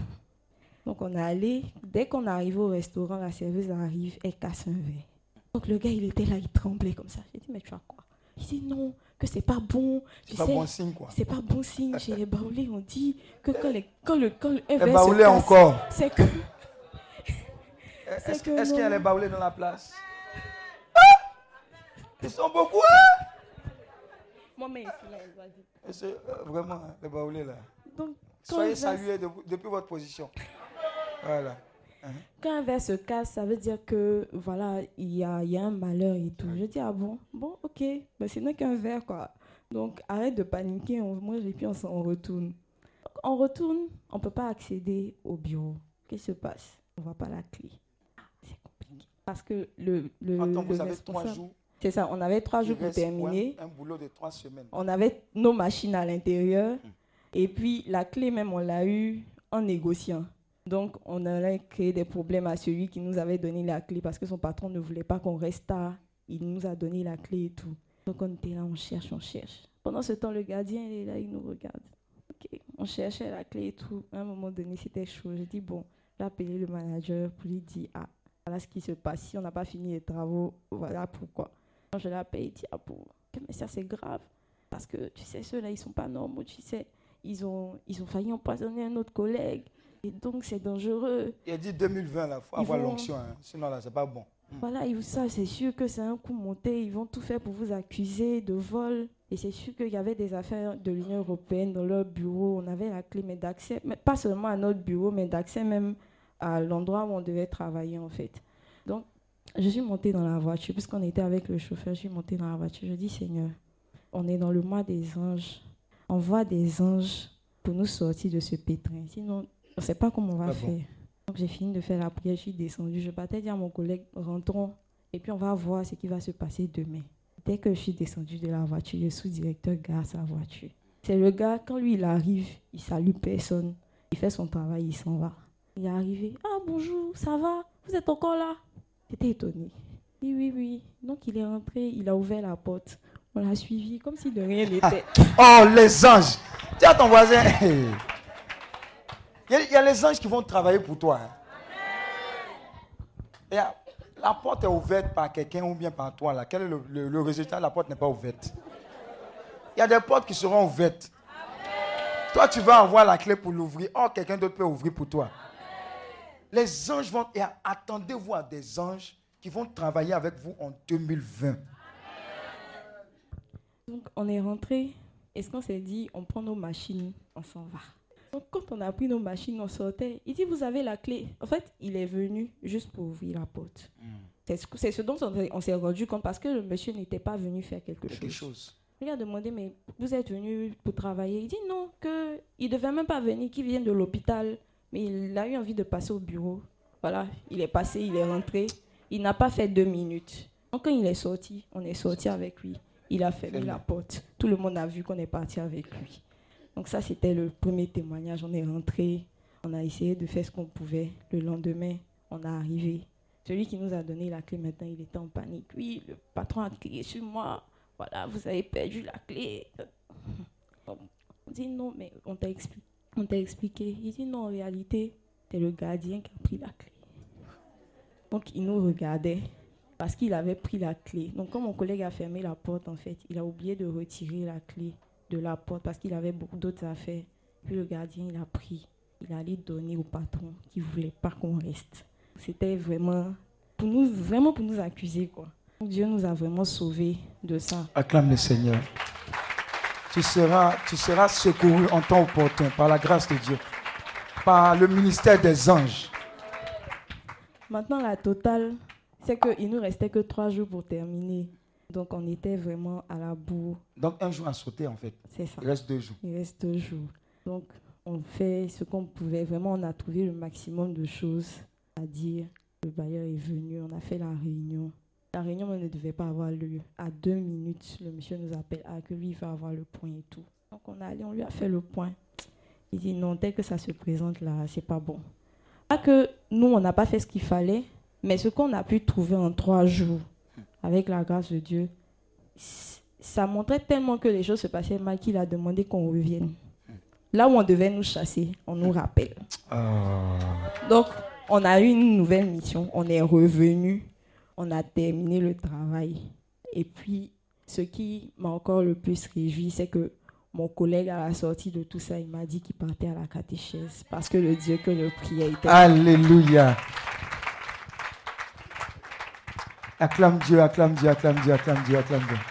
Donc, on est allé. Dès qu'on arrive au restaurant, la serveuse arrive, elle casse un verre. Donc, le gars, il était là, il tremblait comme ça. J'ai dit, mais tu as quoi? Il dit, non, que c'est pas bon. C'est pas bon signe, quoi. C'est pas bon signe. Chez les baoulés, on dit que quand un les verre baoulés se casse, encore. C'est que... Est-ce qu'il y a les baoulés dans la place? Ils sont beaucoup, hein? Moi, mais ici, là, il va dire. C'est vraiment, les baoulés, là. Donc, soyez salués depuis votre position. Voilà. Quand un verre se casse, ça veut dire que, voilà, il y a un malheur et tout. Je dis, ah bon, ok, ben, ce n'est qu'un verre, quoi. Donc, arrête de paniquer, on mange et puis on retourne. On retourne, on ne peut pas accéder au bureau. Qu'est-ce qui se passe? On ne voit pas la clé. C'est compliqué. Parce que vous avez 3 jours. C'est ça, on avait 3 jours pour terminer. Un boulot de 3 semaines. On avait nos machines à l'intérieur. Et puis, la clé même, on l'a eue en négociant. Donc, on allait créer des problèmes à celui qui nous avait donné la clé parce que son patron ne voulait pas qu'on reste tard. Il nous a donné la clé et tout. Donc on était là, on cherche. Pendant ce temps, le gardien, il est là, il nous regarde. Okay. On cherchait la clé et tout. À un moment donné, c'était chaud. J'ai dit, bon, j'ai appelé le manager pour lui dire, ah, voilà ce qui se passe. Si on n'a pas fini les travaux, voilà pourquoi. Quand je l'appelle, il dit, ah bon, mais ça c'est grave. Parce que, tu sais, ceux-là, ils ne sont pas normaux, tu sais. Ils ont failli empoisonner un autre collègue. Et donc, c'est dangereux. Il a dit 2020, il faut avoir l'onction. Hein. Sinon, là, c'est pas bon. Voilà, ça, c'est sûr que c'est un coup monté. Ils vont tout faire pour vous accuser de vol. Et c'est sûr qu'il y avait des affaires de l'Union européenne dans leur bureau. On avait la clé, mais d'accès, mais pas seulement à notre bureau, mais d'accès même à l'endroit où on devait travailler, en fait. Donc, je suis montée dans la voiture, puisqu'on était avec le chauffeur. Je suis montée dans la voiture. Je dis, Seigneur, on est dans le mois des anges. Envoie des anges pour nous sortir de ce pétrin. Sinon, on ne sait pas comment on va faire. Donc, j'ai fini de faire la prière, je suis descendue. Je partais dire à mon collègue, rentrons, et puis on va voir ce qui va se passer demain. Dès que je suis descendue de la voiture, le sous-directeur gare sa voiture. C'est le gars, quand lui, il arrive, il salue personne. Il fait son travail, il s'en va. Il est arrivé. Ah, bonjour, ça va? Vous êtes encore là? J'étais étonnée. Oui. Donc, il est rentré, il a ouvert la porte. On l'a suivi comme si de rien n'était. Oh, les anges! Dis à ton voisin. Il y a les anges qui vont travailler pour toi. Et la porte est ouverte par quelqu'un ou bien par toi. Là. Quel est le résultat? La porte n'est pas ouverte. Il y a des portes qui seront ouvertes. Toi, tu vas avoir la clé pour l'ouvrir. Or, quelqu'un d'autre peut ouvrir pour toi. Les anges vont... Et attendez-vous à des anges qui vont travailler avec vous en 2020. Donc, on est rentré. Et ce qu'on s'est dit, on prend nos machines, on s'en va. Donc, quand on a pris nos machines, on sortait. Il dit, vous avez la clé. En fait, il est venu juste pour ouvrir la porte. C'est ce dont on s'est rendu compte parce que le monsieur n'était pas venu faire quelque chose. Il a demandé, mais vous êtes venu pour travailler? Il dit non, qu'il ne devait même pas venir, qu'il vient de l'hôpital. Mais il a eu envie de passer au bureau. Voilà, il est passé, il est rentré. Il n'a pas fait 2 minutes. Donc, quand il est sorti, on est sorti avec lui. Il a fermé la porte. Tout le monde a vu qu'on est parti avec lui. Donc ça, c'était le premier témoignage. On est rentré, on a essayé de faire ce qu'on pouvait. Le lendemain, on est arrivé. Celui qui nous a donné la clé, maintenant, il était en panique. Oui, le patron a crié sur moi. Voilà, vous avez perdu la clé. On dit non, mais on t'a expliqué. Il dit non, en réalité, c'est le gardien qui a pris la clé. Donc, il nous regardait parce qu'il avait pris la clé. Donc, quand mon collègue a fermé la porte, en fait, il a oublié de retirer la clé de la porte parce qu'il avait beaucoup d'autres affaires. Puis le gardien, il a pris. Il allait donner au patron qui ne voulait pas qu'on reste. C'était vraiment pour nous accuser, quoi. Dieu nous a vraiment sauvés de ça. Acclame le Seigneur. Tu seras secouru en temps opportun par la grâce de Dieu, par le ministère des anges. Maintenant, la totale, c'est qu'il ne nous restait que 3 jours pour terminer. Donc, on était vraiment à la bourre. Donc, 1 jour à sauter, en fait. C'est ça. Il reste 2 jours. Il reste 2 jours. Donc, on fait ce qu'on pouvait. Vraiment, on a trouvé le maximum de choses à dire. Le bailleur est venu, on a fait la réunion. La réunion ne devait pas avoir lieu. À 2 minutes, le monsieur nous appelle que lui, il va avoir le point et tout. Donc, on est allé, on lui a fait le point. Il dit non, dès que ça se présente là, c'est pas bon. Pas que nous, on n'a pas fait ce qu'il fallait, mais ce qu'on a pu trouver en 3 jours, avec la grâce de Dieu, ça montrait tellement que les choses se passaient mal qu'il a demandé qu'on revienne. Là où on devait nous chasser, on nous rappelle. Donc, on a eu une nouvelle mission. On est revenu. On a terminé le travail. Et puis, ce qui m'a encore le plus réjoui, c'est que mon collègue, à la sortie de tout ça, il m'a dit qu'il partait à la catéchèse parce que le Dieu que le priait était... Alléluia. Acclame Dieu, acclame Dieu, acclame Dieu, acclame Dieu, acclame Dieu.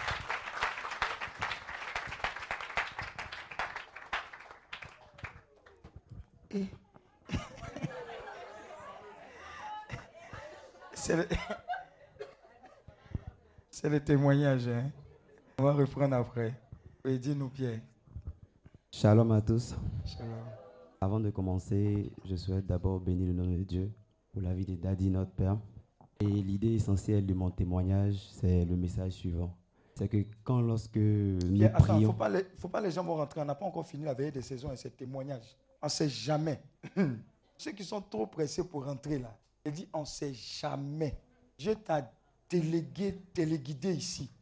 C'est le témoignage. Hein? On va reprendre après. Oui, dis-nous, Pierre. Shalom à tous. Shalom. Avant de commencer, je souhaite d'abord bénir le nom de Dieu pour la vie de Daddy, notre Père. Et l'idée essentielle de mon témoignage, c'est le message suivant. C'est que lorsque nous prions... Faut pas les gens vont rentrer. On n'a pas encore fini la veille des saisons et ces témoignages. On ne sait jamais. Ceux qui sont trop pressés pour rentrer là, il dit on ne sait jamais. Dieu t'a téléguidé ici.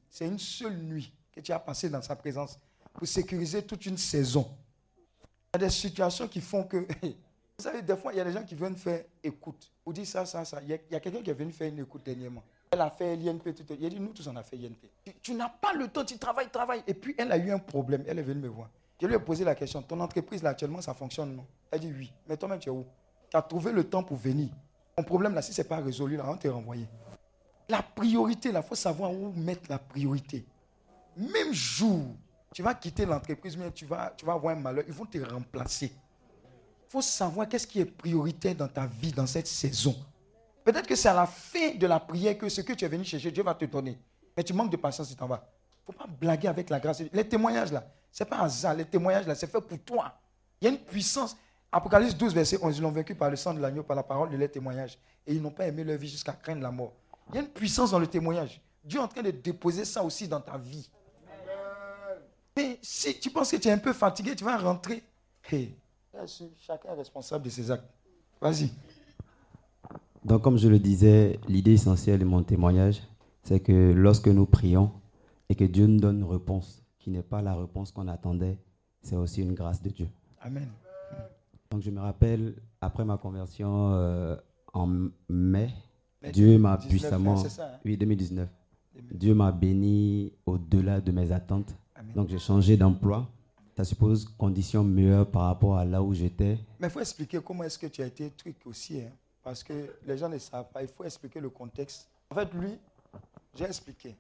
c'est une seule nuit que tu as passée dans sa présence pour sécuriser toute une saison. Il y a des situations qui font que... Vous savez, des fois, il y a des gens qui viennent faire écoute. Vous dites ça. Il y a quelqu'un qui est venu faire une écoute dernièrement. Elle a fait l'INP. Il a dit, nous tous, on a fait l'INP. Tu n'as pas le temps, tu travailles. Et puis, elle a eu un problème. Elle est venue me voir. Je lui ai posé la question, ton entreprise, là, actuellement, ça fonctionne, non? Elle dit oui. Mais toi-même, tu es où? Tu as trouvé le temps pour venir. Ton problème, là, si ce n'est pas résolu, là, on te renvoie. La priorité, là, il faut savoir où mettre la priorité. Même jour, tu vas quitter l'entreprise, mais tu vas avoir un malheur, ils vont te remplacer. Il faut savoir qu'est-ce qui est prioritaire dans ta vie, dans cette saison. Peut-être que c'est à la fin de la prière que ce que tu es venu chercher, Dieu va te donner. Mais tu manques de patience, tu t'en vas. Il ne faut pas blaguer avec la grâce. Les témoignages, là, ce n'est pas un hasard. Les témoignages, là, c'est fait pour toi. Il y a une puissance. Apocalypse 12, verset 11, ils l'ont vaincu par le sang de l'agneau, par la parole de leurs témoignages. Et ils n'ont pas aimé leur vie jusqu'à craindre la mort. Il y a une puissance dans le témoignage. Dieu est en train de déposer ça aussi dans ta vie. Mais si tu penses que tu es un peu fatigué, tu vas rentrer. Hey, chacun est responsable de ses actes. Vas-y. Donc, comme je le disais, l'idée essentielle de mon témoignage, c'est que lorsque nous prions et que Dieu nous donne une réponse qui n'est pas la réponse qu'on attendait, c'est aussi une grâce de Dieu. Amen. Donc, je me rappelle, après ma conversion en mai, Dieu m'a puissamment... Oui, 2019. Dieu m'a béni au-delà de mes attentes. Amen. Donc, j'ai changé d'emploi. Ça suppose conditions meilleures par rapport à là où j'étais. Mais il faut expliquer comment est-ce que tu as été truc aussi. Hein, parce que les gens ne savent pas. Il faut expliquer le contexte. En fait, lui, j'ai expliqué.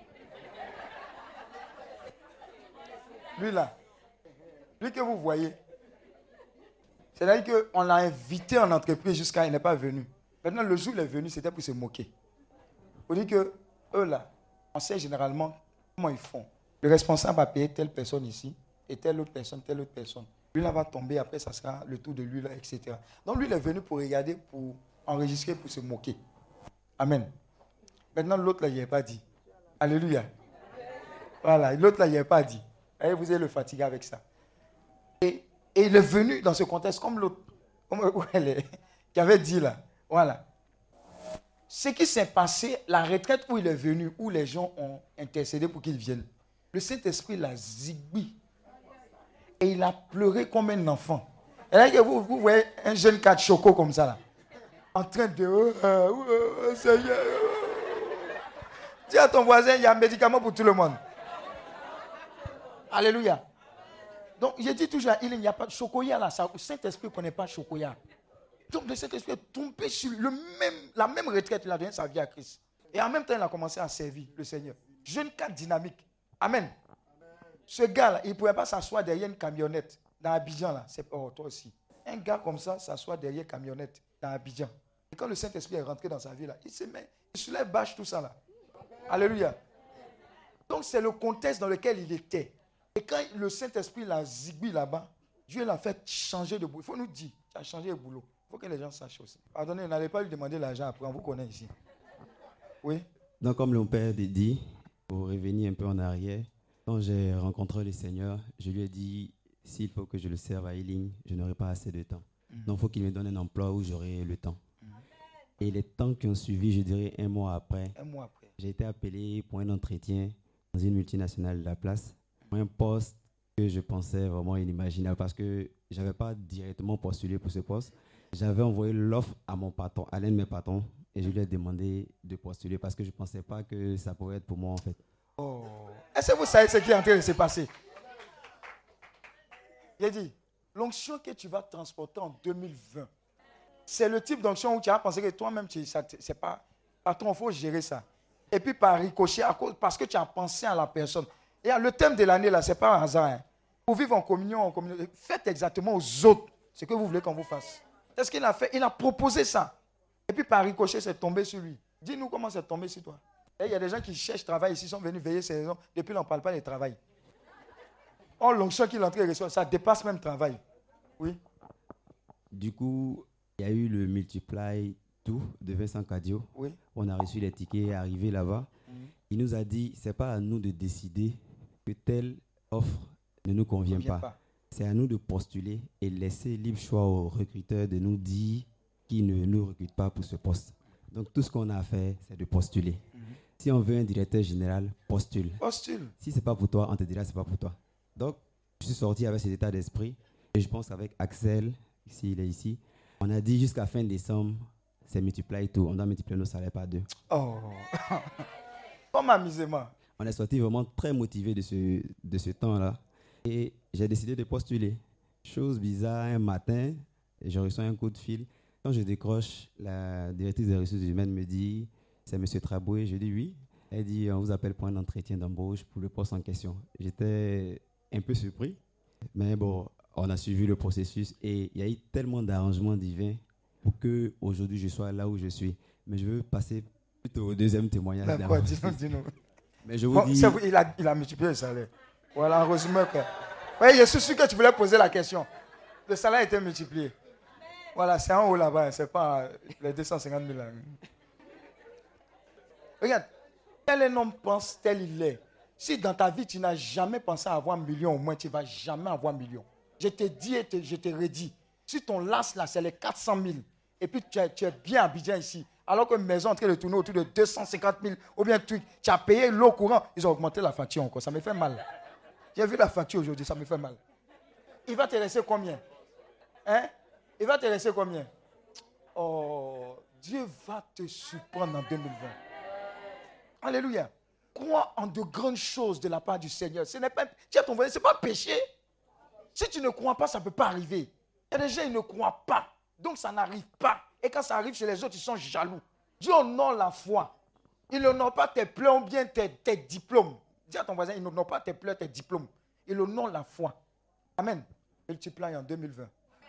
Lui là, lui que vous voyez, c'est-à-dire qu'on l'a invité en entreprise jusqu'à il n'est pas venu. Maintenant, le jour où il est venu, c'était pour se moquer. Vous dites que eux là, on sait généralement comment ils font. Le responsable va payer telle personne ici, et telle autre personne. Lui là va tomber, après ça sera le tour de lui là, etc. Donc lui il est venu pour regarder, pour enregistrer, pour se moquer. Amen. Maintenant l'autre là, il n'y a pas dit. Alléluia. Voilà, l'autre là, il n'y a pas dit. Et vous allez le fatiguer avec ça. Et il est venu dans ce contexte comme l'autre, qui avait dit là. Voilà. Ce qui s'est passé, la retraite où il est venu, où les gens ont intercédé pour qu'il vienne, le Saint-Esprit l'a zigbi. Et il a pleuré comme un enfant. Et là, vous voyez un jeune cas de choco comme ça, là, en train de... Seigneur. Dis à ton voisin, il y a un médicament pour tout le monde. Alléluia. Donc, j'ai dit toujours, il n'y a pas de chocoya là. Le Saint-Esprit ne connaît pas chocoya. Donc, le Saint-Esprit est tombé sur la même retraite. Il a donné sa vie à Christ. Et en même temps, il a commencé à servir le Seigneur. Jeune cas dynamique. Amen. Ce gars-là, il ne pouvait pas s'asseoir derrière une camionnette dans Abidjan. Là. C'est toi aussi. Un gars comme ça s'assoit derrière une camionnette dans Abidjan. Et quand le Saint-Esprit est rentré dans sa vie, là, il se met, il soulève bâche, tout ça. Là. Alléluia. Donc, c'est le contexte dans lequel il était. Et quand le Saint-Esprit l'a zigbi là-bas, Dieu l'a fait changer de boulot. Il faut nous dire, tu as changé de boulot. Il faut que les gens sachent aussi. Pardonnez, n'allez pas lui demander l'argent après, on vous connaît ici. Oui. Donc, comme mon père dit, pour revenir un peu en arrière, quand j'ai rencontré le Seigneur, je lui ai dit, s'il faut que je le serve à Healing, je n'aurai pas assez de temps. Donc, il faut qu'il me donne un emploi où j'aurai le temps. Et les temps qui ont suivi, je dirais un mois après, j'ai été appelé pour un entretien dans une multinationale de la place. Un poste que je pensais vraiment inimaginable parce que je n'avais pas directement postulé pour ce poste. J'avais envoyé l'offre à mon patron, à l'un de mes patrons, et je lui ai demandé de postuler parce que je ne pensais pas que ça pourrait être pour moi en fait. Oh. Est-ce que vous savez ce qui est en train de se passer? Il a dit, l'onction que tu vas transporter en 2020, c'est le type d'onction où tu as pensé que toi-même, c'est pas... Patron, il faut gérer ça. Et puis par ricochet, parce que tu as pensé à la personne. Et le thème de l'année, là, ce n'est pas un hasard. Hein. Pour vivre en communion, faites exactement aux autres ce que vous voulez qu'on vous fasse. C'est ce qu'il a fait. Il a proposé ça. Et puis par ricochet, c'est tombé sur lui. Dis-nous comment c'est tombé sur toi. Et il y a des gens qui cherchent travail ici, sont venus veiller ces raisons. Depuis, on ne parle pas de travail. Oh, l'onction qu'il est en train de recevoir, ça dépasse même le travail. Oui. Du coup, il y a eu le Multiply Tout de Vincent Cadio. Oui. On a reçu les tickets, arrivé là-bas. Il nous a dit, ce n'est pas à nous de décider que telle offre ne nous convient pas. C'est à nous de postuler et laisser libre choix aux recruteurs de nous dire qui ne nous recrute pas pour ce poste. Donc tout ce qu'on a fait, c'est de postuler. si on veut un directeur général, postule. Postule. Si ce n'est pas pour toi, on te dira que ce n'est pas pour toi. Donc, je suis sorti avec cet état d'esprit. Et je pense avec Axel, s'il est ici, on a dit jusqu'à fin décembre, c'est multiplié tout. On doit multiplier nos salaires par 2. Oh, comme amusement. On est sorti vraiment très motivé de ce temps-là. Et j'ai décidé de postuler. Chose bizarre, un matin, je reçois un coup de fil. Quand je décroche, la directrice des ressources humaines me dit, c'est M. Traboué. Je dis oui. Elle dit, on vous appelle pour un entretien d'embauche pour le poste en question. J'étais un peu surpris, mais bon, on a suivi le processus et il y a eu tellement d'arrangements divins pour qu'aujourd'hui je sois là où je suis. Mais je veux passer plutôt au deuxième témoignage. D'accord, dis-nous. Mais je vous dis... Il a multiplié le salaire. Voilà, en résumé. Oui, je suis sûr que tu voulais poser la question. Le salaire a été multiplié. Voilà, c'est en haut là-bas, c'est pas les 250 000. Regarde, tel homme pense, tel il est. Si dans ta vie, tu n'as jamais pensé à avoir 1 million, au moins, tu ne vas jamais avoir 1 million. Je te dis et je te redis. Si ton las, là, c'est les 400 000, et puis tu es bien à Abidjan ici, alors qu'une maison est en train de tourner autour de 250 000, ou bien tu as payé l'eau courant, ils ont augmenté la facture encore. Ça me fait mal. J'ai vu la facture aujourd'hui, ça me fait mal. Il va te rester combien? Hein? Il va te rester combien? Oh, Dieu va te surprendre en 2020. Alléluia. Crois en de grandes choses de la part du Seigneur. Ce n'est pas, tu as ton voisin, ce n'est pas péché. Si tu ne crois pas, ça ne peut pas arriver. Il y a des gens, ils ne croient pas. Donc ça n'arrive pas. Et quand ça arrive chez les autres, ils sont jaloux. Dieu honore la foi. Il n'honore pas tes pleurs ou bien tes diplômes. Dis à ton voisin, il n'honore pas tes pleurs, tes diplômes. Il honore la foi. Amen. Multiplie en 2020.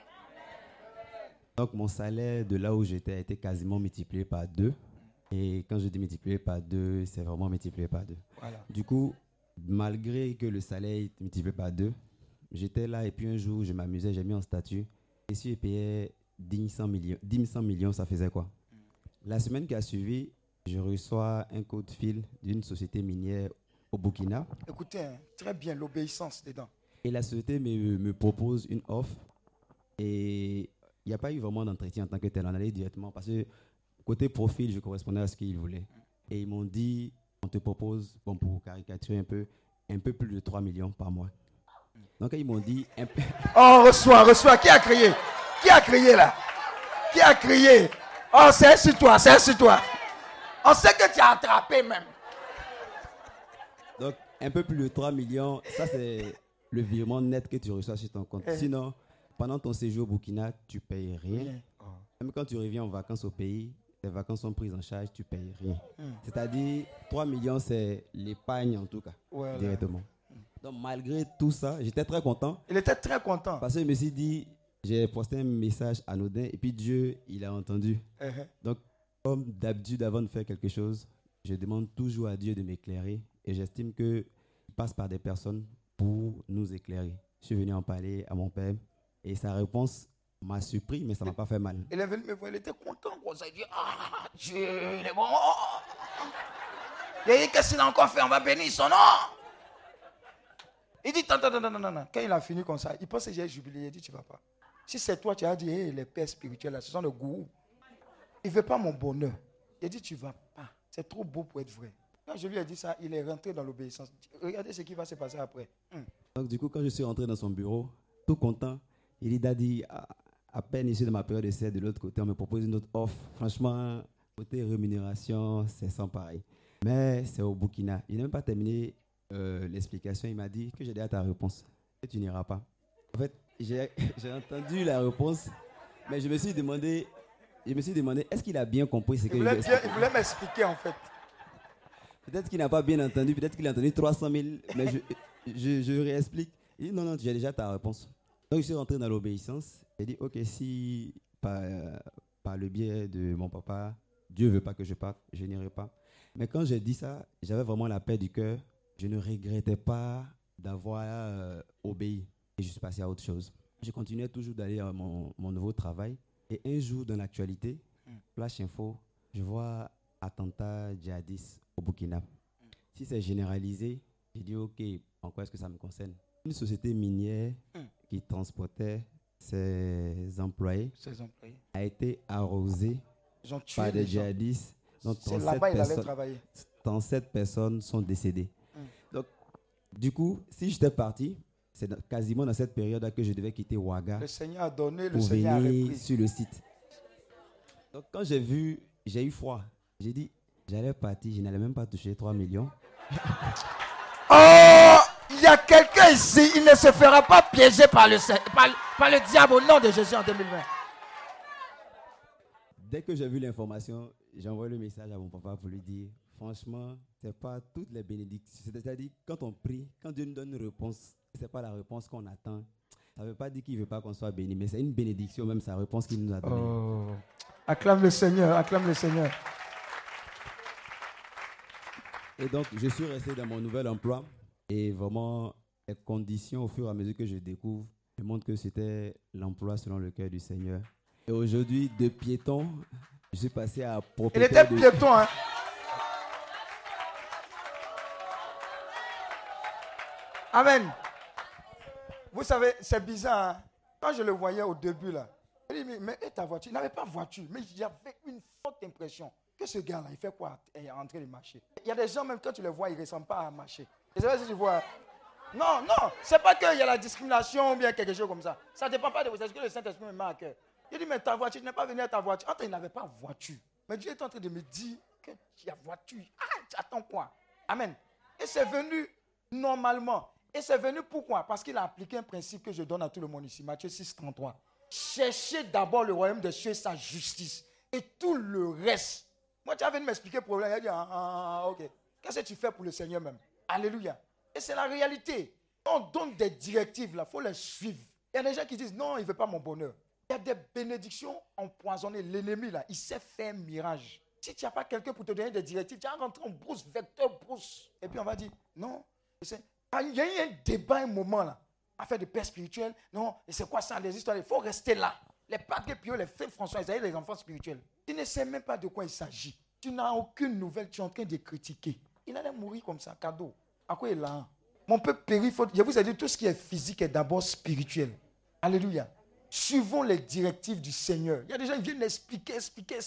Donc mon salaire de là où j'étais a été quasiment multiplié par 2. Et quand je dis multiplié par 2, c'est vraiment multiplié par 2. Voilà. Du coup, malgré que le salaire est multiplié par 2, j'étais là et puis un jour, je m'amusais, j'ai mis en statut. Et si je payais 10 100 millions, ça faisait quoi? La semaine qui a suivi, je reçois un coup de fil d'une société minière au Burkina. Écoutez, hein, très bien, l'obéissance dedans. Et la société me propose une offre. Et il n'y a pas eu vraiment d'entretien en tant que tel. On allait directement parce que côté profil, je correspondais à ce qu'ils voulaient. Et ils m'ont dit, on te propose, bon, pour caricaturer un peu plus de 3 millions par mois. Donc ils m'ont dit... Oh, reçois. Qui a crié? Qui a crié là? Qui a crié? Oh, c'est sur toi. On sait que tu as attrapé même. Donc, un peu plus de 3 millions, ça c'est le virement net que tu reçois sur ton compte. Sinon, pendant ton séjour au Burkina, tu ne payes rien. Même quand tu reviens en vacances au pays, les vacances sont prises en charge, tu ne payes rien. C'est-à-dire, 3 millions, c'est l'épargne en tout cas, directement. Donc, malgré tout ça, j'étais très content. Il était très content. Parce que je me suis dit, j'ai posté un message anodin et puis Dieu, il a entendu. Donc, comme d'habitude, avant de faire quelque chose, je demande toujours à Dieu de m'éclairer et j'estime qu'il passe par des personnes pour nous éclairer. Je suis venu en parler à mon père et sa réponse m'a surpris, mais ça ne m'a pas fait mal. Il est venu me voir, il était content. Il dit, ah, Dieu, il est bon. Il a dit, qu'est-ce qu'il a encore fait? On va bénir son nom. Il dit, non. Quand il a fini comme ça, il pense que j'ai jubilé. Il dit, tu ne vas pas. Si c'est toi, tu as dit, hey, les pères spirituels, là, ce sont les gourous. Il ne veut pas mon bonheur. Il dit, tu ne vas pas. C'est trop beau pour être vrai. Quand je lui ai dit ça, il est rentré dans l'obéissance. Regardez ce qui va se passer après. Donc du coup, quand je suis rentré dans son bureau, tout content, il dit, Daddy, à peine ici de ma période d'essai, de l'autre côté, on me propose une autre offre. Franchement, côté rémunération, c'est sans pareil. Mais c'est au Burkina. Il n'a même pas terminé l'explication. Il m'a dit que j'ai déjà ta réponse. Et tu n'iras pas. En fait, j'ai entendu la réponse, mais je me suis demandé, est-ce qu'il a bien compris ce que je lui ai expliqué? Il voulait m'expliquer en fait. Peut-être qu'il n'a pas bien entendu, peut-être qu'il a entendu 300 000, mais je réexplique. Il dit non, j'ai déjà ta réponse. Donc je suis rentré dans l'obéissance. J'ai dit, ok, si par le biais de mon papa, Dieu ne veut pas que je parte, je n'irai pas. Mais quand j'ai dit ça, j'avais vraiment la paix du cœur. Je ne regrettais pas d'avoir obéi. Et je suis passé à autre chose. Je continuais toujours d'aller à mon nouveau travail. Et un jour, dans l'actualité, Flash Info, je vois attentat djihadiste au Burkina. Si c'est généralisé, j'ai dit, ok, en quoi est-ce que ça me concerne? Une société minière qui transportait ses employés a été arrosée par des djihadistes. Donc, c'est là-bas qu'il allait travailler. 67 personnes sont décédées. Donc, du coup, si j'étais parti, c'est quasiment dans cette période que je devais quitter Ouaga. Le Seigneur a donné, le pour Seigneur a venir repris. sur le site. Donc, quand j'ai vu, j'ai eu froid. J'ai dit, j'allais partir, je n'allais même pas toucher 3 millions. Oh, il y a quelqu'un ici, il ne se fera pas piéger par le diable au nom de Jésus en 2020. Dès que j'ai vu l'information, j'ai envoyé le message à mon papa pour lui dire, franchement, ce n'est pas toutes les bénédictions. C'est-à-dire, quand on prie, quand Dieu nous donne une réponse, ce n'est pas la réponse qu'on attend. Ça ne veut pas dire qu'il ne veut pas qu'on soit béni, mais c'est une bénédiction, même sa réponse qu'il nous a donnée. Oh. Acclame le Seigneur, acclame le Seigneur. Et donc, je suis resté dans mon nouvel emploi. Et vraiment, les conditions, au fur et à mesure que je découvre, me montrent que c'était l'emploi selon le cœur du Seigneur. Et aujourd'hui, de piéton, je suis passé à Il propriétaire. était piéton, hein. Amen. Vous savez, c'est bizarre, hein? Quand je le voyais au début, là, il dit, mais et ta voiture? Il n'avait pas de voiture, mais j'avais une forte impression que ce gars-là, il fait quoi en train de marcher? Il y a des gens, même quand tu les vois, ils ne ressemblent pas à marcher. Et c'est vrai si tu vois. Non, non, c'est pas qu'il y a la discrimination ou bien quelque chose comme ça. Ça ne dépend pas de vous. C'est ce que le Saint-Esprit me met à cœur. Il dit, mais ta voiture, tu n'es pas venu à ta voiture. Attends, il n'avait pas de voiture. Mais Dieu est en train de me dire que tu as voiture. Ah, tu attends quoi? Amen. Et c'est venu normalement. Et c'est venu pourquoi? Parce qu'il a appliqué un principe que je donne à tout le monde ici. Matthieu 6, 33. Cherchez d'abord le royaume des cieux et sa justice. Et tout le reste. Moi, tu as venu m'expliquer le problème. Il a dit, ok. Qu'est-ce que tu fais pour le Seigneur même? Alléluia. Et c'est la réalité. On donne des directives, là, il faut les suivre. Il y a des gens qui disent, non, il ne veut pas mon bonheur. Il y a des bénédictions empoisonnées. L'ennemi, là, il sait faire un mirage. Si tu n'as pas quelqu'un pour te donner des directives, tu vas rentrer en brousse, vecteur brousse. Et puis on va dire, non. Il y a eu un débat, un moment, là, affaire de paix spirituelle. Non, et c'est quoi ça, les histoires? Il faut rester là. Les Padres Pio, les frères François, ils avaient les enfants spirituels. Tu ne sais même pas de quoi il s'agit. Tu n'as aucune nouvelle, tu es en train de critiquer. Il allait mourir comme ça, cadeau. À quoi il est là? Mon peuple périt, je vous ai dit, tout ce qui est physique est d'abord spirituel. Alléluia. Suivons les directives du Seigneur. Il y a des gens qui viennent expliquer.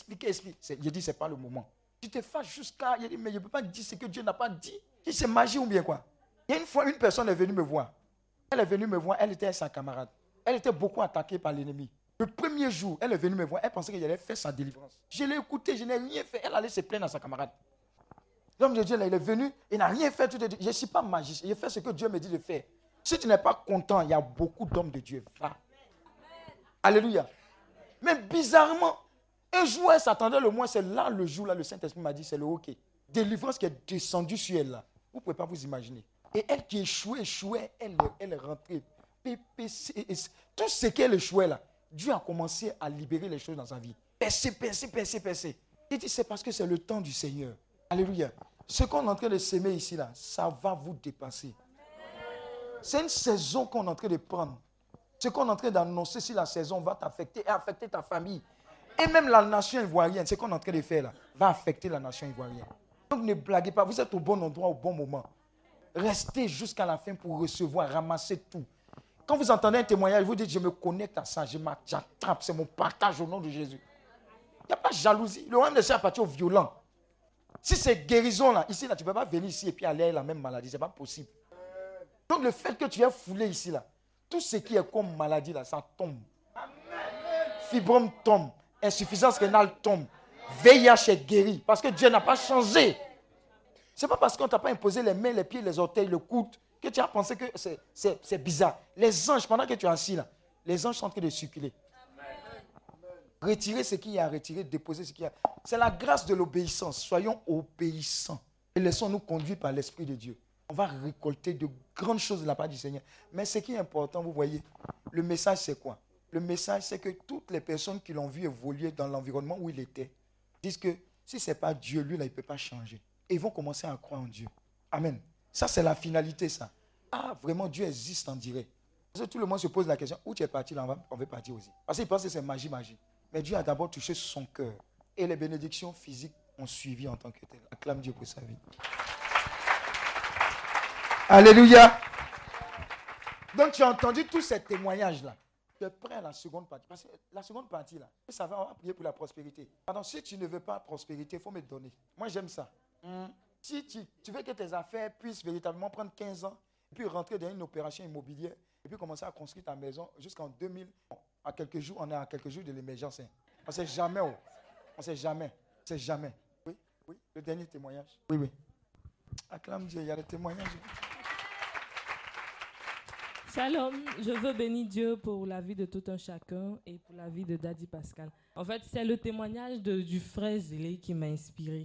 Je dis, ce n'est pas le moment. Tu te fâches jusqu'à... Il dit, mais je ne peux pas dire ce que Dieu n'a pas dit. C'est magie ou bien quoi? Il y a une fois, une personne est venue me voir. Elle est venue me voir, elle était sa camarade. Elle était beaucoup attaquée par l'ennemi. Le premier jour, elle est venue me voir, elle pensait qu'elle allait faire sa délivrance. Je l'ai écoutée, je n'ai rien fait. Elle allait se plaindre à sa camarade. L'homme de Dieu, là, il est venu, il n'a rien fait. Je ne suis pas magicien, je fais ce que Dieu me dit de faire. Si tu n'es pas content, il y a beaucoup d'hommes de Dieu. Va. Alléluia. Mais bizarrement, un jour, elle s'attendait le moins, c'est là le jour, là, le Saint-Esprit m'a dit, c'est le hockey. Délivrance qui est descendue sur elle, là. Vous ne pouvez pas vous imaginer. Et elle qui échouait, elle est rentrée. Tout ce qu'elle échouait, là, Dieu a commencé à libérer les choses dans sa vie. Percer. Il dit, c'est parce que c'est le temps du Seigneur. Alléluia. Ce qu'on est en train de s'aimer ici, là, ça va vous dépasser. C'est une saison qu'on est en train de prendre. Ce qu'on est en train d'annoncer si la saison va t'affecter et affecter ta famille. Et même la nation ivoirienne, ce qu'on est en train de faire là, va affecter la nation ivoirienne. Donc ne blaguez pas, vous êtes au bon endroit, au bon moment. Restez jusqu'à la fin pour recevoir, ramasser tout. Quand vous entendez un témoignage, vous dites, je me connecte à ça, j'attrape, c'est mon partage au nom de Jésus. Il n'y a pas de jalousie. Le royaume de Dieu appartient aux violents. Si c'est guérison là, ici là, tu ne peux pas venir ici et puis aller à la même maladie, ce n'est pas possible. Donc le fait que tu es foulé ici là, tout ce qui est comme maladie là, ça tombe. Fibrome tombe, insuffisance rénale tombe, VIH est guéri parce que Dieu n'a pas changé. Ce n'est pas parce qu'on ne t'a pas imposé les mains, les pieds, les orteils, le coude que tu as pensé que c'est bizarre. Les anges, pendant que tu es assis là, les anges sont en train de circuler. Retirer ce qu'il y a à retirer, déposer ce qu'il y a. C'est la grâce de l'obéissance. Soyons obéissants et laissons-nous conduire par l'Esprit de Dieu. On va récolter de grandes choses de la part du Seigneur. Mais ce qui est important, vous voyez, le message c'est quoi? Le message c'est que toutes les personnes qui l'ont vu évoluer dans l'environnement où il était disent que si ce n'est pas Dieu, lui là, il ne peut pas changer. Et ils vont commencer à croire en Dieu. Amen. Ça c'est la finalité ça. Ah, vraiment Dieu existe en direct. Parce que tout le monde se pose la question, où tu es parti là, on veut partir aussi. Parce qu'ils pensent que c'est magie. Mais Dieu a d'abord touché son cœur. Et les bénédictions physiques ont suivi en tant que tel. Acclame Dieu pour sa vie. Alléluia. Donc tu as entendu tous ces témoignages-là. Tu es prêt à la seconde partie. Parce que la seconde partie, là, ça va, on va prier pour la prospérité. Pardon, si tu ne veux pas la prospérité, il faut me donner. Moi, j'aime ça. Si tu veux que tes affaires puissent véritablement prendre 15 ans, et puis rentrer dans une opération immobilière, et puis commencer à construire ta maison jusqu'en 2000, à quelques jours, on est à quelques jours de l'émergence. On ne sait jamais. On ne sait jamais. On ne sait jamais. Oui, oui. Le dernier témoignage. Oui, oui. Acclame Dieu, il y a des témoignages. Shalom, je veux bénir Dieu pour la vie de tout un chacun et pour la vie de Daddy Pascal. En fait, c'est le témoignage du frère Zélé qui m'a inspiré.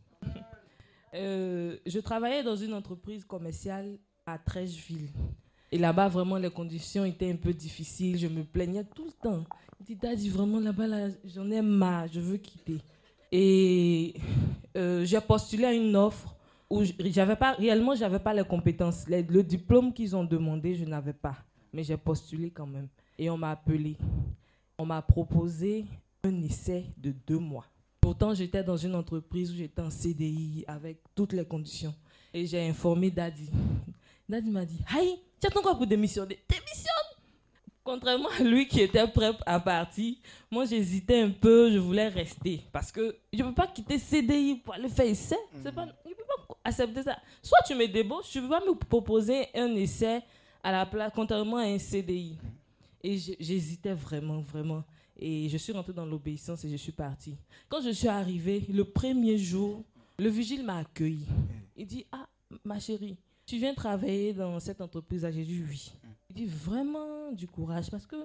Je travaillais dans une entreprise commerciale à Trècheville. Et là-bas, vraiment, les conditions étaient un peu difficiles. Je me plaignais tout le temps. Je dis, Daddy, vraiment, là-bas, j'en ai marre, je veux quitter. Et j'ai postulé à une offre où j'avais pas les compétences. Le diplôme qu'ils ont demandé, je n'avais pas. Mais j'ai postulé quand même. Et on m'a appelé. On m'a proposé un essai de 2 mois. Pourtant, j'étais dans une entreprise où j'étais en CDI avec toutes les conditions. Et j'ai informé Daddy. Daddy m'a dit, « Aïe, tu attends quoi pour démissionner? Démissionne !» Contrairement à lui qui était prêt à partir, moi j'hésitais un peu, je voulais rester. Parce que je ne peux pas quitter CDI pour aller faire essai. Je ne peux pas accepter ça. Soit tu me débauches, tu ne peux pas me proposer un essai à la place, contrairement à un CDI. Et j'hésitais vraiment, vraiment. Et je suis rentrée dans l'obéissance et je suis partie. Quand je suis arrivée, le premier jour, le vigile m'a accueilli. Il dit, « Ah, ma chérie, tu viens travailler dans cette entreprise ?» J'ai dit, « Oui. » Il dit, « Vraiment du courage parce que... »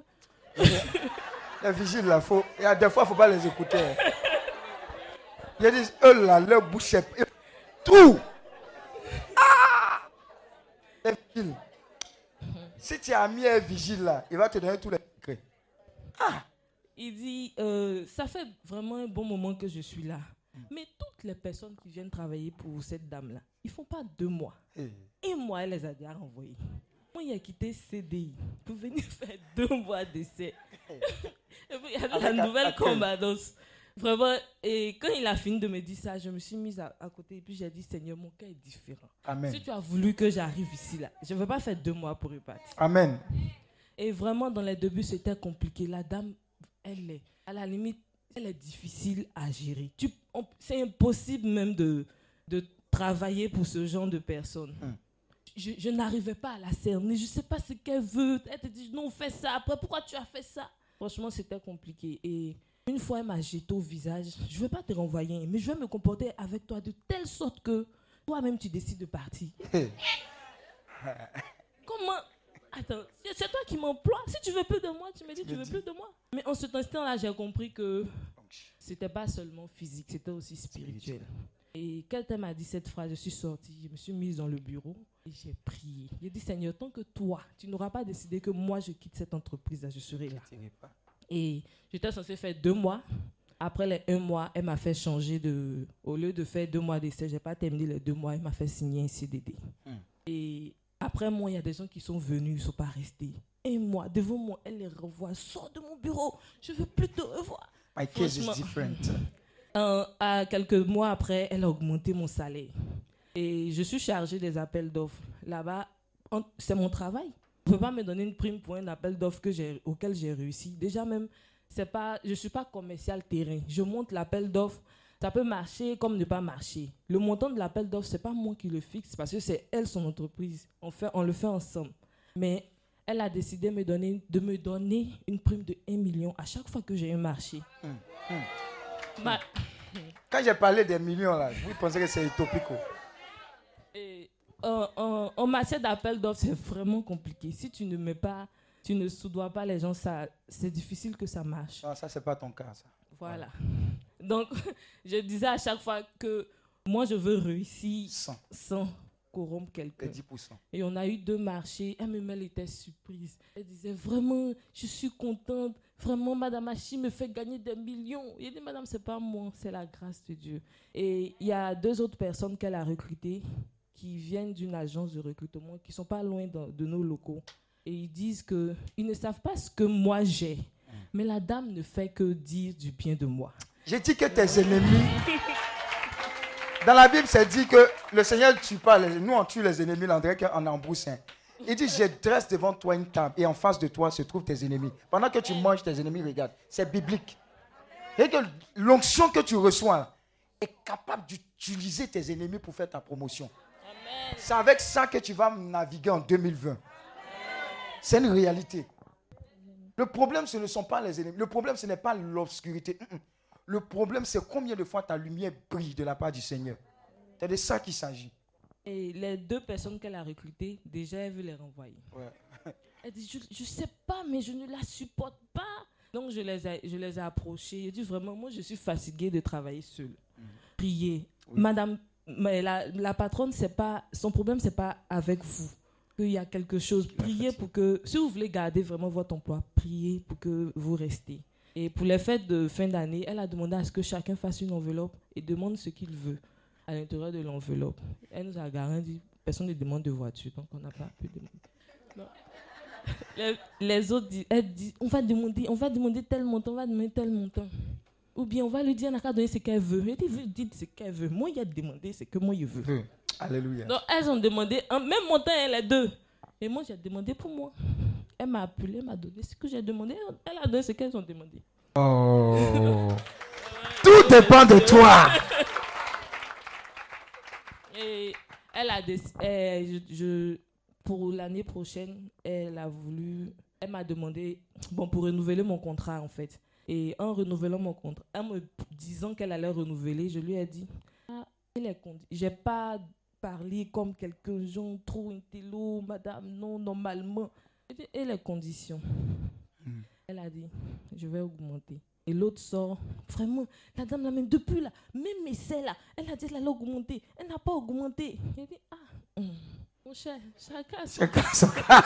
Les vigiles, là, il y a des fois, il ne faut pas les écouter. Ils disent, eux là, leur bouche est... Tout. Ah! Les vigiles. Si tu as mis un vigile là, il va te donner tous les secrets. Ah! Il dit, ça fait vraiment un bon moment que je suis là. Mais toutes les personnes qui viennent travailler pour cette dame-là, ils ne font pas 2 mois. Et moi, elle les a déjà renvoyés. Moi, il a quitté CDI pour venir faire 2 mois d'essai. Et puis, il y a la nouvelle commandance. Vraiment, et quand il a fini de me dire ça, je me suis mise à côté et puis j'ai dit, Seigneur, mon cas est différent. Amen. Si tu as voulu que j'arrive ici, là, je ne vais pas faire 2 mois pour repartir. Amen. Et vraiment, dans les débuts, c'était compliqué. La dame, elle est, à la limite, elle est difficile à gérer. C'est impossible même de travailler pour ce genre de personnes. Je n'arrivais pas à la cerner. Je ne sais pas ce qu'elle veut. Elle te dit, non, fais ça. Après, pourquoi tu as fait ça? Franchement, c'était compliqué. Et une fois, elle m'a jeté au visage. Je ne vais pas te renvoyer, mais je vais me comporter avec toi de telle sorte que toi-même, tu décides de partir. Comment? Attends, c'est toi qui m'emploies. Si tu veux plus de moi, tu me dis tu veux plus de moi. Mais en cet instant-là, j'ai compris que c'était pas seulement physique, c'était aussi spirituel. Et quand elle m'a dit cette phrase, je suis sortie, je me suis mise dans le bureau et j'ai prié. J'ai dit, Seigneur, tant que toi, tu n'auras pas décidé que moi, je quitte cette entreprise-là, je serai là. Et j'étais censée faire 2 mois. Après les 1 mois, elle m'a fait changer de... Au lieu de faire 2 mois d'essai, je n'ai pas terminé les 2 mois, elle m'a fait signer un CDD. Et après moi, il y a des gens qui sont venus, ils ne sont pas restés. Et moi, devant moi, elle les revoit. Sors de mon bureau, je ne veux plus te revoir. My case is different. À quelques mois après, elle a augmenté mon salaire. Et je suis chargée des appels d'offres. Là-bas, c'est mon travail. On ne peut pas me donner une prime pour un appel d'offres auquel j'ai réussi. Déjà même, je ne suis pas commercial terrain. Je monte l'appel d'offres. Ça peut marcher comme ne pas marcher. Le montant de l'appel d'offres, ce n'est pas moi qui le fixe parce que c'est elle, son entreprise. On le fait ensemble. Mais elle a décidé de me donner une prime de 1 million à chaque fois que j'ai un marché. Quand j'ai parlé des millions, là, vous pensez que c'est utopique? En matière d'appel d'offres, c'est vraiment compliqué. Si tu ne mets pas, tu ne soudoies pas les gens, c'est difficile que ça marche. Non, ça, c'est pas ton cas, ça. Voilà. Donc, je disais à chaque fois que moi, je veux réussir sans corrompre quelqu'un. 10%. Et on a eu 2 marchés. Elle était surprise. Elle disait, vraiment, je suis contente. Vraiment, Madame Hachi me fait gagner des millions. Il dit, Madame, c'est pas moi, c'est la grâce de Dieu. Et il y a 2 autres personnes qu'elle a recrutées qui viennent d'une agence de recrutement, qui ne sont pas loin de nos locaux. Et ils disent qu'ils ne savent pas ce que moi j'ai. Mais la dame ne fait que dire du bien de moi. J'ai dit que tes ennemis... Dans la Bible, c'est dit que le Seigneur ne tue pas. Nous, on tue les ennemis, l'André, en embrousse. Il dit, je dresse devant toi une table et en face de toi se trouvent tes ennemis. Pendant que tu manges, tes ennemis regardent. C'est biblique. Et que l'onction que tu reçois, est capable d'utiliser tes ennemis pour faire ta promotion. Amen. C'est avec ça que tu vas naviguer en 2020. C'est une réalité. Le problème, ce ne sont pas les ennemis. Le problème, ce n'est pas l'obscurité. Le problème, c'est combien de fois ta lumière brille de la part du Seigneur. C'est de ça qu'il s'agit. Et les 2 personnes qu'elle a recrutées, déjà, elle veut les renvoyer. Ouais. Elle dit, je ne sais pas, mais je ne la supporte pas. Donc, je les ai approchés. Je dis vraiment, moi, je suis fatiguée de travailler seule. Priez. Oui. Madame, mais la patronne, son problème, ce n'est pas avec vous. Il y a quelque chose. Priez pour que, si vous voulez garder vraiment votre emploi, priez pour que vous restiez. Et pour les fêtes de fin d'année, elle a demandé à ce que chacun fasse une enveloppe et demande ce qu'il veut à l'intérieur de l'enveloppe. Elle nous a garanti, personne ne demande de voiture, donc on n'a pas pu demander. Les autres disent, on va demander tel montant, on va demander tel montant. Ou bien on va lui dire, elle n'a qu'à donner ce qu'elle veut. Elle dit, vous dites ce qu'elle veut. Moi, il y a demandé ce que moi, je veux. Alléluia. Donc, elles ont demandé un même montant, les 2. Et moi, j'ai demandé pour moi. Elle m'a appelé, elle m'a donné ce que j'ai demandé. Elle a donné ce qu'elles ont demandé. Oh. Tout dépend de toi. Et elle a décidé, pour l'année prochaine, elle m'a demandé, pour renouveler mon contrat en fait. Et en renouvelant mon contrat, en me disant qu'elle allait renouveler, je lui ai dit, j'ai pas parlé comme quelqu'un, genre trop intello, madame, non, normalement. Et les conditions. Elle a dit, je vais augmenter. Et l'autre sort, vraiment, la dame là, même depuis là, même essai là, elle a dit qu'elle allait augmenter. Elle n'a pas augmenté. Elle dit, mon cher, chacun son cas.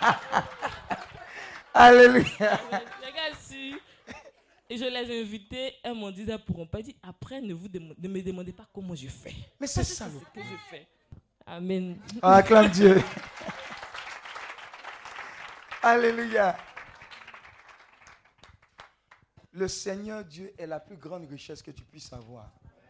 Alléluia. Les gars, si. Et je les ai invités, elles m'ont dit, elles ne pourront pas. Dit, après, ne me demandez pas comment je fais. Mais c'est ça ce que je fais. Amen. Acclame Dieu. Alléluia. Le Seigneur Dieu est la plus grande richesse que tu puisses avoir.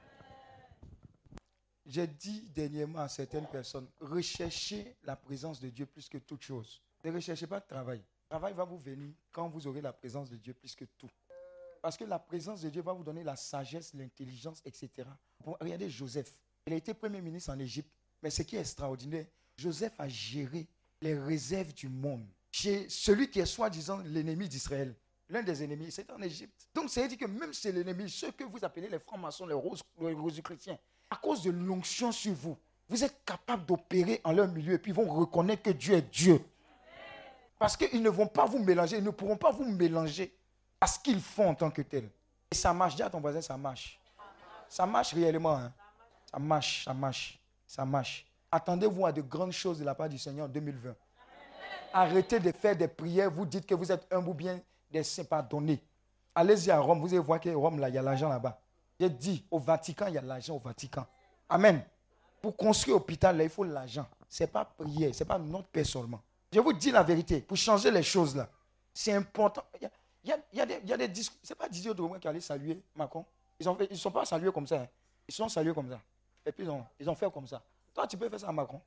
J'ai dit dernièrement à certaines personnes, recherchez la présence de Dieu plus que toute chose. Ne recherchez pas de travail. Le travail va vous venir quand vous aurez la présence de Dieu plus que tout. Parce que la présence de Dieu va vous donner la sagesse, l'intelligence, etc. Bon, regardez Joseph. Il a été premier ministre en Égypte. Mais ce qui est extraordinaire, Joseph a géré les réserves du monde. Chez celui qui est soi-disant l'ennemi d'Israël. L'un des ennemis, c'est en Égypte. Donc, ça veut dire que même chez l'ennemi, ceux que vous appelez les francs-maçons, les rosicruciens, à cause de l'onction sur vous, vous êtes capable d'opérer en leur milieu et puis ils vont reconnaître que Dieu est Dieu. Parce qu'ils ne vont pas vous mélanger, ils ne pourront pas vous mélanger à ce qu'ils font en tant que tel. Et ça marche, dis à ton voisin, ça marche. Ça marche réellement. Hein? Ça marche, ça marche, ça marche. Attendez-vous à de grandes choses de la part du Seigneur en 2020. Arrêtez de faire des prières, vous dites que vous êtes humble ou bien des saints pardonnés. Allez-y à Rome, vous allez voir que Rome, là, il y a l'argent là-bas. J'ai dit, au Vatican, il y a l'argent au Vatican. Amen. Pour construire l'hôpital, là, il faut l'argent. Ce n'est pas prière, ce n'est pas notre paix seulement. Je vous dis la vérité, pour changer les choses là, c'est important. Il y a des discours. Ce n'est pas Didier Drogba qui allait saluer Macron. Ils ne sont pas salués comme ça. Hein. Ils sont salués comme ça. Et puis ils ont fait comme ça. Toi, tu peux faire ça à Macron.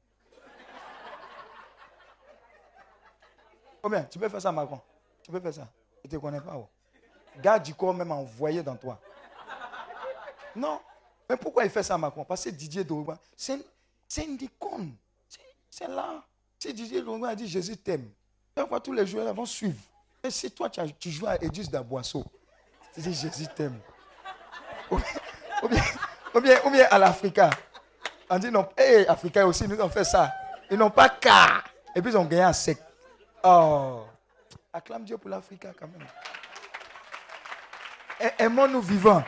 Combien? Tu peux faire ça à Macron. Tu peux faire ça. Il ne te connaît pas. Oh. Garde du corps même envoyé dans toi. Non. Mais pourquoi il fait ça à Macron? Parce que Didier Drogba, c'est une icône. C'est là. Si Didier Drogba a dit Jésus t'aime, tous les joueurs vont suivre. Et si toi tu joues à Edus Daboisseau, tu dis Jésus t'aime. Ou bien à l'Africa. On dit non, hey, Africains aussi, nous ont fait ça. Ils n'ont pas qu'à. Et puis ils ont gagné à sec. Oh. Acclame Dieu pour l'Africa quand même. Aimons-nous vivants.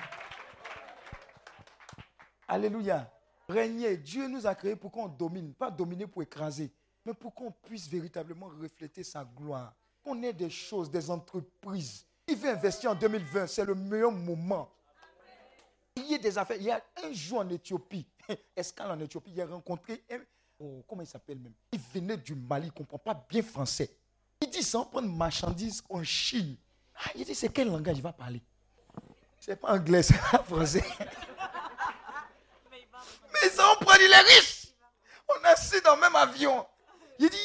Alléluia. Régner. Dieu nous a créés pour qu'on domine. Pas dominer pour écraser. Mais pour qu'on puisse véritablement refléter sa gloire. Qu'on ait des choses, des entreprises. Qui veut investir en 2020, c'est le meilleur moment. Il y a des affaires. Il y a un jour en Éthiopie, escale en Éthiopie, il a rencontré un... Oh, comment il s'appelle même? Il venait du Mali, il ne comprend pas bien français. Il dit, sans prendre marchandises en Chine. Il dit, c'est quel langage il va parler? C'est pas anglais, c'est pas français. Mais ça, on prend, il est riche. On est assis dans le même avion. Il dit...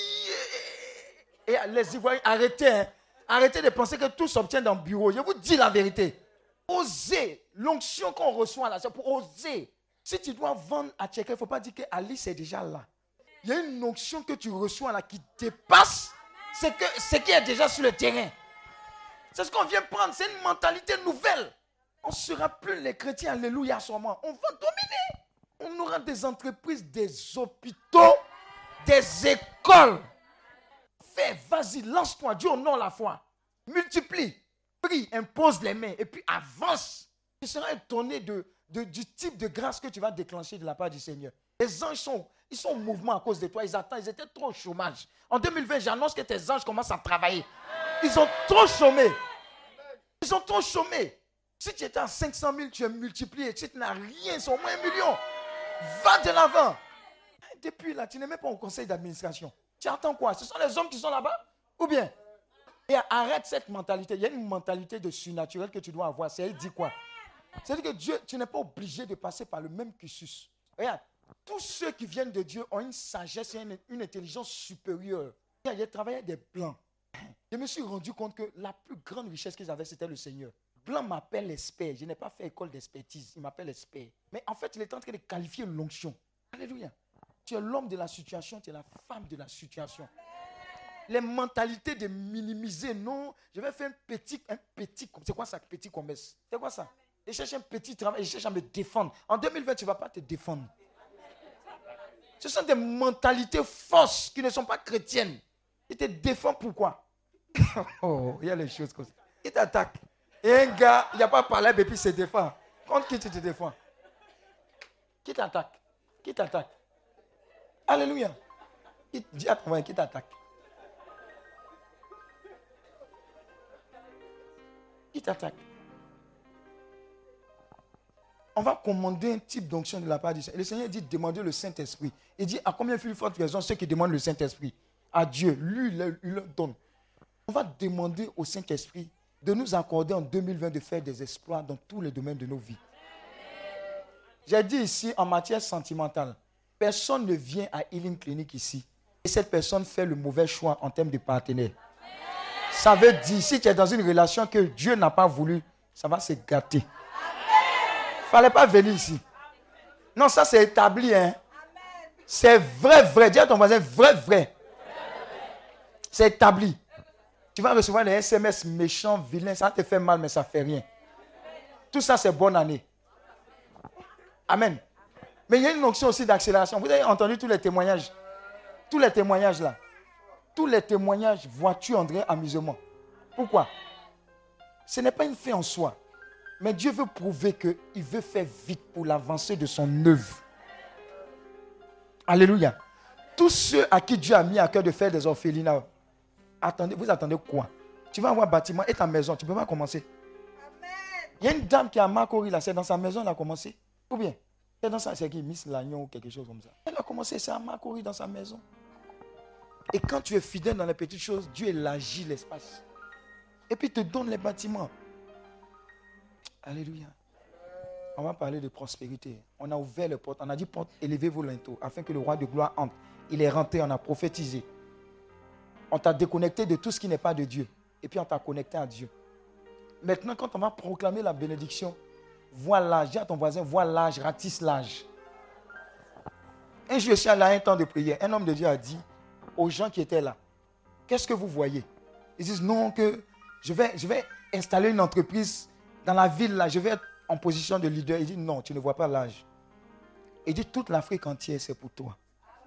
Et les Ivoiriens, arrêtez, hein. Arrêtez de penser que tout s'obtient dans le bureau. Je vous dis la vérité. Oser. L'onction qu'on reçoit là, c'est pour oser. Si tu dois vendre à quelqu'un, il ne faut pas dire que Alice est déjà là. Il y a une onction que tu reçois là qui dépasse ce qui est déjà sur le terrain. C'est ce qu'on vient prendre. C'est une mentalité nouvelle. On ne sera plus les chrétiens, alléluia, sûrement. On va dominer. On aura des entreprises, des hôpitaux, des écoles. Fais, vas-y, lance-toi. Dieu honore la foi. Multiplie. Prie, impose les mains et puis avance. Tu seras étonné du type de grâce que tu vas déclencher de la part du Seigneur. Les anges ils sont en mouvement à cause de toi. Ils attendent. Ils étaient trop au chômage. En 2020, j'annonce que tes anges commencent à travailler. Ils ont trop chômé. Ils ont trop chômé. Si tu étais à 500 000, tu es multiplié. Si tu n'as rien, c'est au moins 1 million. Va de l'avant. Depuis là, tu n'es même pas au conseil d'administration. Tu attends quoi? Ce sont les hommes qui sont là-bas? Ou bien? Et arrête cette mentalité. Il y a une mentalité de surnaturel que tu dois avoir. C'est elle dit quoi? C'est-à-dire que Dieu, tu n'es pas obligé de passer par le même cursus. Regarde, tous ceux qui viennent de Dieu ont une sagesse et une intelligence supérieure. J'ai travaillé avec des blancs. Je me suis rendu compte que la plus grande richesse qu'ils avaient, c'était le Seigneur. Blanc m'appelle expert. Je n'ai pas fait école d'expertise. Il m'appelle expert. Mais en fait, il est en train de qualifier l'onction. Alléluia. Tu es l'homme de la situation, tu es la femme de la situation. Les mentalités de minimiser, non, je vais faire un petit, c'est quoi ça, petit commerce? C'est quoi ça? Je cherche un petit travail, je cherche à me défendre. En 2020, tu ne vas pas te défendre. Ce sont des mentalités fausses qui ne sont pas chrétiennes. Ils te défendent pourquoi? Oh, il y a les choses comme ça. Ils t'attaquent. Et un gars, il n'y a pas parlé, et puis il se défend. Contre qui tu te défends? Qui t'attaque? Qui t'attaque? Alléluia. Dis à ton voisin qui t'attaque. Qui t'attaque? On va commander un type d'onction de la part du Seigneur. Le Seigneur dit demandez le Saint-Esprit. Il dit à combien plus forte raison ceux qui demandent le Saint-Esprit? À Dieu. Lui, il leur donne. On va demander au Saint-Esprit de nous accorder en 2020 de faire des exploits dans tous les domaines de nos vies. J'ai dit ici en matière sentimentale, personne ne vient à Healing Clinic ici et cette personne fait le mauvais choix en termes de partenaire. Ça veut dire, si tu es dans une relation que Dieu n'a pas voulu, ça va se gâter. Il ne fallait pas venir ici. Non, ça c'est établi. Hein. C'est vrai. Dis à ton voisin, vrai. C'est établi. Tu vas recevoir des SMS méchants, vilains, ça te fait mal, mais ça ne fait rien. Tout ça, c'est bonne année. Amen. Mais il y a une onction aussi d'accélération. Vous avez entendu tous les témoignages? Tous les témoignages là. Tous les témoignages, vois-tu, André, amusement. Pourquoi? Ce n'est pas une fin en soi. Mais Dieu veut prouver qu'il veut faire vite pour l'avancée de son œuvre. Alléluia. Tous ceux à qui Dieu a mis à cœur de faire des orphelinats, vous attendez quoi? Tu vas avoir un bâtiment et ta maison, tu ne peux pas commencer. Il y a une dame qui a Marcory là, c'est dans sa maison, elle a commencé. Ou bien, c'est dans sa, c'est qui, Miss Lagnon ou quelque chose comme ça. Elle a commencé, c'est à Marcory dans sa maison. Et quand tu es fidèle dans les petites choses, Dieu élargit l'espace. Et puis il te donne les bâtiments. Alléluia. On va parler de prospérité. On a ouvert les portes. On a dit porte, élevez vos linteaux afin que le roi de gloire entre. Il est rentré, on a prophétisé. On t'a déconnecté de tout ce qui n'est pas de Dieu. Et puis on t'a connecté à Dieu. Maintenant, quand on va proclamer la bénédiction, vois l'âge. Dis à ton voisin, vois l'âge, ratisse l'âge. Un jour, je suis allé à un temps de prière. Un homme de Dieu a dit aux gens qui étaient là, qu'est-ce que vous voyez? Ils disent, non, que je vais installer une entreprise dans la ville, là, je vais être en position de leader. Il dit, non, tu ne vois pas l'âge. Il dit, toute l'Afrique entière, c'est pour toi.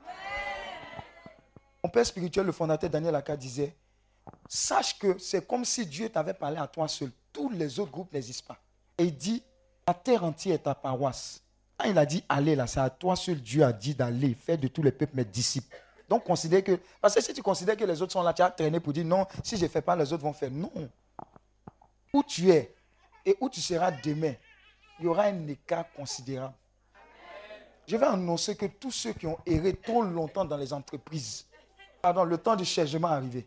Mon père spirituel, le fondateur Daniel Aka disait, sache que c'est comme si Dieu t'avait parlé à toi seul. Tous les autres groupes n'existent pas. Et il dit, la terre entière est ta paroisse. Quand il a dit aller là, c'est à toi seul Dieu a dit d'aller, faire de tous les peuples mes disciples. Donc considère que, parce que si tu considères que les autres sont là, tu as traîné pour dire non, si je ne fais pas, les autres vont faire. Non. Où tu es et où tu seras demain, il y aura un écart considérable. Je vais annoncer que tous ceux qui ont erré trop longtemps dans les entreprises, le temps du changement est arrivé.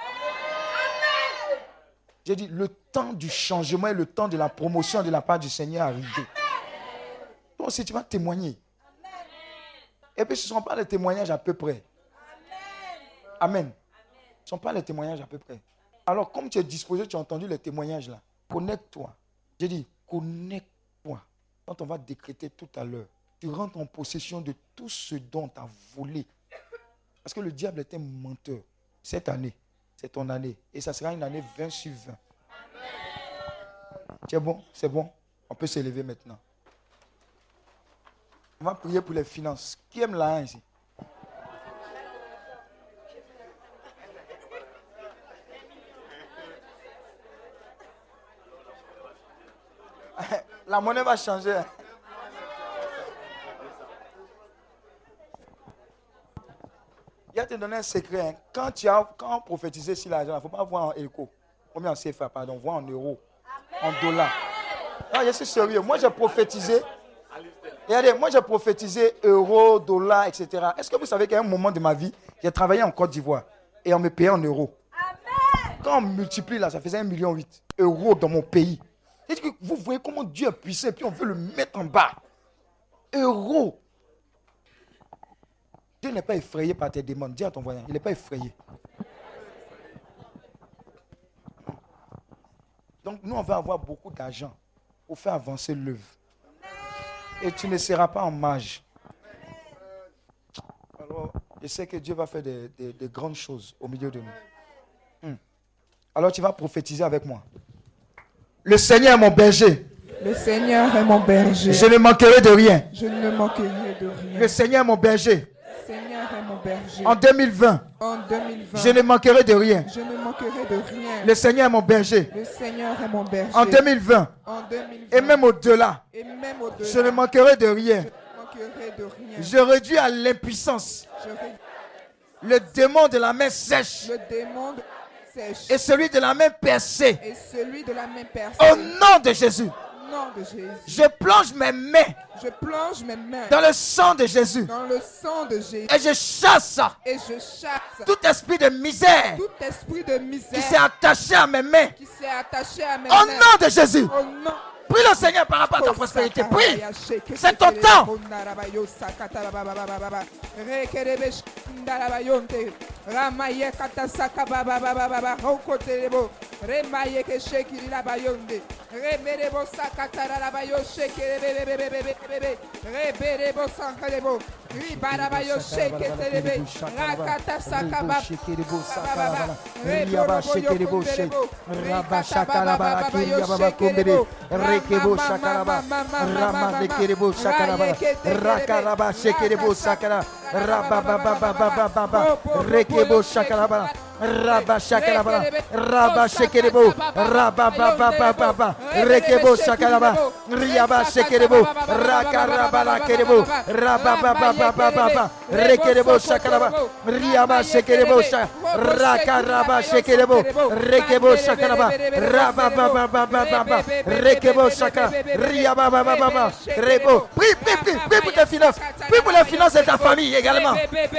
J'ai dit, le temps du changement et le temps de la promotion de la part du Seigneur est arrivé. Toi aussi, tu vas témoigner. Et puis, ce ne sont pas les témoignages à peu près. Amen. Ce ne sont pas les témoignages à peu près. Alors, comme tu es disposé, tu as entendu les témoignages là. Connecte-toi. J'ai dit, connecte-toi. Quand on va décréter tout à l'heure, tu rentres en possession de tout ce dont tu as volé. Parce que le diable est un menteur. Cette année, c'est ton année. Et ça sera une année 20 sur 20. C'est bon? C'est bon? On peut s'élever maintenant. On va prier pour les finances. Qui aime la 1 ici? La monnaie va changer. Il va te donner un secret. Hein. Quand on prophétisait sur l'argent, il ne faut pas voir en écho. Combien en CFA, pardon, voir en euros, en dollars. Non, je suis sérieux. Moi, j'ai prophétisé. Regardez, moi, j'ai prophétisé euros, dollars, etc. Est-ce que vous savez qu'à un moment de ma vie, j'ai travaillé en Côte d'Ivoire et on me payait en euros. Amen. Quand on multiplie là, ça faisait 1,8 million euros dans mon pays. C'est que vous voyez comment Dieu est puissant et puis on veut le mettre en bas. Euros. Dieu n'est pas effrayé par tes demandes. Dis à ton voisin, il n'est pas effrayé. Donc nous, on va avoir beaucoup d'argent pour faire avancer l'œuvre. Et tu ne seras pas en marge. Alors, je sais que Dieu va faire des grandes choses au milieu de nous. Alors tu vas prophétiser avec moi. Le Seigneur est mon berger. Le Seigneur est mon berger. Je ne manquerai de rien. Je ne manquerai de rien. Le Seigneur est mon berger. Le Seigneur est mon berger. En 2020, je ne manquerai de rien. Je ne manquerai de rien. Le Seigneur est mon berger. Le Seigneur est mon berger. En 2020, et même au-delà, je ne manquerai de rien. Je réduis à l'impuissance le démon de la main sèche. Le démon sèche. Et celui de la main percée. Et celui de la main percée. Au nom de Jésus. Nom de Jésus. Je plonge mes mains. Je plonge mes mains dans le sang de Jésus. Dans le sang de Jésus. Et je chasse. Et je chasse tout esprit de misère. Tout esprit de misère. Qui s'est attaché à mes mains. Qui s'est attaché à mes mains. Au nom de Jésus. Au nom. Prie le Seigneur par rapport à ta prospérité. Prie. C'est ton temps. Rekebo shakaraba rama dekebo shakaraba rakaraba shekerebo sakara rababababababa rekebo shakaraba raba shakaraba raba shekerebo rabababababa rekebo shakaraba riaba shekerebo rakaraba la kerebo rabababababa rekerebo shakaraba riaba shekerebo rakaraba shekerebo rekebo shakaraba rabababababa rekebo shaka riaba baba rebo prie pour tes finances, prie pour les finances de ta famille également.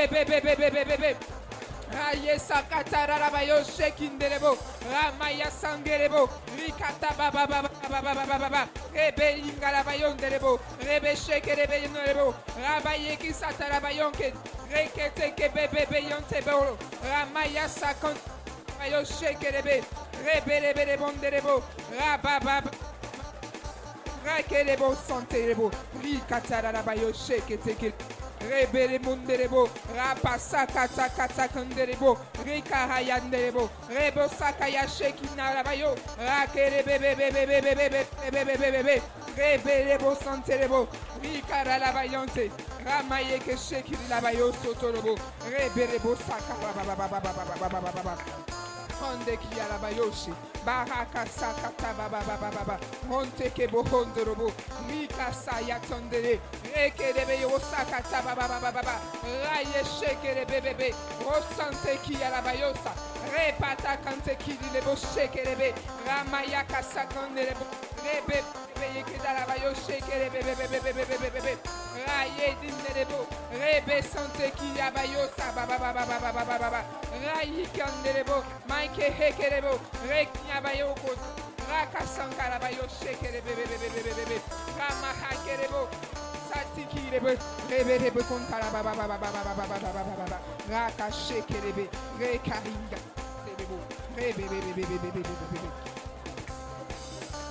Aye sakatara rabayo shekinderebo ramaya sangerebo rikata baba baba baba baba rebe ingala bayonderebo rebe shekerebe yonerebo rabaye ki satara bayonke rekete ke bebe yonte bolo ramaya sakon bayo shekerebe rebe rebe bonderebo rababa rakelebo santerebo rikata rabayo shekete Rebele munderebo, rapasa kata kata kanderebo, rikahayanderebo, rebo sakaya shekina rabayo, rakere bebe bebe bebe bebe bebe bebe, rebelebo santerebo, rikara labayante, ramaye ke shekiri labayo sotorobo, rebelebo sakaba. Honde ki alabayoshi baraka sakata baba honte ke bohondorobo rika saya tondere reke debe yo sakata baba raye shekere bebe osante ki alabayosa repata kante ki lebo shekere be ramaya kasakondere rebe yeke dalabayo shekere bebe raye dinderebo rebe sante ki alabayosa baba rayi kanderebo Maike hekerebo, reknya bayoko, raka sankara bayo shekerebe, rama hakerebo, satikirebe, rebebe konkara baba, raka shekerebe, rekaringa, sebebo, rebebe.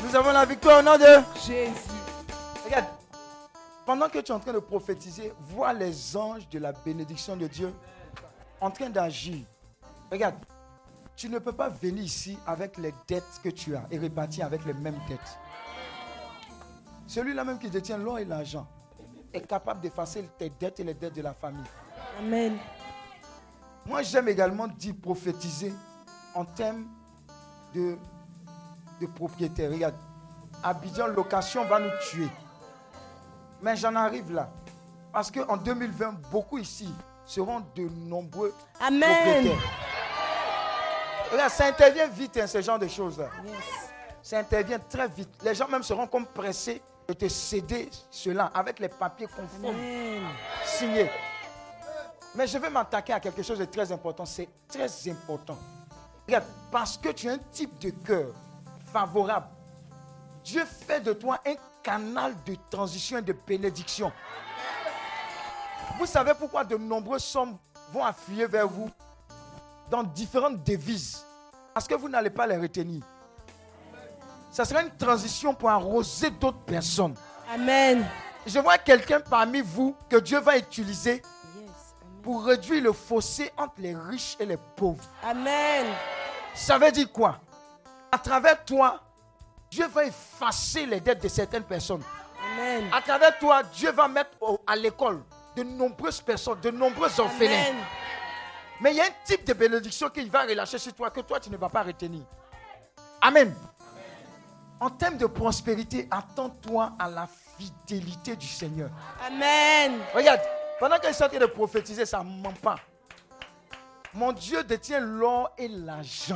Nous avons la victoire au nom de Jésus. Regarde, pendant que tu es en train de prophétiser, vois les anges de la bénédiction de Dieu en train d'agir. Regarde, tu ne peux pas venir ici avec les dettes que tu as et repartir avec les mêmes dettes. Celui-là même qui détient l'or et l'argent est capable d'effacer tes dettes et les dettes de la famille. Amen. Moi, j'aime également dire prophétiser en termes de propriétaire. Regarde, Abidjan location va nous tuer. Mais j'en arrive là. Parce qu'en 2020, beaucoup ici seront de nombreux propriétaires. Regarde, ça intervient vite, hein, ce genre de choses-là. Yes. Ça intervient très vite. Les gens même seront comme pressés de te céder cela avec les papiers conformes signés. Mais je vais m'attaquer à quelque chose de très important. C'est très important. Regarde, parce que tu as un type de cœur favorable, Dieu fait de toi un canal de transition et de bénédiction. Vous savez pourquoi de nombreux sommes vont affluer vers vous dans différentes devises? Parce que vous n'allez pas les retenir. Ça sera une transition pour arroser d'autres personnes. Amen. Je vois quelqu'un parmi vous que Dieu va utiliser pour réduire le fossé entre les riches et les pauvres. Amen. Ça veut dire quoi? À travers toi, Dieu va effacer les dettes de certaines personnes. Amen. À travers toi, Dieu va mettre à l'école de nombreuses personnes, de nombreux orphelins. Amen. Mais il y a un type de bénédiction qu'il va relâcher sur toi que toi, tu ne vas pas retenir. Amen. En termes de prospérité, attends-toi à la fidélité du Seigneur. Amen. Regarde, pendant que je suis en train de prophétiser, ça ne ment pas. Mon Dieu détient l'or et l'argent.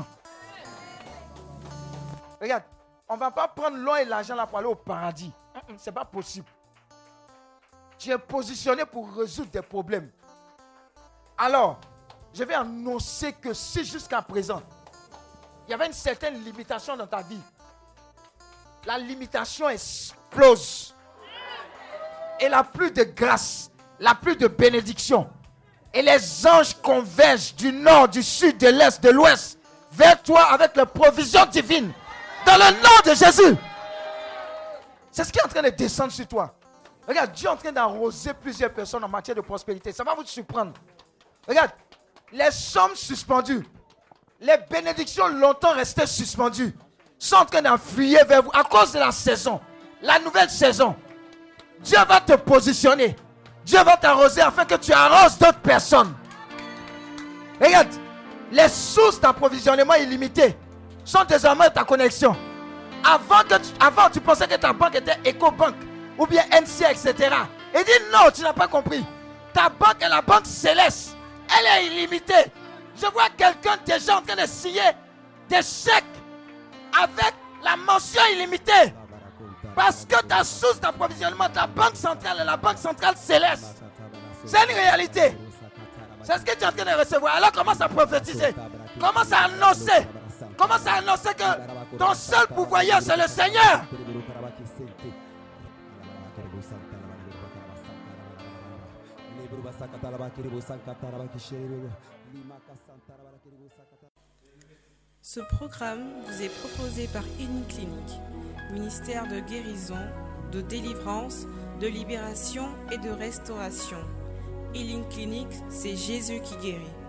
Regarde, on ne va pas prendre l'or et l'argent là pour aller au paradis. Ce n'est pas possible. Tu es positionné pour résoudre des problèmes. Alors, je vais annoncer que si jusqu'à présent, il y avait une certaine limitation dans ta vie, la limitation explose. Et la pluie de grâce, la pluie de bénédiction. Et les anges convergent du nord, du sud, de l'est, de l'ouest vers toi avec les provisions divines. Dans le nom de Jésus. C'est ce qui est en train de descendre sur toi. Regarde, Dieu est en train d'arroser plusieurs personnes en matière de prospérité. Ça va vous surprendre. Regarde, les sommes suspendues, les bénédictions longtemps restées suspendues, sont en train d'enfuir vers vous à cause de la saison, la nouvelle saison. Dieu va te positionner. Dieu va t'arroser afin que tu arroses d'autres personnes. Regarde, les sources d'approvisionnement illimitées sont désormais ta connexion. Avant, tu pensais que ta banque était EcoBank ou bien NCA, etc. Et dit non, tu n'as pas compris. Ta banque est la banque céleste. Elle est illimitée. Je vois quelqu'un déjà en train de signer des chèques avec la mention illimitée. Parce que ta source d'approvisionnement, ta banque centrale est la banque centrale céleste. C'est une réalité. C'est ce que tu es en train de recevoir. Alors commence à prophétiser. Commence à annoncer. Commence à annoncer que ton seul pourvoyeur, c'est le Seigneur. Ce programme vous est proposé par Uniclinique, ministère de guérison, de délivrance, de libération et de restauration. Healing Clinic, c'est Jésus qui guérit.